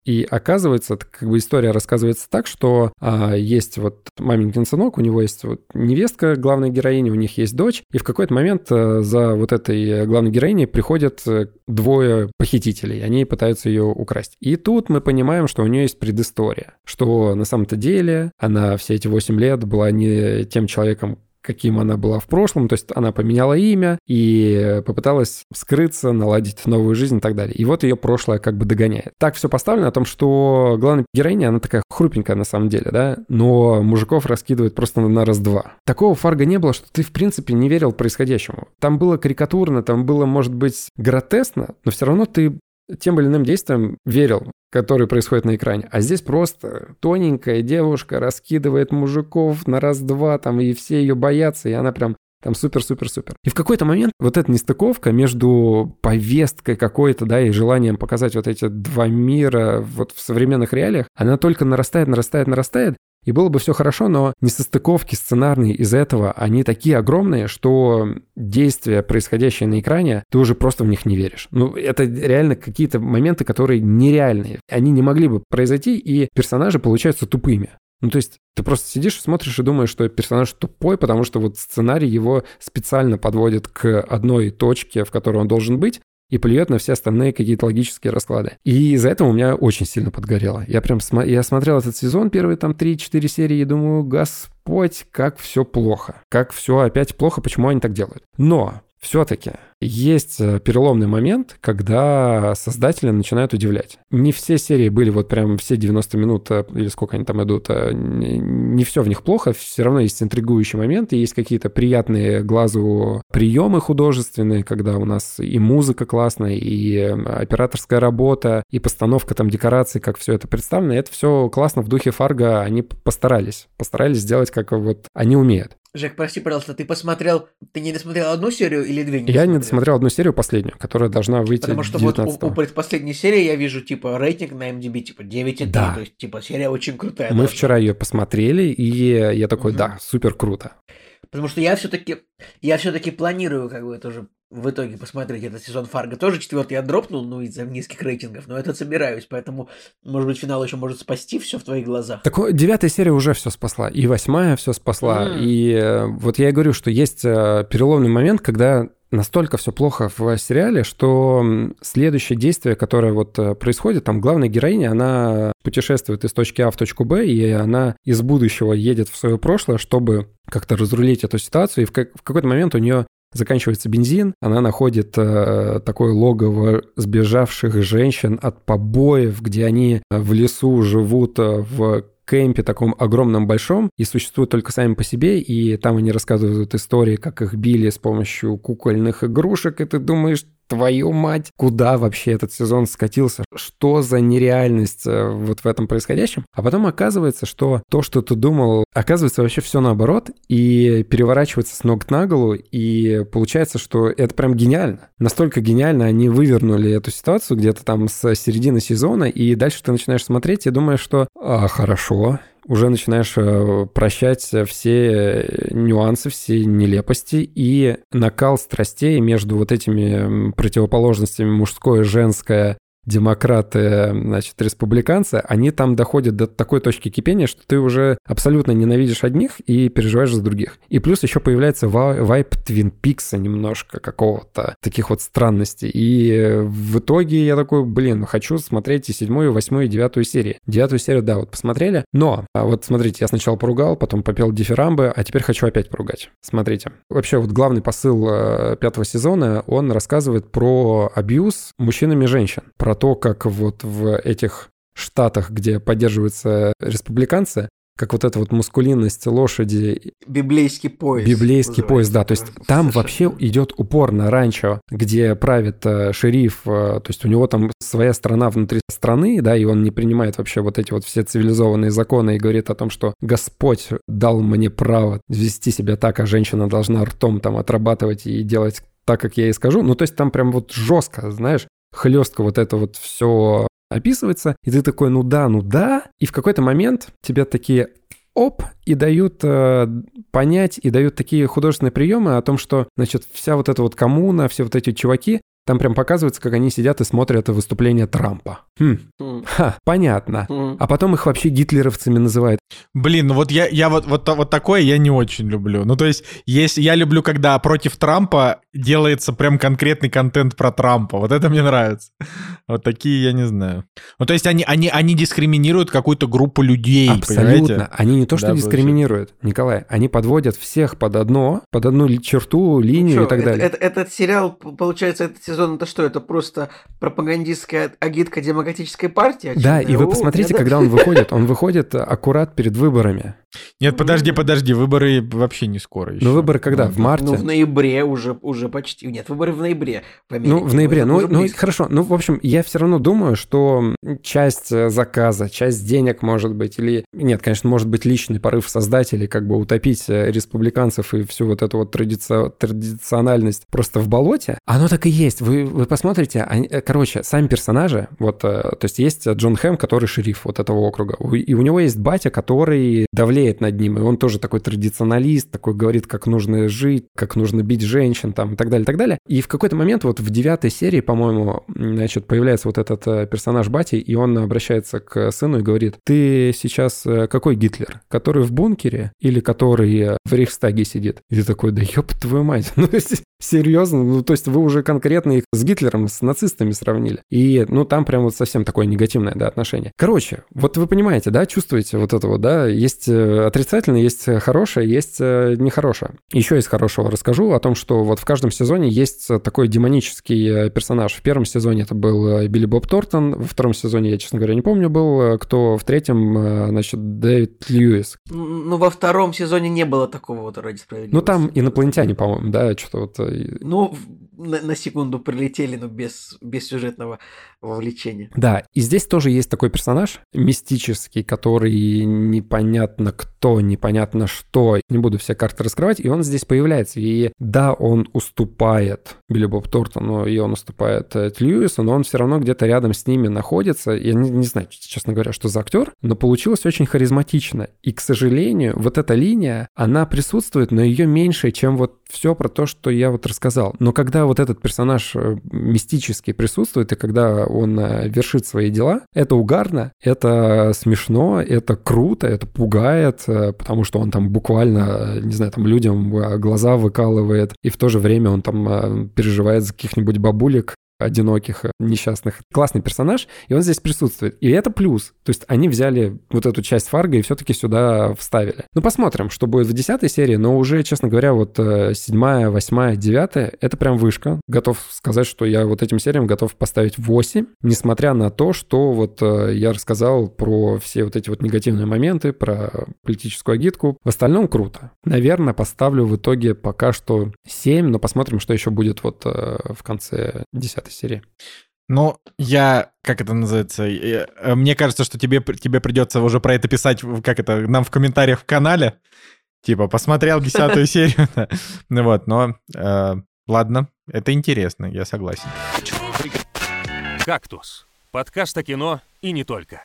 И оказывается, как бы история рассказывается так, что а, есть вот маменькин сынок, у него есть вот невестка главной героини, у них есть дочь, и в какой-то момент а, за вот этой главной героиней приходят двое похитителей, они пытаются ее украсть. И тут мы понимаем, что у нее есть предыстория, что на самом-то деле она все эти восемь лет была не тем человеком, каким она была в прошлом, то есть она поменяла имя и попыталась скрыться, наладить новую жизнь и так далее. И вот ее прошлое как бы догоняет. Так все поставлено о том, что главная героиня, она такая хрупенькая на самом деле, да, но мужиков раскидывает просто на раз-два. Такого Фарго не было, что ты в принципе не верил происходящему. Там было карикатурно, там было, может быть, гротескно, но все равно ты тем или иным действием верил, которые происходят на экране. А здесь просто тоненькая девушка раскидывает мужиков на раз-два, там, и все ее боятся, и она прям там супер-супер-супер. И в какой-то момент вот эта нестыковка между повесткой какой-то, да, и желанием показать вот эти два мира вот в современных реалиях, она только нарастает, нарастает, нарастает, и было бы все хорошо, но несостыковки сценарные из этого, они такие огромные, что действия, происходящие на экране, ты уже просто в них не веришь. Ну, это реально какие-то моменты, которые нереальные. Они не могли бы произойти, и персонажи получаются тупыми. Ну, то есть ты просто сидишь, смотришь и думаешь, что персонаж тупой, потому что вот сценарий его специально подводит к одной точке, в которой он должен быть, и плюет на все остальные какие-то логические расклады. И из-за этого у меня очень сильно подгорело. Я прям см... я смотрел этот сезон, первые там три-четыре серии, и думаю, господь, как все плохо. Как все опять плохо, почему они так делают. Но все-таки есть переломный момент, когда создатели начинают удивлять. Не все серии были вот прям все девяносто минут, или сколько они там идут, не все в них плохо, все равно есть интригующие моменты, есть какие-то приятные глазу приемы художественные, когда у нас и музыка классная, и операторская работа, и постановка там декораций, как все это представлено, и это все классно в духе Фарго, они постарались, постарались сделать, как вот они умеют. Жек, прости, пожалуйста, ты посмотрел, ты не досмотрел одну серию или две? Не я не досмотрел одну серию, последнюю, которая должна выйти Потому что девятнадцатого. Вот у, у предпоследней серии я вижу, типа, рейтинг на эм ди би, типа, девять и три, да. То есть, типа, серия очень крутая. Мы должна. вчера ее посмотрели, и я такой, угу. да, супер круто. Потому что я все-таки, я все-таки планирую, как бы, тоже в итоге посмотреть этот сезон Фарго. Тоже четвертый я дропнул, ну, из-за низких рейтингов, но этот собираюсь, поэтому, может быть, финал еще может спасти все в твоих глазах. Так девятая серия уже все спасла, и восьмая все спасла, mm. и вот я и говорю, что есть переломный момент, когда настолько все плохо в сериале, что следующее действие, которое вот происходит, там главная героиня, она путешествует из точки А в точку Б, и она из будущего едет в свое прошлое, чтобы как-то разрулить эту ситуацию, и в, как- в какой-то момент у нее заканчивается бензин, она находит э, такое логово сбежавших женщин от побоев, где они в лесу живут в кемпе таком огромном большом и существуют только сами по себе, и там они рассказывают истории, как их били с помощью кукольных игрушек, и ты думаешь, твою мать, куда вообще этот сезон скатился? Что за нереальность вот в этом происходящем? А потом оказывается, что то, что ты думал, оказывается вообще все наоборот, и переворачивается с ног на голову, и получается, что это прям гениально. Настолько гениально они вывернули эту ситуацию где-то там с середины сезона, и дальше ты начинаешь смотреть и думаешь, что а, хорошо, уже начинаешь прощать все нюансы, все нелепости, и накал страстей между вот этими противоположностями мужское и женское, демократы, значит, республиканцы, они там доходят до такой точки кипения, что ты уже абсолютно ненавидишь одних и переживаешь за других. И плюс еще появляется вайб Твин Пикса немножко какого-то, таких вот странностей. И в итоге я такой, блин, хочу смотреть и седьмую, и восьмую, и девятую серии. Девятую серию, да, вот посмотрели. Но, вот смотрите, я сначала поругал, потом попел дифирамбы, а теперь хочу опять поругать. Смотрите. Вообще вот главный посыл пятого сезона, он рассказывает про абьюз мужчинами и женщин. Про то, как вот в этих штатах, где поддерживаются республиканцы, как вот эта вот мускулинность лошади... Библейский пояс. Библейский пояс, да. То есть там совершенно. Вообще идет упор на ранчо, где правит э, шериф, э, то есть у него там своя страна внутри страны, да, и он не принимает вообще вот эти вот все цивилизованные законы и говорит о том, что Господь дал мне право вести себя так, а женщина должна ртом там отрабатывать и делать так, как я ей скажу. Ну, то есть там прям вот жестко, знаешь, хлестко вот это вот все описывается, и ты такой, ну да, ну да, и в какой-то момент тебе такие оп, и дают э, понять, и дают такие художественные приемы о том, что, значит, вся вот эта вот коммуна, все вот эти чуваки, там прям показывается, как они сидят и смотрят выступление Трампа. Хм. М. Ха, понятно. М. А потом их вообще гитлеровцами называют. Блин, ну вот я, я вот, вот, вот такое я не очень люблю. Ну, то есть, если я люблю, когда против Трампа делается прям конкретный контент про Трампа. Вот это мне нравится. Вот такие я не знаю. Ну, то есть, они, они, они дискриминируют какую-то группу людей, Абсолютно. понимаете? Они не то, что Да, дискриминируют, Николай, они подводят всех под одно, под одну ли- черту, линию Чё, и так это- далее. это- этот сериал, п- получается, этот сезон, это что? Это просто пропагандистская агитка демократической партии? Да, очевидно? и вы О, посмотрите, я да- когда он выходит. Он выходит аккурат перед выборами. Нет, подожди, подожди, выборы вообще не скоро еще. Но выборы когда? Ну, В марте? Ну, в ноябре уже, уже почти. Нет, выборы в ноябре. в Америке. Ну, в ноябре. Это Ну, уже ну, близко. хорошо. Ну, в общем, я все равно думаю, что часть э, заказа, часть денег, может быть, или... Нет, конечно, может быть личный порыв создателей, как бы утопить э, республиканцев и всю вот эту вот традици- традициональность просто в болоте. Оно так и есть. Вы, вы посмотрите, они- э, короче, сами персонажи, вот, э, то есть есть Джон Хэм, который шериф вот этого округа, У- и у него есть батя, который давлеет над ним, и он тоже такой традиционалист, такой говорит, как нужно жить, как нужно бить женщин, там, и так далее, и так далее. И в какой-то момент вот в девятой серии, по-моему, значит, появляется вот этот э, персонаж бати, и он обращается к сыну и говорит: ты сейчас э, какой Гитлер? Который в бункере или который э, в Рейхстаге сидит? И ты такой: да ёб твою мать, ну, с- серьезно? Ну, то есть вы уже конкретно их с Гитлером, с нацистами сравнили. И, ну, там прям вот совсем такое негативное, да, отношение. Короче, вот вы понимаете, да, чувствуете вот это вот, да, есть э, отрицательное, есть хорошее, есть э, нехорошее. Еще из хорошего расскажу о том, что вот в каждом сезоне есть такой демонический э, персонаж. В первом сезоне это был э, Билли Боб Тортон, во втором сезоне, я, честно говоря, не помню, был э, кто, в третьем, э, значит, Дэвид Льюис. М, Ну, во втором сезоне не было такого вот ради справедливости. Ну, там инопланетяне, по-моему, да, что-то вот... э, Ну, в- на, на секунду прилетели, но без, без сюжетного вовлечения. Да, и здесь тоже есть такой персонаж мистический, который непонятно кто, непонятно что. Не буду все карты раскрывать, и он здесь появляется. И да, он уступает Билли Боб Тортону, и он уступает э, Льюису, но он все равно где-то рядом с ними находится. Я не, не знаю, честно говоря, что за актер, но получилось очень харизматично. И, к сожалению, вот эта линия, она присутствует, но ее меньше, чем вот все про то, что я вот рассказал. Но когда вот этот персонаж э, мистический присутствует, и когда он э, вершит свои дела, это угарно, это смешно, это круто, это пугает, э, потому что он там буквально, э, не знаю, там людям э, глаза выкалывает, и в то же время он там э, переживает за каких-нибудь бабулек одиноких, э, несчастных. Классный персонаж, и он здесь присутствует. И это плюс. То есть они взяли вот эту часть Фарго и все-таки сюда вставили. Ну, посмотрим, что будет в десятой серии, но уже, честно говоря, вот э, седьмая, восьмая, девятая, это прям вышка. Готов сказать, что я вот этим сериям готов поставить восемь, несмотря на то, что вот э, я рассказал про все вот эти вот негативные моменты, про политическую агитку. В остальном круто. Наверное, поставлю в итоге пока что семь, но посмотрим, что еще будет вот э, в конце десятой серии. Ну, я, как это называется, э, э, мне кажется, что тебе, тебе придется уже про это писать, в- как это, нам в комментариях в канале. Типа, посмотрел десятую серию. да. Ну вот, но э, ладно, это интересно, я согласен. «Кактус». Подкаст о кино и не только.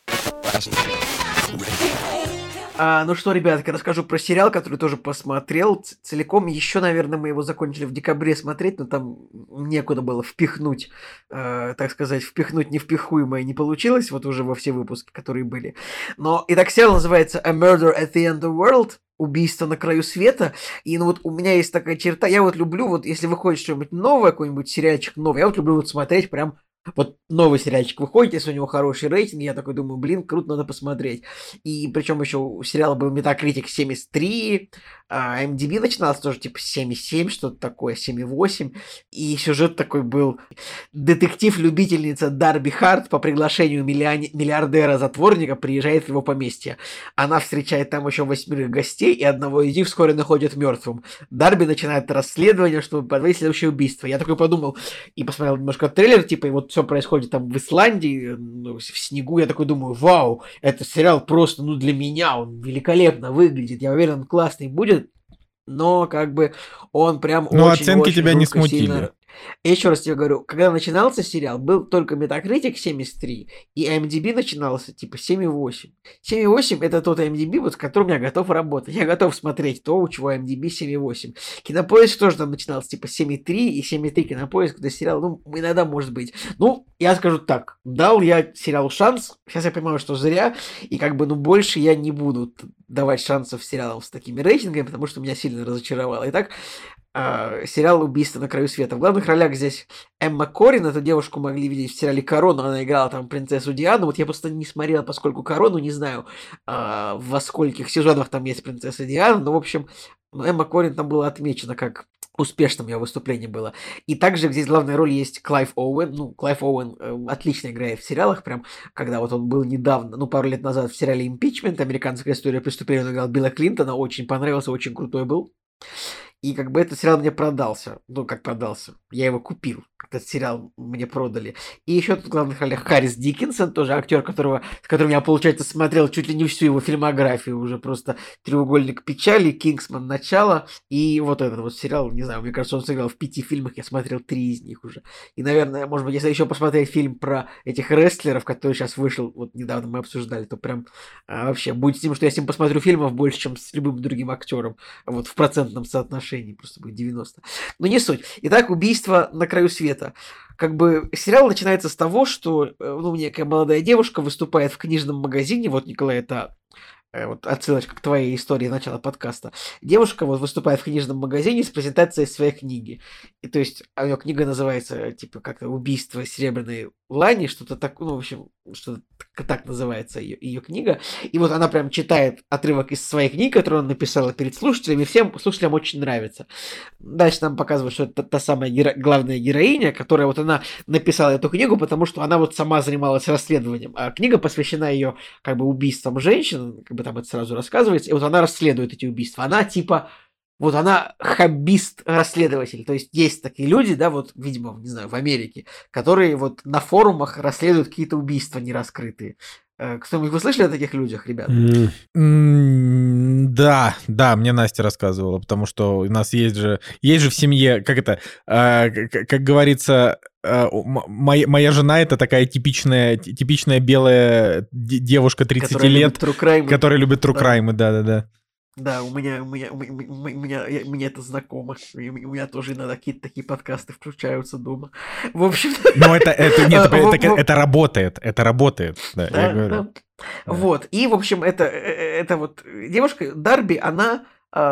А, ну что, ребятки, расскажу про сериал, который тоже посмотрел ц- целиком. Еще, наверное, мы его закончили в декабре смотреть, но там некуда было впихнуть, э, так сказать, впихнуть невпихуемое не получилось, вот уже во все выпуски, которые были. Но, итак, сериал называется A Murder at the End of the World. Убийство на краю света. И ну вот у меня есть такая черта, я вот люблю, вот если выходит что-нибудь новое, какой-нибудь сериальчик новый, я вот люблю вот смотреть прям вот новый сериальчик выходит, если у него хороший рейтинг, я такой думаю, блин, круто, надо посмотреть. И причем еще у сериала был Metacritic семьдесят три, а эм ди би начиналось тоже типа семь и семь, что-то такое, семь и восемь. И сюжет такой был. Детектив-любительница Дарби Харт по приглашению миллиони- миллиардера-затворника приезжает в его поместье. Она встречает там еще восьмерых гостей, и одного из них вскоре находят мертвым. Дарби начинает расследование, чтобы подвести следующее убийство. Я такой подумал и посмотрел немножко трейлер, типа, и вот все происходит там в Исландии, ну, в снегу. Я такой думаю, вау, этот сериал просто, ну, для меня он великолепно выглядит. Я уверен, он классный будет. Но как бы он прям Ну, очень, оценки очень тебя не жутко, смутили. сильно- Я еще раз тебе говорю, когда начинался сериал, был только Metacritic семьдесят три, и IMDb начинался типа семь и восемь. семь и восемь это тот IMDb, вот, с которым я готов работать. Я готов смотреть то, у чего IMDb семь и восемь. Кинопоиск тоже там начинался типа семь и три, и семь и три Кинопоиск до сериала, ну, иногда может быть. Ну, я скажу так, дал я сериалу шанс, сейчас я понимаю, что зря, и как бы, ну, больше я не буду давать шансов сериалам с такими рейтингами, потому что меня сильно разочаровало. Итак, Uh, сериал «Убийство на краю света». В главных ролях здесь Эмма Коррин, эту девушку могли видеть в сериале «Корону», она играла там принцессу Диану, вот я просто не смотрел, поскольку «Корону», не знаю, uh, во скольких сезонах там есть принцесса Диана, но, в общем, Эмма Коррин там была отмечена как успешным ее выступление было. И также здесь главная роль есть Клайв Оуэн. Ну, Клайв Оуэн э, отлично играет в сериалах, прям, когда вот он был недавно, ну, пару лет назад в сериале «Импичмент», американская история преступления, он играл Билла Клинтона, очень понравился, очень крутой был. И как бы этот сериал мне продался. Ну, как продался. Я его купил. Этот сериал мне продали. И еще тут в главных ролях Харрис Диккинсон, тоже актер, которого, с которым я, получается, смотрел чуть ли не всю его фильмографию. Уже просто «Треугольник печали», «Кингсман. Начало». И вот этот вот сериал, не знаю, мне кажется, он сыграл в пяти фильмах. Я смотрел три из них уже. И, наверное, может быть, если еще посмотреть фильм про этих рестлеров, который сейчас вышел, вот недавно мы обсуждали, то прям а, вообще будет с ним, что я с ним посмотрю фильмов больше, чем с любым другим актером. Вот в процентном соотношении просто будет девяносто. Но не суть. Итак, «Убийство на краю света». Как бы сериал начинается с того, что ну, некая молодая девушка выступает в книжном магазине. Вот, Николай, это вот отсылочка к твоей истории начала подкаста. Девушка вот выступает в книжном магазине с презентацией своей книги. И то есть у нее книга называется типа как-то «Убийство серебряной лани», что-то так, ну, в общем, что-то так называется ее, ее книга. И вот она прям читает отрывок из своей книги, которую она написала перед слушателями, и всем слушателям очень нравится. Дальше нам показывают, что это та самая геро... главная героиня, которая вот она написала эту книгу, потому что она вот сама занималась расследованием. А книга посвящена ее как бы убийствам женщин, как бы там это сразу рассказывается, и вот она расследует эти убийства. Она типа вот она хоббист-расследователь. То есть есть такие люди, да, вот, видимо, не знаю, в Америке, которые вот на форумах расследуют какие-то убийства нераскрытые. Кто-нибудь вы слышали о таких людях, ребят? Mm. Mm, да, да, мне Настя рассказывала, потому что у нас есть же, есть же в семье, как это, э, как, как говорится, э, моя, моя жена это такая типичная, типичная белая девушка тридцати лет, которая любит true crime, да-да-да. Да, у меня, у меня, у меня, у меня, у меня это знакомо. У меня тоже иногда какие-то такие подкасты включаются дома. В общем... Но это, это, нет, это, это, это работает, это работает, да, да я говорю. Да. Да. Вот, и, в общем, это, это вот девушка Дарби, она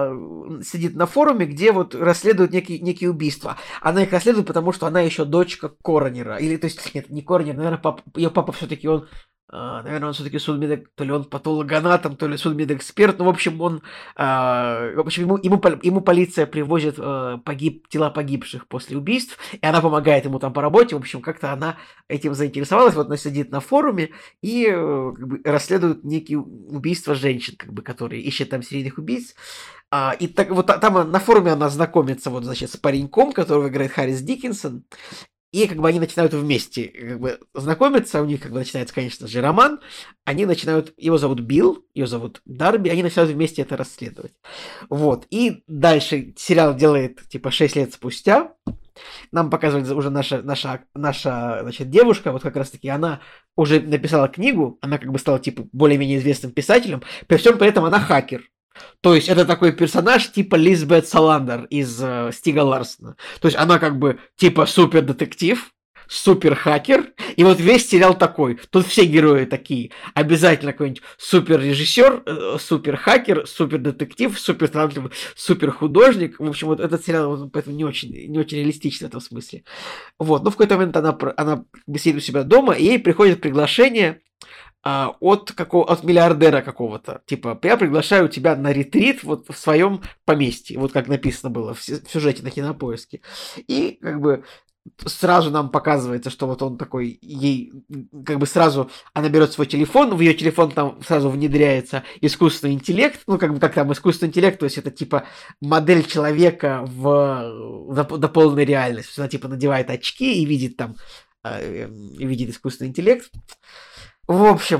сидит на форуме, где вот расследуют некие, некие убийства. Она их расследует, потому что она еще дочка коронера. Или, то есть, нет, не коронер, наверное, папа, ее папа все-таки он Uh, наверное, он все-таки судмед... то ли он патологоанатом, то ли судмедэксперт. Ну, в общем, он... Uh, в общем, ему, ему, ему полиция привозит uh, погиб... тела погибших после убийств, и она помогает ему там по работе. В общем, как-то она этим заинтересовалась. Вот она сидит на форуме и uh, как бы, расследует некие убийства женщин, как бы, которые ищут там серийных убийц. Uh, и так, вот там на форуме она знакомится вот, значит, с пареньком, которого играет Харрис Диккинсон. И как бы они начинают вместе как бы знакомиться, у них как бы начинается, конечно же, роман. Они начинают, его зовут Билл, ее зовут Дарби, они начинают вместе это расследовать. Вот, и дальше сериал делает, типа, шесть лет спустя. Нам показывает уже наша, наша, наша значит, девушка, вот как раз-таки она уже написала книгу, она как бы стала, типа, более-менее известным писателем, при всем при этом она хакер. То есть это такой персонаж типа Лизбет Саландер из э, Стига Ларсона. То есть она как бы типа супер-детектив, супер-хакер. И вот весь сериал такой. Тут все герои такие. Обязательно какой-нибудь супер-режиссер, э, супер-хакер, супер-детектив, супер-талантливый, супер-художник. В общем, вот этот сериал он, поэтому не очень, не очень реалистичный в этом смысле. Вот. Но в какой-то момент она, она сидит у себя дома, и ей приходит приглашение от, какого, от миллиардера какого-то. Типа, я приглашаю тебя на ретрит вот в своем поместье. Вот как написано было в сюжете на Кинопоиске. И как бы сразу нам показывается, что вот он такой, ей как бы сразу она берет свой телефон, в ее телефон там сразу внедряется искусственный интеллект, ну как бы как там искусственный интеллект, то есть это типа модель человека в дополненной реальности. Она типа надевает очки и видит там, и видит искусственный интеллект. В общем,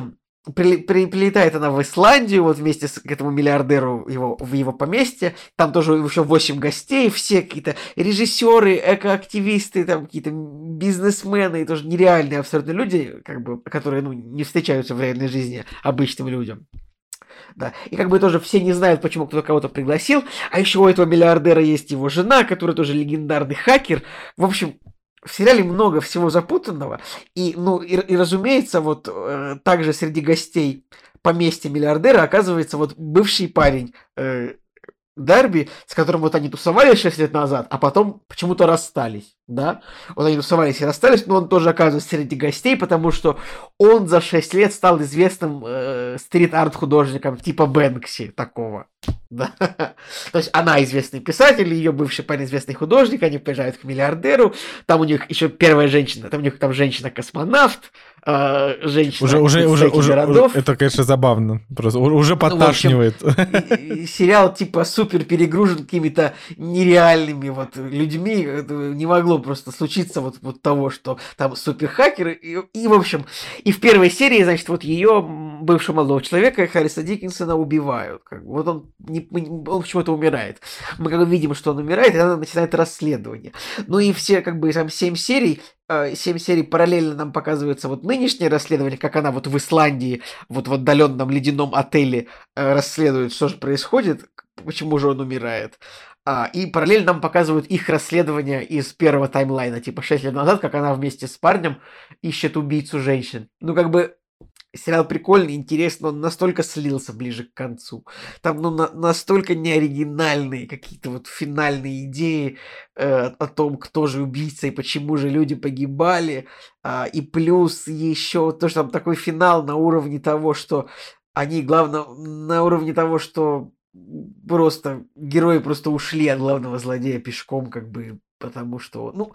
При, при, прилетает она в Исландию, вот вместе с, к этому миллиардеру его, в его поместье. Там тоже еще восемь гостей, все какие-то режиссеры, экоактивисты, там какие-то бизнесмены, и тоже нереальные абсолютно люди, как бы, которые ну, не встречаются в реальной жизни обычным людям. Да. И как бы тоже все не знают, почему кто-то кого-то пригласил. А еще у этого миллиардера есть его жена, которая тоже легендарный хакер. В общем, в сериале много всего запутанного. И, ну, и, и разумеется, вот э, также среди гостей поместья миллиардера оказывается вот бывший парень э, Дарби, с которым вот они тусовались шесть лет назад, а потом почему-то расстались, да? Вот они тусовались и расстались, но он тоже оказывается среди гостей, потому что он за шесть лет стал известным э, стрит-арт художником типа Бэнкси такого. Да. То есть она известный писатель, ее бывший парень известный художник, они приезжают к миллиардеру, там у них еще первая женщина, там у них там женщина-космонавт, э, женщина уже, уже, уже, уже, городов. Это, конечно, забавно, просто уже подташнивает. Ну, общем, сериал типа супер перегружен какими-то нереальными вот людьми, это не могло просто случиться вот, вот того, что там суперхакеры, и, и в общем, и в первой серии, значит, вот ее бывшего молодого человека, Харриса Диккенсона, убивают, как бы. Вот он не он почему-то умирает. Мы как бы видим, что он умирает, и она начинает расследование. Ну и все, как бы, там семь серий, семь серий параллельно нам показывается вот нынешнее расследование, как она вот в Исландии, вот в отдаленном ледяном отеле расследует, что же происходит, почему же он умирает. А, и параллельно нам показывают их расследование из первого таймлайна, типа шесть лет назад, как она вместе с парнем ищет убийцу женщин. Ну, как бы, сериал прикольный, интересный, он настолько слился ближе к концу. Там ну, на, настолько неоригинальные какие-то вот финальные идеи э, о том, кто же убийца и почему же люди погибали. А, и плюс еще то, что там такой финал на уровне того, что они, главное, на уровне того, что просто герои просто ушли от главного злодея пешком, как бы, потому что, ну...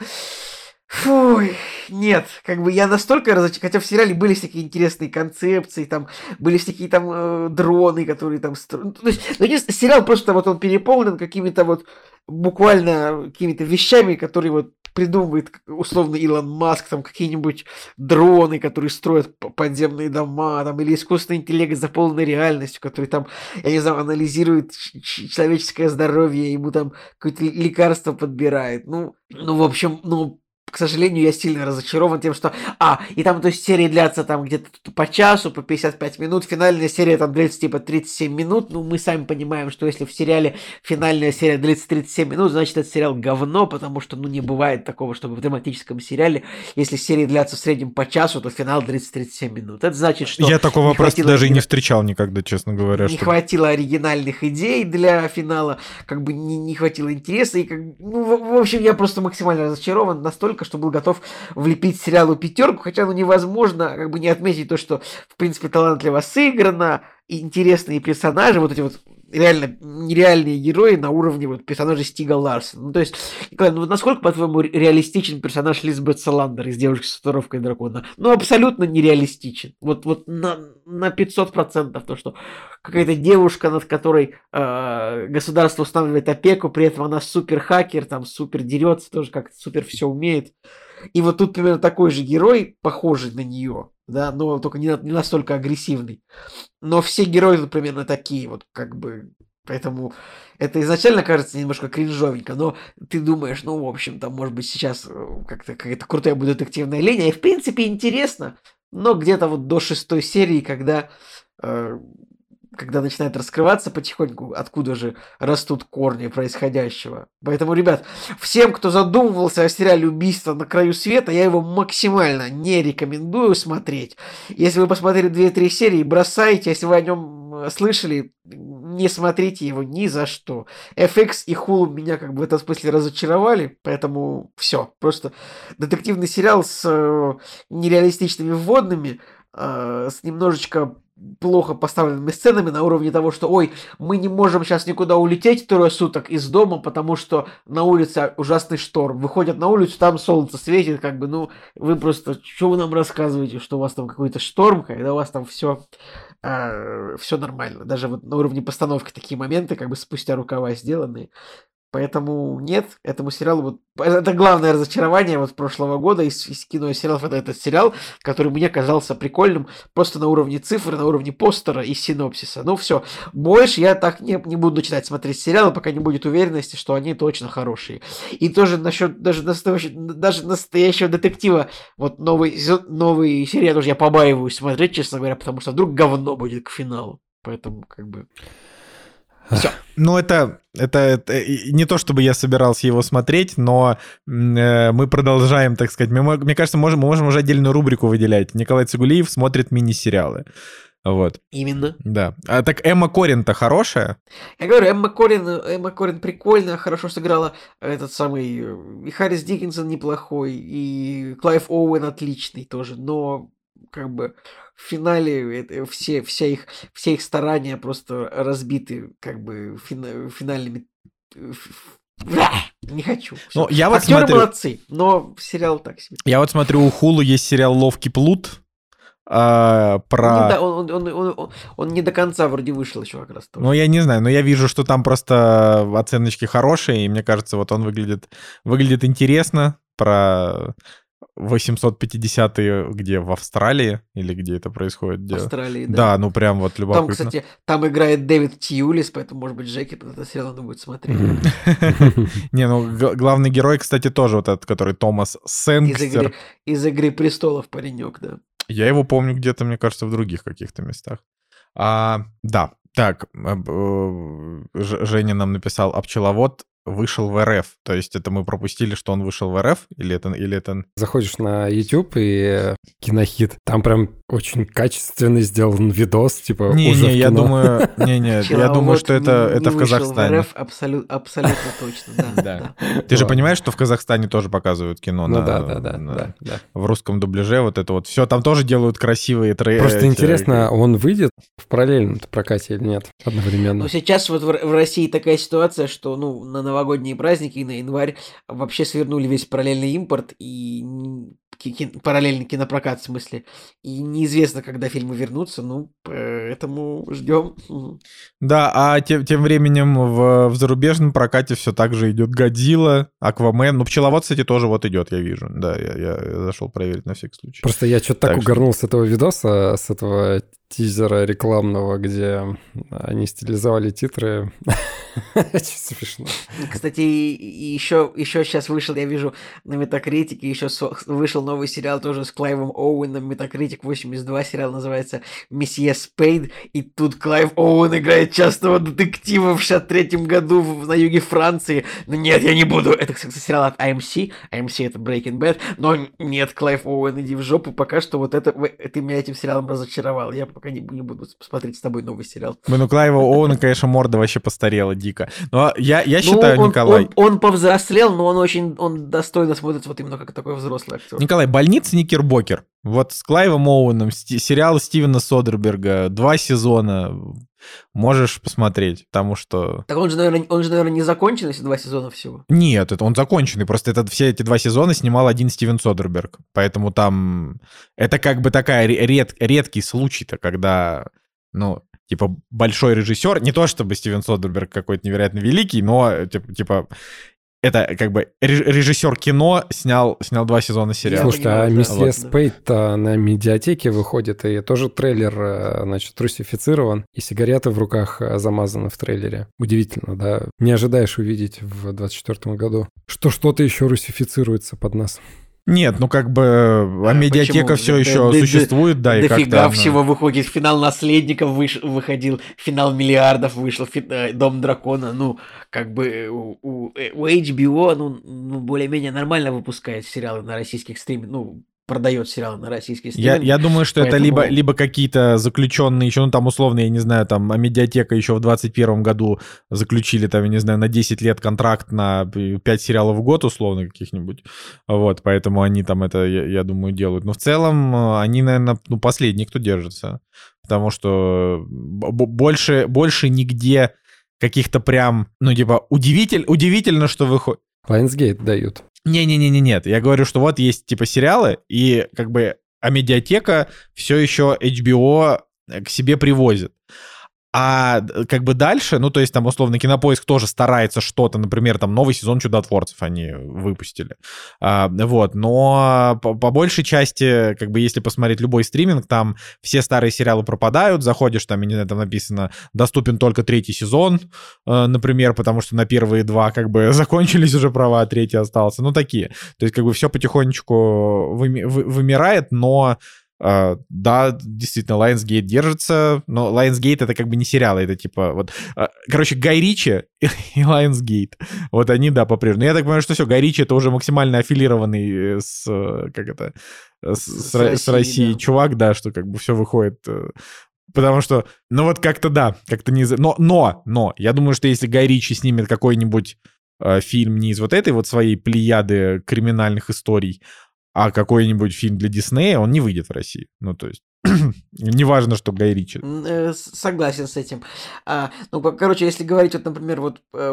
Фу, нет, как бы я настолько разочарован, хотя в сериале были всякие интересные концепции, там были всякие там э, дроны, которые там строят. То есть, ну, сериал просто вот он переполнен какими-то вот буквально какими-то вещами, которые вот придумывает условно Илон Маск, там какие-нибудь дроны, которые строят подземные дома, там, или искусственный интеллект за полной реальностью, который там, я не знаю, анализирует человеческое здоровье, ему там какое-то лекарство подбирает. Ну, ну, в общем, ну, к сожалению, я сильно разочарован тем, что... А, и там, то есть, серии длятся там где-то по часу, по пятьдесят пять минут. Финальная серия там длится типа тридцать семь минут. Ну, мы сами понимаем, что если в сериале финальная серия длится тридцать семь минут, значит, этот сериал говно, потому что, ну, не бывает такого, чтобы в драматическом сериале, если серии длятся в среднем по часу, то финал длится тридцать семь минут. Это значит, что... Я такого просто даже и не встречал никогда, честно говоря. Не чтобы... хватило оригинальных идей для финала, как бы не, не хватило интереса. И как... Ну, в, в общем, я просто максимально разочарован настолько, что был готов влепить сериалу пятерку, хотя ну невозможно как бы не отметить то, что в принципе талантливо сыграно, и интересные персонажи, вот эти вот реально нереальные герои на уровне вот персонажей Стига Ларсена. Ну, то есть, Николай, ну насколько, по-твоему, реалистичен персонаж Лизбет Саландер из «Девушки с татуировкой дракона»? Ну, абсолютно нереалистичен. Вот, вот на, на пятьсот процентов то, что какая-то девушка, над которой э, государство устанавливает опеку, при этом она супер-хакер, там, супер дерется, тоже как-то супер все умеет. И вот тут примерно такой же герой, похожий на нее, да, но только не, не настолько агрессивный. Но все герои тут примерно такие, вот как бы, поэтому это изначально кажется немножко кринжовенько, но ты думаешь, ну, в общем-то, может быть, сейчас как-то какая-то крутая будет детективная линия, и в принципе интересно, но где-то вот до шестой серии, когда... Э, когда начинает раскрываться потихоньку, откуда же растут корни происходящего. Поэтому, ребят, всем, кто задумывался о сериале «Убийство на краю света», я его максимально не рекомендую смотреть. Если вы посмотрели две-три серии, бросайте. Если вы о нем слышали, не смотрите его ни за что. эф икс и Hulu меня как бы в этом смысле разочаровали, поэтому все. Просто детективный сериал с э, нереалистичными вводными, э, с немножечко плохо поставленными сценами на уровне того, что ой, мы не можем сейчас никуда улететь трое суток из дома, потому что на улице ужасный шторм. Выходят на улицу, там солнце светит, как бы, ну, вы просто, что вы нам рассказываете, что у вас там какой-то шторм, когда у вас там все, э, все нормально. Даже вот на уровне постановки такие моменты, как бы спустя рукава сделанные. Поэтому нет, этому сериалу вот... Это главное разочарование вот прошлого года из, из кино и сериалов. Это этот сериал, который мне казался прикольным просто на уровне цифр, на уровне постера и синопсиса. Ну все, больше я так не, не буду начинать смотреть сериалы, пока не будет уверенности, что они точно хорошие. И тоже насчет даже настоящего, даже настоящего детектива, вот новый, новый сериал тоже я побаиваюсь смотреть, честно говоря, потому что вдруг говно будет к финалу. Поэтому как бы... Все. Ну, это, это, это не то, чтобы я собирался его смотреть, но э, мы продолжаем, так сказать. Мы, мне кажется, можем, мы можем уже отдельную рубрику выделять. Николай Цигулиев смотрит мини-сериалы. Вот. Именно. Да. А так Эмма Коррин-то хорошая? Я говорю, Эмма Коррин, Эмма Коррин прикольно, хорошо сыграла этот самый... И Харрис Диккинсон неплохой, и Клайв Оуэн отличный тоже, но как бы... В финале это, все, вся их, все их старания просто разбиты как бы фина, финальными... Не хочу. Ну, я вот Актеры смотрю... молодцы, но сериал так себе. Я вот смотрю, у Хулу есть сериал «Ловкий плут». А, про... Не, да, он, он, он, он, он не до конца вроде вышел еще как раз. Тоже. Ну, я не знаю, но я вижу, что там просто оценочки хорошие, и мне кажется, вот он выглядит, выглядит интересно. Про... восемьсот пятидесятые, где в Австралии или где это происходит? Где... В Австралии, да. Да, ну прям вот любопытно. Там, кстати, там играет Дэвид Тьюлис, поэтому, может быть, Джеки этот сериал надо будет смотреть. Не, ну главный герой, кстати, тоже вот этот, который Томас Сэнкстер. Из «Игры престолов» паренек, да. Я его помню где-то, мне кажется, в других каких-то местах. А, да, так, Женя нам написал, а пчеловод вышел в эр эф. То есть это мы пропустили, что он вышел в эр эф? Или это... Или это... Заходишь на YouTube и Кинохит. Там прям очень качественно сделан видос, типа Не-не, я думаю... Не-не, я думаю, что это, это в Казахстане. В эр эф абсолютно, абсолютно точно, да. да. Ты же понимаешь, что в Казахстане тоже показывают кино ну, на, да, да, да, на, да, да. в русском дубляже, вот это вот все. Там тоже делают красивые трейлеры. Просто интересно, он выйдет в параллельном прокате или нет одновременно? Ну, сейчас вот в, в России такая ситуация, что, ну, на новогодние праздники и на январь вообще свернули весь параллельный импорт и ки- параллельный кинопрокат, в смысле. И неизвестно, когда фильмы вернутся, ну, поэтому ждем. Да, а тем, тем временем в, в зарубежном прокате все так же идет Годзилла, Аквамен. Ну, пчеловод, кстати, тоже вот идет, я вижу. Да, я, я, я зашел проверить на всякий случай. Просто я что-то так, так угорнул что... с этого видоса, с этого тизера рекламного, где они стилизовали титры. Смешно. Кстати, еще, еще сейчас вышел, я вижу, на Метакритике, еще вышел новый сериал тоже с Клайвом Оуэном, Метакритик восемьдесят два, сериал называется «Месье Спейд», и тут Клайв Оуэн играет частного детектива в шестьдесят третьем году на юге Франции. Ну нет, я не буду. Это, кстати, сериал от эй эм си, эй эм си это Breaking Bad, но нет, Клайв Оуэн, иди в жопу, пока что вот это, ты меня этим сериалом разочаровал, я пока не, не буду смотреть с тобой новый сериал. Ну, Клайва Оуэна, конечно, морда вообще постарела дико. Но я, я считаю, ну, он, Николай... Он, он повзрослел, но он очень он достойно смотрится вот именно как такой взрослый актер. Николай, «Больница Никербокер». Вот с Клайвом Оуэном, сериал Стивена Содерберга, два сезона. Можешь посмотреть, потому что... Так он же, наверное, он же, наверное, не закончен, если два сезона всего. Нет, это он законченный, просто это, все эти два сезона снимал один Стивен Содерберг. Поэтому там... Это как бы такая ред, редкий случай-то, когда... Ну, типа, большой режиссер, не то чтобы Стивен Содерберг какой-то невероятно великий, но, типа, типа это как бы режиссер кино снял, снял два сезона сериала. Слушай, а «Месье вот. Спейд»-то на медиатеке выходит, и тоже трейлер, значит, русифицирован, и сигареты в руках замазаны в трейлере. Удивительно, да? Не ожидаешь увидеть в двадцать четвёртом году, что что-то еще русифицируется под нас. Нет, ну как бы, а медиатека все да, еще да, существует, да, да, и как-то... Дофига она... всего выходит, финал «Наследников» выш... выходил, финал «Миллиардов» вышел, фи... «Дом дракона», ну, как бы у, у, у эйч би о, ну, ну, более-менее нормально выпускает сериалы на российских стримингах, ну, продает сериалы на российские стриминги. Я, я думаю, что поэтому... это либо, либо какие-то заключенные еще, ну там условно, я не знаю, там, а медиатека еще в двадцать первом году заключили, там, я не знаю, на десять лет контракт на пять сериалов в год условно каких-нибудь. Вот, поэтому они там это, я, я думаю, делают. Но в целом они, наверное, ну, последние, кто держится. Потому что больше, больше нигде каких-то прям, ну, типа, удивитель, удивительно, что выходит. Lionsgate дают. Не-не-не, нет. Я говорю, что вот есть типа сериалы, и как бы а медиатека все еще эйч би о к себе привозит. А как бы дальше, ну, то есть там, условно, Кинопоиск тоже старается что-то, например, там новый сезон «Чудотворцев» они выпустили. А, вот, но по, по большей части, как бы, если посмотреть любой стриминг, там все старые сериалы пропадают, заходишь, там, не знаю, там написано «доступен только третий сезон», например, потому что на первые два, как бы, закончились уже права, а третий остался. Ну, такие. То есть, как бы, все потихонечку выми- вы- вымирает, но... Uh, да, действительно, Lionsgate держится, но Lionsgate — это как бы не сериал, это типа вот... Uh, короче, Гай Ричи и, и Lionsgate, вот они, да, по-прежнему. Я так понимаю, что все, Гай Ричи — это уже максимально аффилированный с... Как это? С, с, с Россией, с Россией да. чувак, да, что как бы все выходит... Потому что, ну вот как-то да, как-то не... Но, но, но, я думаю, что если Гай Ричи снимет какой-нибудь uh, фильм не из вот этой вот своей плеяды криминальных историй, а какой-нибудь фильм для Диснея, он не выйдет в России. Ну, то есть, неважно, что Гай Ричи. Согласен с этим. А, ну, короче, если говорить, вот, например, вот по,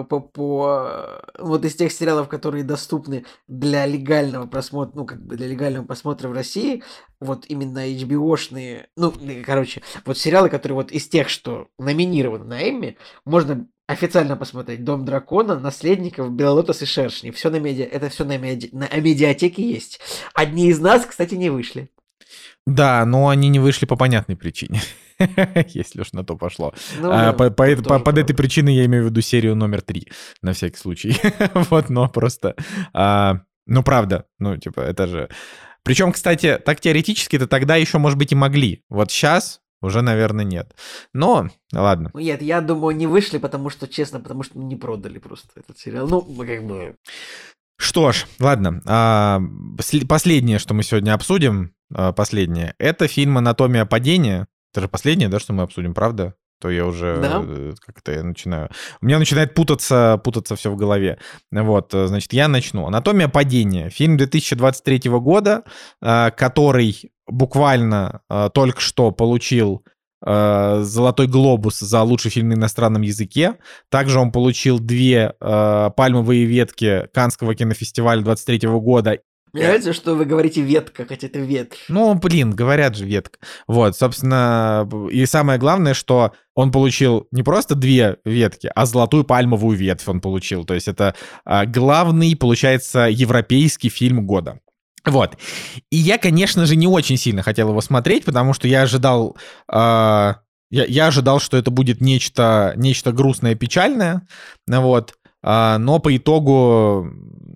по вот из тех сериалов, которые доступны для легального просмотра, ну, как бы для легального просмотра в России, вот именно эйч би о-шные, ну, короче, вот сериалы, которые вот из тех, что номинированы на Эмми, можно официально посмотреть «Дом дракона», «Наследников», «Белолотос» и «Шершни». Все на медиа... Это все на, меди... на медиатеке есть. Одни из нас, кстати, не вышли. Да, но они не вышли по понятной причине, если уж на то пошло. Ну, а, да, по, по, по, под этой причиной я имею в виду серию номер три, на всякий случай. Вот, но просто... А, ну, правда, ну, типа, это же... Причем, кстати, так теоретически это тогда еще, может быть, и могли. Вот сейчас... Уже, наверное, нет. Но, ладно. Нет, я думаю, не вышли, потому что, честно, потому что не продали просто этот сериал. Ну, как бы... Что ж, ладно. А, последнее, что мы сегодня обсудим, последнее, это фильм «Анатомия падения». Это же последнее, да, что мы обсудим, правда? То я уже да. как-то я начинаю... У меня начинает путаться, путаться все в голове. Вот, значит, я начну. «Анатомия падения». Фильм две тысячи двадцать третьего года, который буквально только что получил «Золотой глобус» за лучший фильм на иностранном языке. Также он получил две пальмовые ветки Каннского кинофестиваля двадцать третьего года. Мне нравится, что вы говорите ветка, хотя это ветвь. Ну, блин, говорят же ветка. Вот, собственно, и самое главное, что он получил не просто две ветки, а золотую пальмовую ветвь он получил. То есть это главный, получается, европейский фильм года. Вот. И я, конечно же, не очень сильно хотел его смотреть, потому что я ожидал... Э, я, я ожидал, что это будет нечто, нечто грустное, печальное. Вот. Э, но по итогу...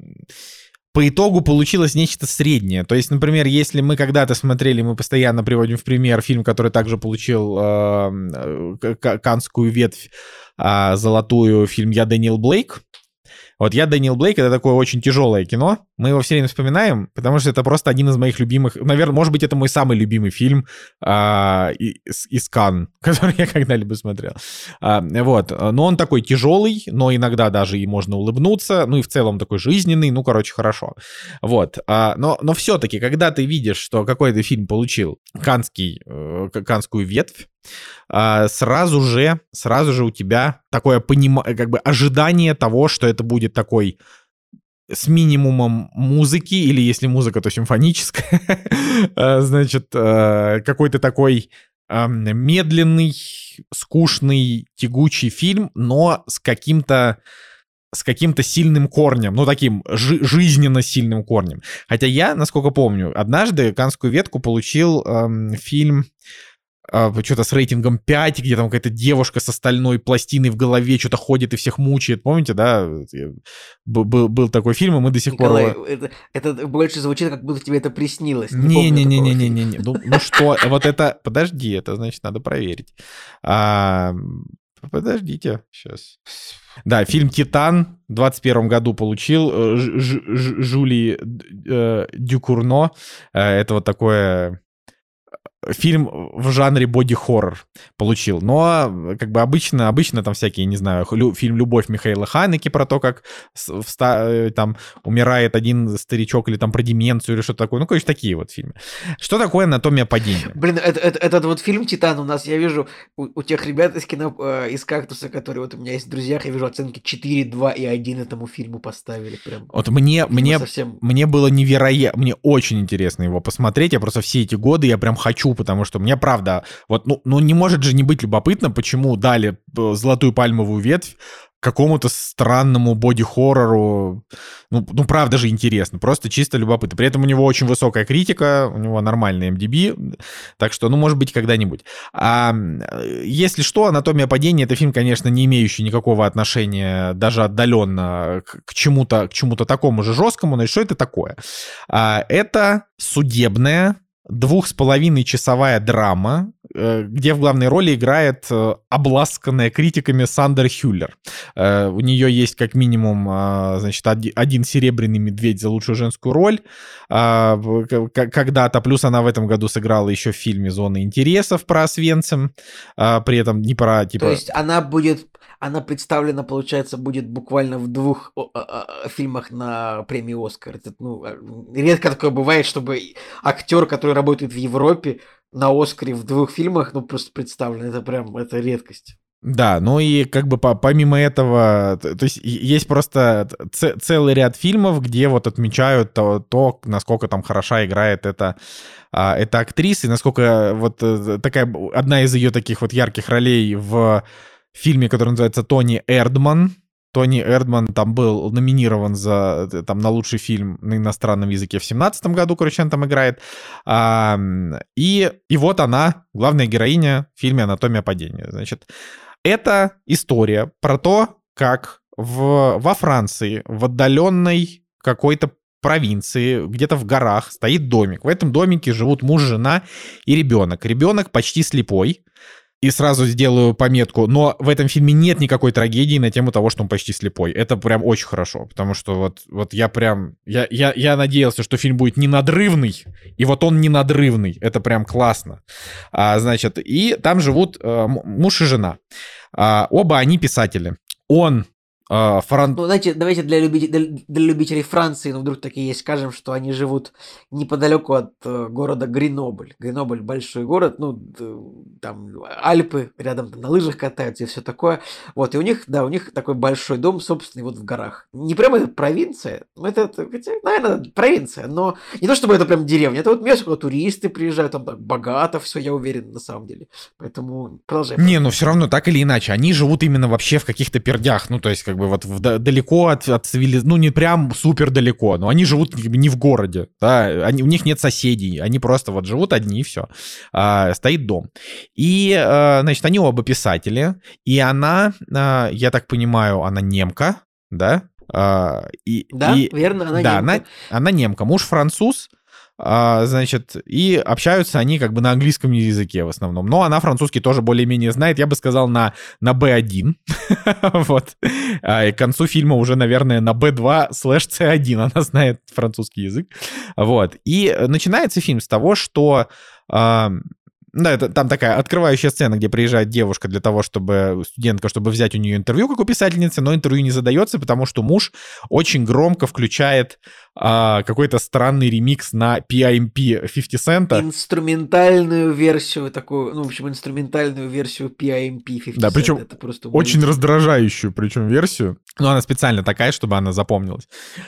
По итогу получилось нечто среднее. То есть, например, если мы когда-то смотрели, мы постоянно приводим в пример фильм, который также получил э, Каннскую ветвь э, золотую, фильм «Я Дэниел Блейк». Вот «Я Дэниел Блейк» — это такое очень тяжелое кино. Мы его все время вспоминаем, потому что это просто один из моих любимых... Наверное, может быть, это мой самый любимый фильм а, из, из Канн, который я когда-либо смотрел. А, вот. Но он такой тяжелый, но иногда даже и можно улыбнуться. Ну и в целом такой жизненный. Ну, короче, хорошо. Вот. А, но, но все-таки, когда ты видишь, что какой-то фильм получил каннский, каннскую ветвь, сразу же, сразу же у тебя такое понимание, как бы ожидание того, что это будет такой с минимумом музыки, или если музыка, то симфоническая, значит, какой-то такой медленный, скучный, тягучий фильм, но с каким-то с каким-то сильным корнем, ну, таким жи- жизненно сильным корнем. Хотя я, насколько помню, однажды Каннскую ветку получил эм, фильм что-то с рейтингом пять, где там какая-то девушка с стальной пластиной в голове что-то ходит и всех мучает. Помните, да? Был, был такой фильм, и мы до сих Николай, пор... Это, это больше звучит, как будто тебе это приснилось. Не-не-не-не-не-не. Ну, ну что, вот это... Подожди, это значит надо проверить. А, подождите, сейчас... Да, фильм «Титан» в двадцать первом году получил Ж- Ж- Ж- Жюли э, Дюкурно. Это вот такое... Фильм в жанре боди-хоррор получил. Но, как бы, обычно, обычно там всякие, не знаю, лю, фильм «Любовь» Михаила Ханеке про то, как вста, там умирает один старичок, или там про деменцию, или что-то такое. Ну, короче, такие вот фильмы. Что такое «Анатомия падения»? Блин, это, это, этот вот фильм «Титан» у нас, я вижу, у, у тех ребят из кино, э, из «Кактуса», которые вот у меня есть в друзьях, я вижу оценки четыре, два и один этому фильму поставили. Прям. Вот мне, мне, совсем... мне было невероятно, мне очень интересно его посмотреть. Я просто все эти годы, я прям хочу хочу, потому что мне правда, вот, ну, ну не может же не быть любопытно, почему дали золотую пальмовую ветвь какому-то странному боди-хоррору. Ну, ну, правда же интересно, просто чисто любопытно. При этом у него очень высокая критика, у него нормальный эм ди би, так что, ну, может быть, когда-нибудь. А если что, «Анатомия падения» — это фильм, конечно, не имеющий никакого отношения даже отдаленно к, к чему-то, к чему-то такому же жесткому. Но что это такое? А, это судебная двух с половиной часовая драма, где в главной роли играет обласканная критиками Сандра Хюллер. У нее есть как минимум, значит, один серебряный медведь за лучшую женскую роль когда-то, плюс она в этом году сыграла еще в фильме «Зона интересов» про Освенцим, при этом не про, типа... То есть она будет... Она представлена, получается, будет буквально в двух о- о- о- фильмах на премии «Оскар». Это, ну, редко такое бывает, чтобы актер, который работает в Европе, на «Оскаре» в двух фильмах, ну, просто представлен. Это прям, это редкость. Да, ну и как бы по, помимо этого, то, то есть есть просто ц, целый ряд фильмов, где вот отмечают то, то насколько там хороша играет эта, а, эта актриса, и насколько вот такая, одна из ее таких вот ярких ролей в фильме, который называется «Тони Эрдман». Тони Эрдман там был номинирован за, там, на лучший фильм на иностранном языке в семнадцатом году, короче, он там играет. А, и, и вот она, главная героиня в фильме «Анатомия падения». Значит, это история про то, как в, во Франции, в отдаленной какой-то провинции, где-то в горах, стоит домик. В этом домике живут муж, жена и ребенок. Ребенок почти слепой. И сразу сделаю пометку, но в этом фильме нет никакой трагедии на тему того, что он почти слепой. Это прям очень хорошо, потому что вот, вот я прям... Я, я, я надеялся, что фильм будет не надрывный, и вот он не надрывный. Это прям классно. А, значит, и там живут а, муж и жена. А, оба они писатели. Он... Фран... Ну, знаете, давайте для любителей, для любителей Франции, ну, вдруг таки есть, скажем, что они живут неподалеку от э, города Гренобль. Гренобль — большой город, ну, там Альпы, рядом там, на лыжах катаются и все такое. Вот, и у них, да, у них такой большой дом, собственный, вот в горах. Не прямо это провинция, это, это хотя, наверное, провинция, но не то чтобы это прям деревня, это вот место, куда туристы приезжают, там так богато все, я уверен, на самом деле. Поэтому продолжаем. Не, ну все равно так или иначе, они живут именно вообще в каких-то пердях, ну, то есть, как бы вот в, далеко от, от цивилизации, ну не прям супер далеко, но они живут не в городе, да, они, у них нет соседей, они просто вот живут одни и все, а, стоит дом. И, а, значит, они оба писатели, и она, а, я так понимаю, она немка, да? А, и, да, и, верно, она да, немка. Она, она немка, муж француз. А, значит, и общаются они как бы на английском языке в основном. Но она французский тоже более-менее знает, я бы сказал, на, на би один. Вот. А, и к концу фильма уже, наверное, на би два слэш си один она знает французский язык. Вот. И начинается фильм с того, что... А, да, это там такая открывающая сцена, где приезжает девушка для того, чтобы студентка, чтобы взять у нее интервью, как у писательницы, но интервью не задается, потому что муж очень громко включает а, какой-то странный ремикс на пи ай эм пи пятьдесят цента. Инструментальную версию такую, ну, в общем, инструментальную версию пи ай эм пи пятьдесят. Да, причем это просто очень раздражающую, причем версию. Но она специально такая, чтобы она запомнилась.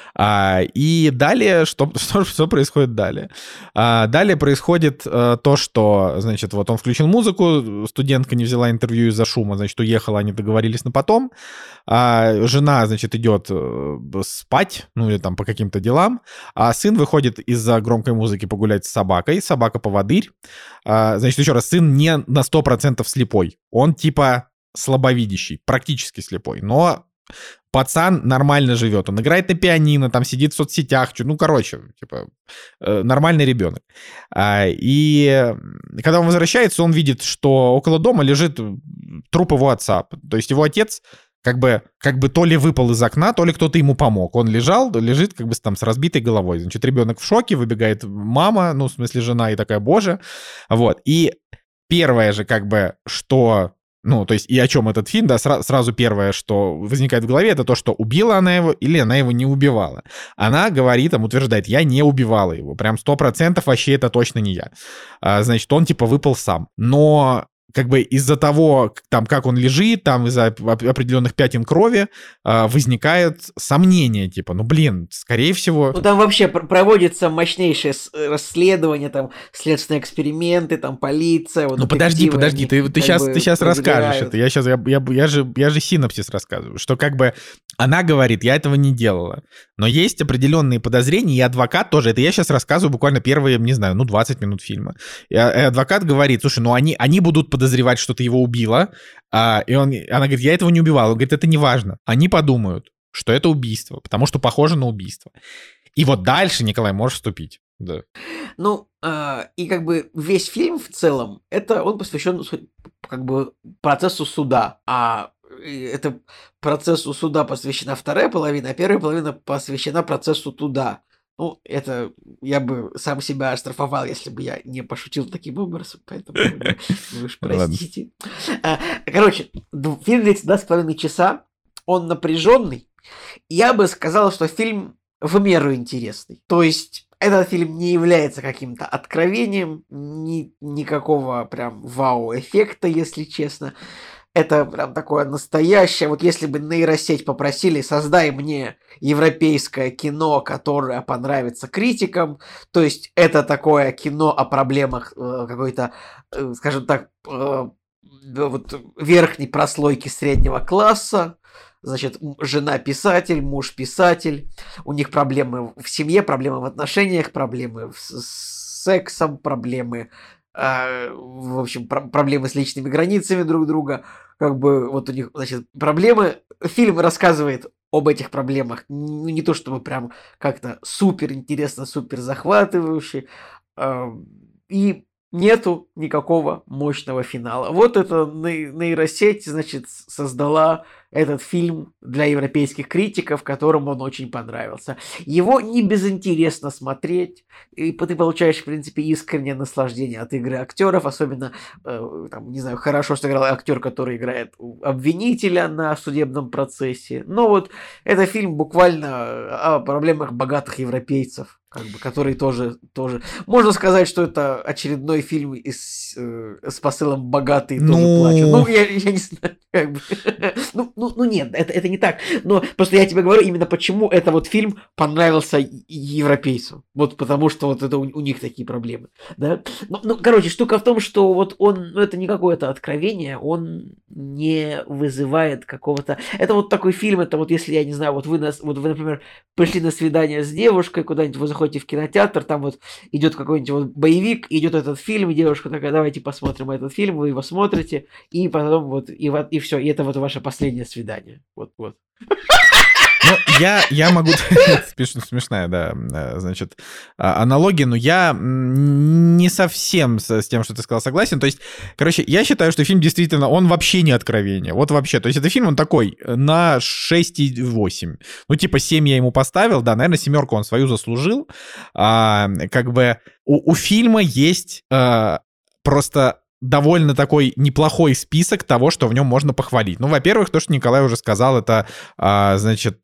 А, и далее, что, что, что происходит далее? А, далее происходит а, то, что, значит, вот он включил музыку, студентка не взяла интервью из-за шума, значит, уехала, они договорились на потом. А, жена, значит, идет спать, ну, или там по каким-то делам, а сын выходит из-за громкой музыки погулять с собакой, собака-поводырь. А, значит, еще раз, сын не на сто процентов слепой, он типа слабовидящий, практически слепой, но пацан нормально живет, он играет на пианино, там сидит в соцсетях, ну, короче, типа, э, нормальный ребенок. А, и когда он возвращается, он видит, что около дома лежит труп его отца, то есть его отец как бы, как бы то ли выпал из окна, то ли кто-то ему помог. Он лежал, лежит как бы там с разбитой головой. Значит, ребенок в шоке, выбегает мама, ну, в смысле, жена, и такая, боже. Вот. И первое же, как бы, что... Ну, то есть, и о чем этот фильм, да, сра- сразу первое, что возникает в голове, это то, что убила она его или она его не убивала. Она говорит, там, утверждает, я не убивала его. Прям сто процентов вообще это точно не я. А, значит, он, типа, выпал сам. Но... как бы из-за того, там, как он лежит, там из-за определенных пятен крови э, возникает сомнение, типа, ну, блин, скорее всего... Ну, там вообще пр- проводится мощнейшее расследование, там, следственные эксперименты, там, полиция... Вот ну, подожди, подожди, ты, ты, сейчас, ты сейчас расскажешь это. Я сейчас, я, я, я, же, я же синопсис рассказываю, что как бы она говорит, я этого не делала, но есть определенные подозрения, и адвокат тоже, это я сейчас рассказываю буквально первые, не знаю, ну, двадцать минут фильма. И адвокат говорит, слушай, ну, они, они будут подозревать, что ты его убила, а, и он, она говорит, я этого не убивала. Он говорит, это не важно. Они подумают, что это убийство, потому что похоже на убийство. И вот дальше, Николай, можешь вступить. Да. Ну, э, и как бы весь фильм в целом, это он посвящен как бы процессу суда, а это процессу суда посвящена вторая половина, а первая половина посвящена процессу туда. Ну, это я бы сам себя оштрафовал, если бы я не пошутил таким образом, поэтому вы уж простите. Короче, фильм длится два с половиной часа, он напряженный. Я бы сказал, что фильм в меру интересный. То есть этот фильм не является каким-то откровением, ни, никакого прям вау-эффекта, если честно. Это прям такое настоящее. Вот если бы нейросеть попросили, создай мне европейское кино, которое понравится критикам, то есть это такое кино о проблемах э, какой-то, э, скажем так, э, вот, верхней прослойки среднего класса. Значит, жена писатель, муж писатель, у них проблемы в семье, проблемы в отношениях, проблемы с сексом, проблемы... в общем, про- проблемы с личными границами друг друга, как бы вот у них, значит, проблемы. Фильм рассказывает об этих проблемах, ну, не то чтобы прям как-то супер интересно, супер захватывающе, э, и нету никакого мощного финала. Вот эта нейросеть, значит, создала этот фильм для европейских критиков, которым он очень понравился. Его не безинтересно смотреть, и ты получаешь, в принципе, искреннее наслаждение от игры актеров, особенно, э, там, не знаю, хорошо сыграл актер, который играет обвинителя на судебном процессе. Но вот это фильм буквально о проблемах богатых европейцев, как бы, который тоже, тоже... Можно сказать, что это очередной фильм из, э, с посылом «богатые тоже Ну... плачут». Ну, я, я не знаю, как бы... ну, ну, ну, нет, это, это не так. Но просто я тебе говорю именно почему это вот фильм понравился европейцам. Вот потому что вот это у, у них такие проблемы. Да? Ну, ну, короче, штука в том, что вот он... Ну, это не какое-то откровение, он не вызывает какого-то... Это вот такой фильм, это вот если, я не знаю, вот вы, нас, вот вы например, пришли на свидание с девушкой, куда-нибудь вы заходите в кинотеатр, там вот идет какой-нибудь вот боевик, идет этот фильм, и девушка такая, давайте посмотрим этот фильм, вы его смотрите, и потом вот, и, вот, и все, и это вот ваше последнее свидание. Вот, вот. Ну, я, я могу... Смешная, да, значит, аналогия, но я не совсем с тем, что ты сказал, согласен. То есть, короче, я считаю, что фильм действительно, он вообще не откровение. Вот вообще. То есть, это фильм, он такой, на шесть и восемь. Ну, типа, семь я ему поставил, да, наверное, семерку он свою заслужил. А, как бы у, у фильма есть а, просто... довольно такой неплохой список того, что в нем можно похвалить. Ну, во-первых, то, что Николай уже сказал, это, а, значит,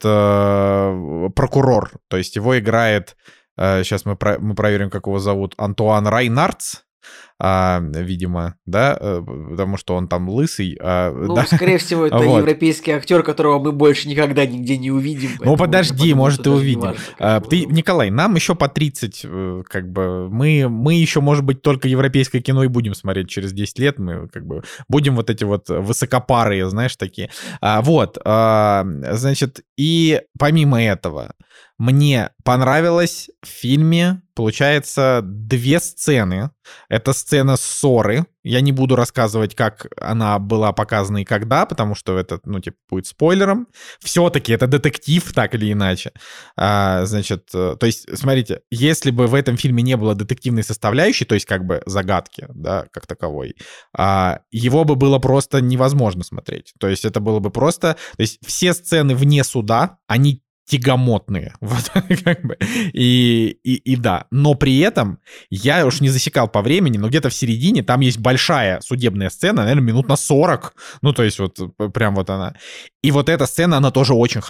а, прокурор. То есть его играет, а, сейчас мы, про, мы проверим, как его зовут, Антуан Райнартс, а, видимо, да, потому что он там лысый. А, ну, да? скорее всего, это вот. Европейский актер, которого мы больше никогда нигде не увидим. Ну, подожди, может, и увидим. Важно, а, ты, Николай, нам еще по тридцать, как бы, мы, мы еще, может быть, только европейское кино и будем смотреть через десять лет, мы, как бы, будем вот эти вот высокопарые, знаешь, такие. А, вот, а, значит, и помимо этого, мне понравилось в фильме, получается, две сцены. Это сцена ссоры. Я не буду рассказывать, как она была показана и когда, потому что это, ну, типа, будет спойлером. Все-таки это детектив, так или иначе. А, значит, то есть, смотрите, если бы в этом фильме не было детективной составляющей, то есть, как бы, загадки, да, как таковой, а, его бы было просто невозможно смотреть. То есть, это было бы просто... То есть, все сцены вне суда, они тягомотные, вот, как бы, и, и, и да, но при этом я уж не засекал по времени, но где-то в середине там есть большая судебная сцена, наверное, минут на сорок, ну, то есть вот прям вот она, и вот эта сцена, она тоже очень хороша,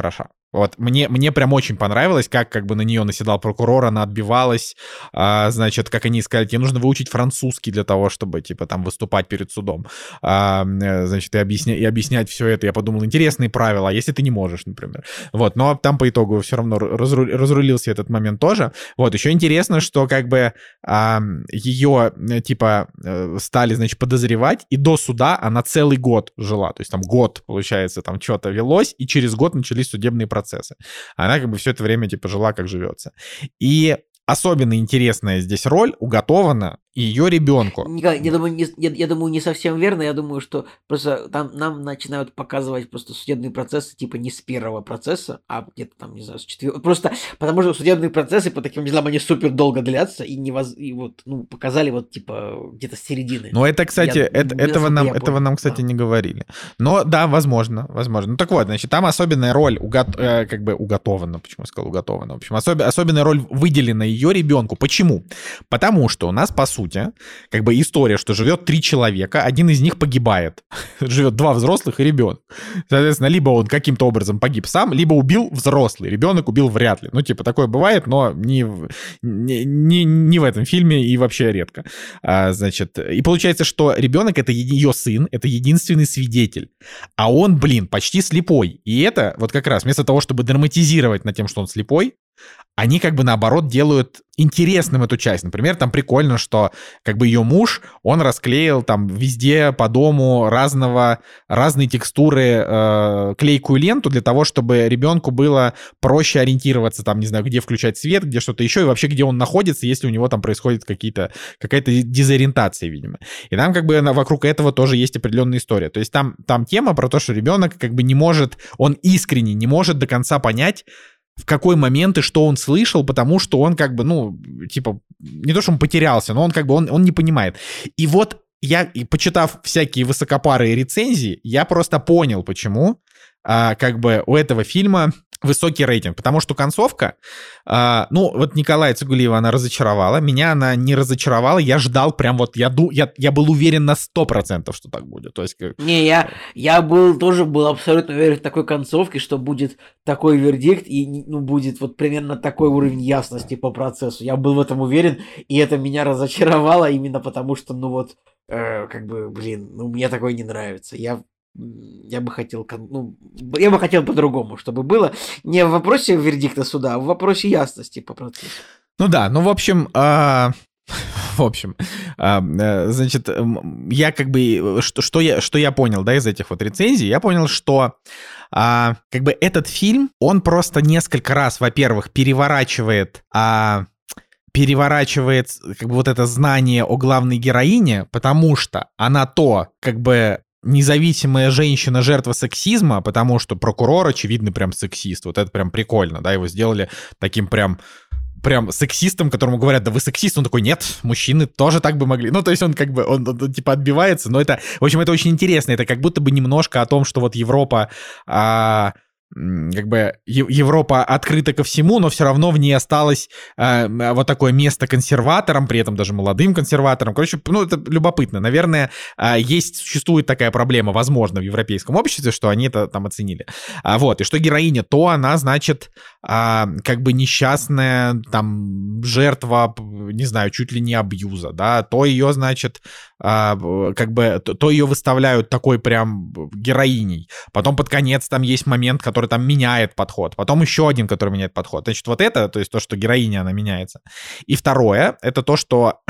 Вот, мне, мне прям очень понравилось, как как бы на нее наседал прокурор, она отбивалась, а, значит, как они сказали, тебе нужно выучить французский для того, чтобы, типа, там, выступать перед судом, а, значит, и, объясня, и объяснять все это. Я подумал, интересные правила, а если ты не можешь, например. Вот, но там по итогу все равно разру, разрулился этот момент тоже. Вот, еще интересно, что, как бы, а, ее, типа, стали, значит, подозревать, и до суда она целый год жила, то есть там год, получается, там что-то велось, и через год начались судебные процессы. процессы. Она как бы все это время типа жила, как живется. И особенно интересная здесь роль уготована ее ребенку. Николай, я думаю, не, я, я думаю, не совсем верно. Я думаю, что просто там нам начинают показывать просто судебные процессы типа не с первого процесса, а где-то там, не знаю, с четвертого. Просто потому что судебные процессы по таким делам, они супер долго длятся, и, не воз... и вот, ну, показали вот типа где-то с середины. Ну, это, кстати, я, это, этого, нам, этого понял. нам, кстати, да. не говорили. Но да, возможно, возможно. Ну, так вот, значит, там особенная роль уго... э, как бы уготована, почему я сказал уготована. В общем, особ... особенная роль выделена ее ребенку. Почему? Потому что у нас, по сути, как бы история, что живет три человека, один из них погибает. Живет два взрослых и ребенок. Соответственно, либо он каким-то образом погиб сам, либо убил взрослый. Ребенок убил вряд ли. Ну, типа, такое бывает, но не в, не, не, не в этом фильме и вообще редко. А, значит, и получается, что ребенок — это ее сын, это единственный свидетель. А он, блин, почти слепой. И это вот как раз вместо того, чтобы драматизировать над тем, что он слепой, они как бы наоборот делают интересным эту часть. Например, там прикольно, что как бы ее муж, он расклеил там везде по дому разного, разные текстуры, э, клейкую ленту для того, чтобы ребенку было проще ориентироваться, там, не знаю, где включать свет, где что-то еще, и вообще где он находится, если у него там происходит какие-то, какая-то дезориентация, видимо. И там как бы вокруг этого тоже есть определенная история. То есть там, там тема про то, что ребенок как бы не может, он искренне не может до конца понять, в какой момент и что он слышал, потому что он как бы, ну, типа, не то, что он потерялся, но он как бы, он, он не понимает. И вот я, почитав всякие высокопарые рецензии, я просто понял, почему а, как бы у этого фильма высокий рейтинг, потому что концовка, э, ну, вот Николая Цигулиева она разочаровала, меня она не разочаровала, я ждал прям вот, я, ду, я, я был уверен на сто процентов, что так будет, то есть... Не, я, я был, тоже был абсолютно уверен в такой концовке, что будет такой вердикт, и, ну, будет вот примерно такой уровень ясности по процессу, я был в этом уверен, и это меня разочаровало именно потому, что, ну, вот, э, как бы, блин, ну, мне такое не нравится, я... Я бы хотел, ну, я бы хотел по-другому, чтобы было не в вопросе вердикта суда, а в вопросе ясности по процессу. Ну да, ну в общем, а... в общем, а, значит, я как бы что, что я что я понял, да, из этих вот рецензий, я понял, что а, как бы этот фильм, он просто несколько раз, во-первых, переворачивает. А, переворачивает как бы вот это знание о главной героине, потому что она то как бы независимая женщина, жертва сексизма, потому что прокурор, очевидно, прям сексист. Вот это прям прикольно, да, его сделали таким прям прям сексистом, которому говорят, да вы сексист, он такой, нет, мужчины тоже так бы могли. Ну, то есть он как бы, он, он, он типа отбивается, но это, в общем, это очень интересно, это как будто бы немножко о том, что вот Европа... А, как бы Европа открыта ко всему, но все равно в ней осталось э, вот такое место консерваторам, при этом даже молодым консерваторам. Короче, ну, это любопытно. Наверное, э, есть, существует такая проблема, возможно, в европейском обществе, что они это там оценили. А, вот, и что героиня, то она, значит, э, как бы несчастная, там, жертва, не знаю, чуть ли не абьюза, да, то ее, значит, э, как бы, то, то ее выставляют такой прям героиней. Потом под конец там есть момент, который который там меняет подход. Потом еще один, который меняет подход. Значит, вот это, то есть то, что героиня, она меняется. И второе, это то, что...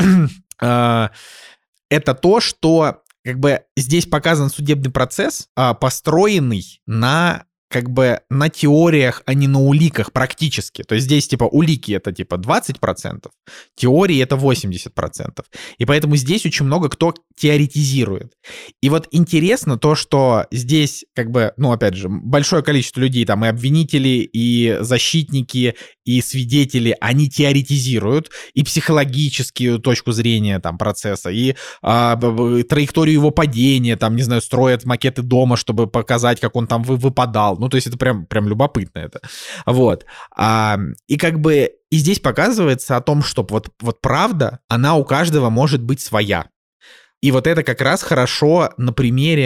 э, это то, что как бы здесь показан судебный процесс, э, построенный на... как бы на теориях, а не на уликах практически. То есть здесь типа улики это типа двадцать процентов, теории это восемьдесят процентов. И поэтому здесь очень много кто теоретизирует. И вот интересно то, что здесь как бы, ну опять же, большое количество людей, там и обвинители, и защитники, и свидетели, они теоретизируют и психологическую точку зрения там процесса, и а, траекторию его падения, там, не знаю, строят макеты дома, чтобы показать, как он там вы, выпадал. Ну, то есть это прям, прям любопытно это. Вот. А, и как бы и здесь показывается о том, что вот, вот правда, она у каждого может быть своя. И вот это как раз хорошо на примере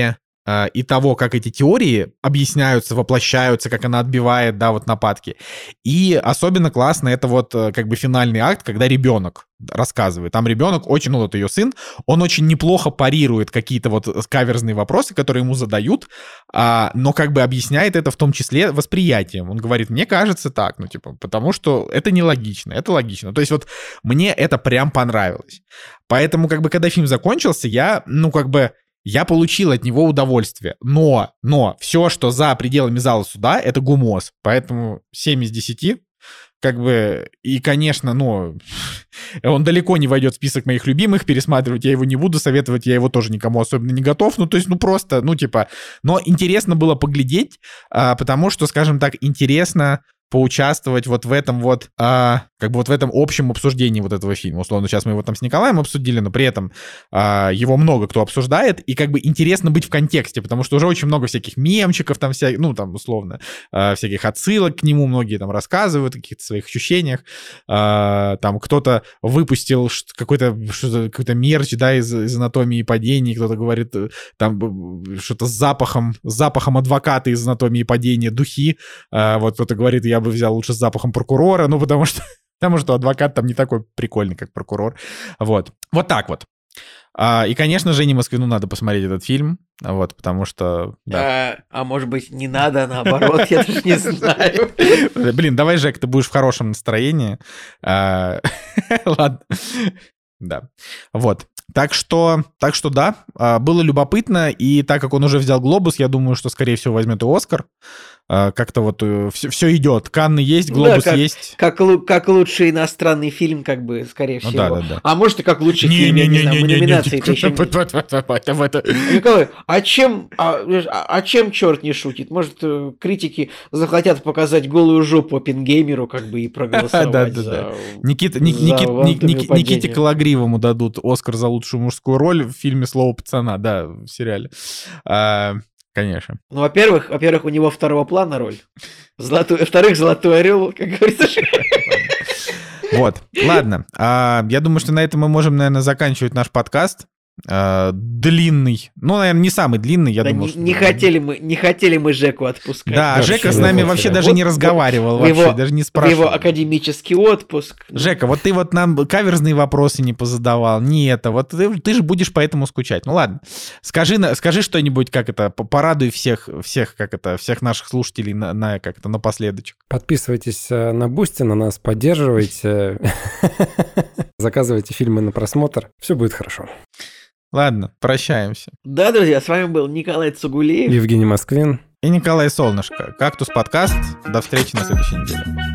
э, и того, как эти теории объясняются, воплощаются, как она отбивает, да, вот нападки. И особенно классно это вот э, как бы финальный акт, когда ребенок рассказывает. Там ребенок очень, ну вот ее сын, он очень неплохо парирует какие-то вот каверзные вопросы, которые ему задают, а, но как бы объясняет это в том числе восприятием. Он говорит, мне кажется так, ну типа, потому что это нелогично, это логично. То есть вот мне это прям понравилось. Поэтому как бы когда фильм закончился, я, ну как бы, я получил от него удовольствие. Но, но все, что за пределами зала суда, это гумоз. Поэтому семь из десяти. Как бы, и, конечно, ну, он далеко не войдет в список моих любимых, пересматривать я его не буду, советовать я его тоже никому особенно не готов, ну, то есть, ну, просто, ну, типа, но интересно было поглядеть, а, потому что, скажем так, интересно поучаствовать вот в этом вот, а, как бы вот в этом общем обсуждении вот этого фильма. Условно, сейчас мы его там с Николаем обсудили, но при этом а, его много кто обсуждает, и как бы интересно быть в контексте, потому что уже очень много всяких мемчиков там, вся, ну, там, условно, а, всяких отсылок к нему, многие там рассказывают о каких-то своих ощущениях, а, там кто-то выпустил какой-то, какой-то мерч, да, из, из анатомии падений, кто-то говорит там что-то с запахом, с запахом адвоката из анатомии падения, духи, а, вот кто-то говорит, я бы взял лучше с запахом прокурора, ну, потому что, потому что адвокат там не такой прикольный, как прокурор. Вот. Вот так вот. А, и, конечно, Жене Москвину надо посмотреть этот фильм, вот, потому что... Да. А, а может быть, не надо, наоборот, я даже не знаю. Блин, давай, Жек, ты будешь в хорошем настроении. Ладно. Да. Вот. Так что, так что да, было любопытно, и так как он уже взял «Глобус», я думаю, что, скорее всего, возьмет и «Оскар». Как-то вот все, все идет. Канны есть, «Глобус» да, как, есть. Как, как лучший иностранный фильм, как бы, скорее всего. Ну, да, да, да. А может, и как лучший не, фильм, не, я не, не знаю, мы номинации-то еще не... Николай, а чем, а, а чем черт не шутит? Может, критики захотят показать голую жопу Оппенгеймеру, как бы, и проголосовать за... Никите Кологривому дадут «Оскар» за лучшую мужскую роль в фильме «Слово пацана», да, в сериале. Конечно. Ну, во-первых, во-первых, у него второго плана роль. Золотой, во-вторых, «Золотой орел», как говорится. Вот, ладно. А, я думаю, что на этом мы можем, наверное, заканчивать наш подкаст. А, длинный. Ну, наверное, не самый длинный, я да думал. Не, что... не, хотели мы, не хотели мы Жеку отпускать. Да, да, Жека с нами вообще даже вот, не разговаривал, вообще, его, даже не спрашивал. Его академический отпуск. Жека, вот ты вот нам каверзные вопросы не позадавал, не это. Вот ты, ты же будешь поэтому скучать. Ну ладно. Скажи, скажи что-нибудь, как это, порадуй всех, всех, как это, всех наших слушателей на, на как это, напоследочек. Подписывайтесь на Бусти, на нас поддерживайте. Заказывайте фильмы на просмотр. Все будет хорошо. Ладно, прощаемся. Да, друзья, с вами был Николай Цугулиев, Евгений Москвин и Николай Солнышко. «Кактус» подкаст. До встречи на следующей неделе.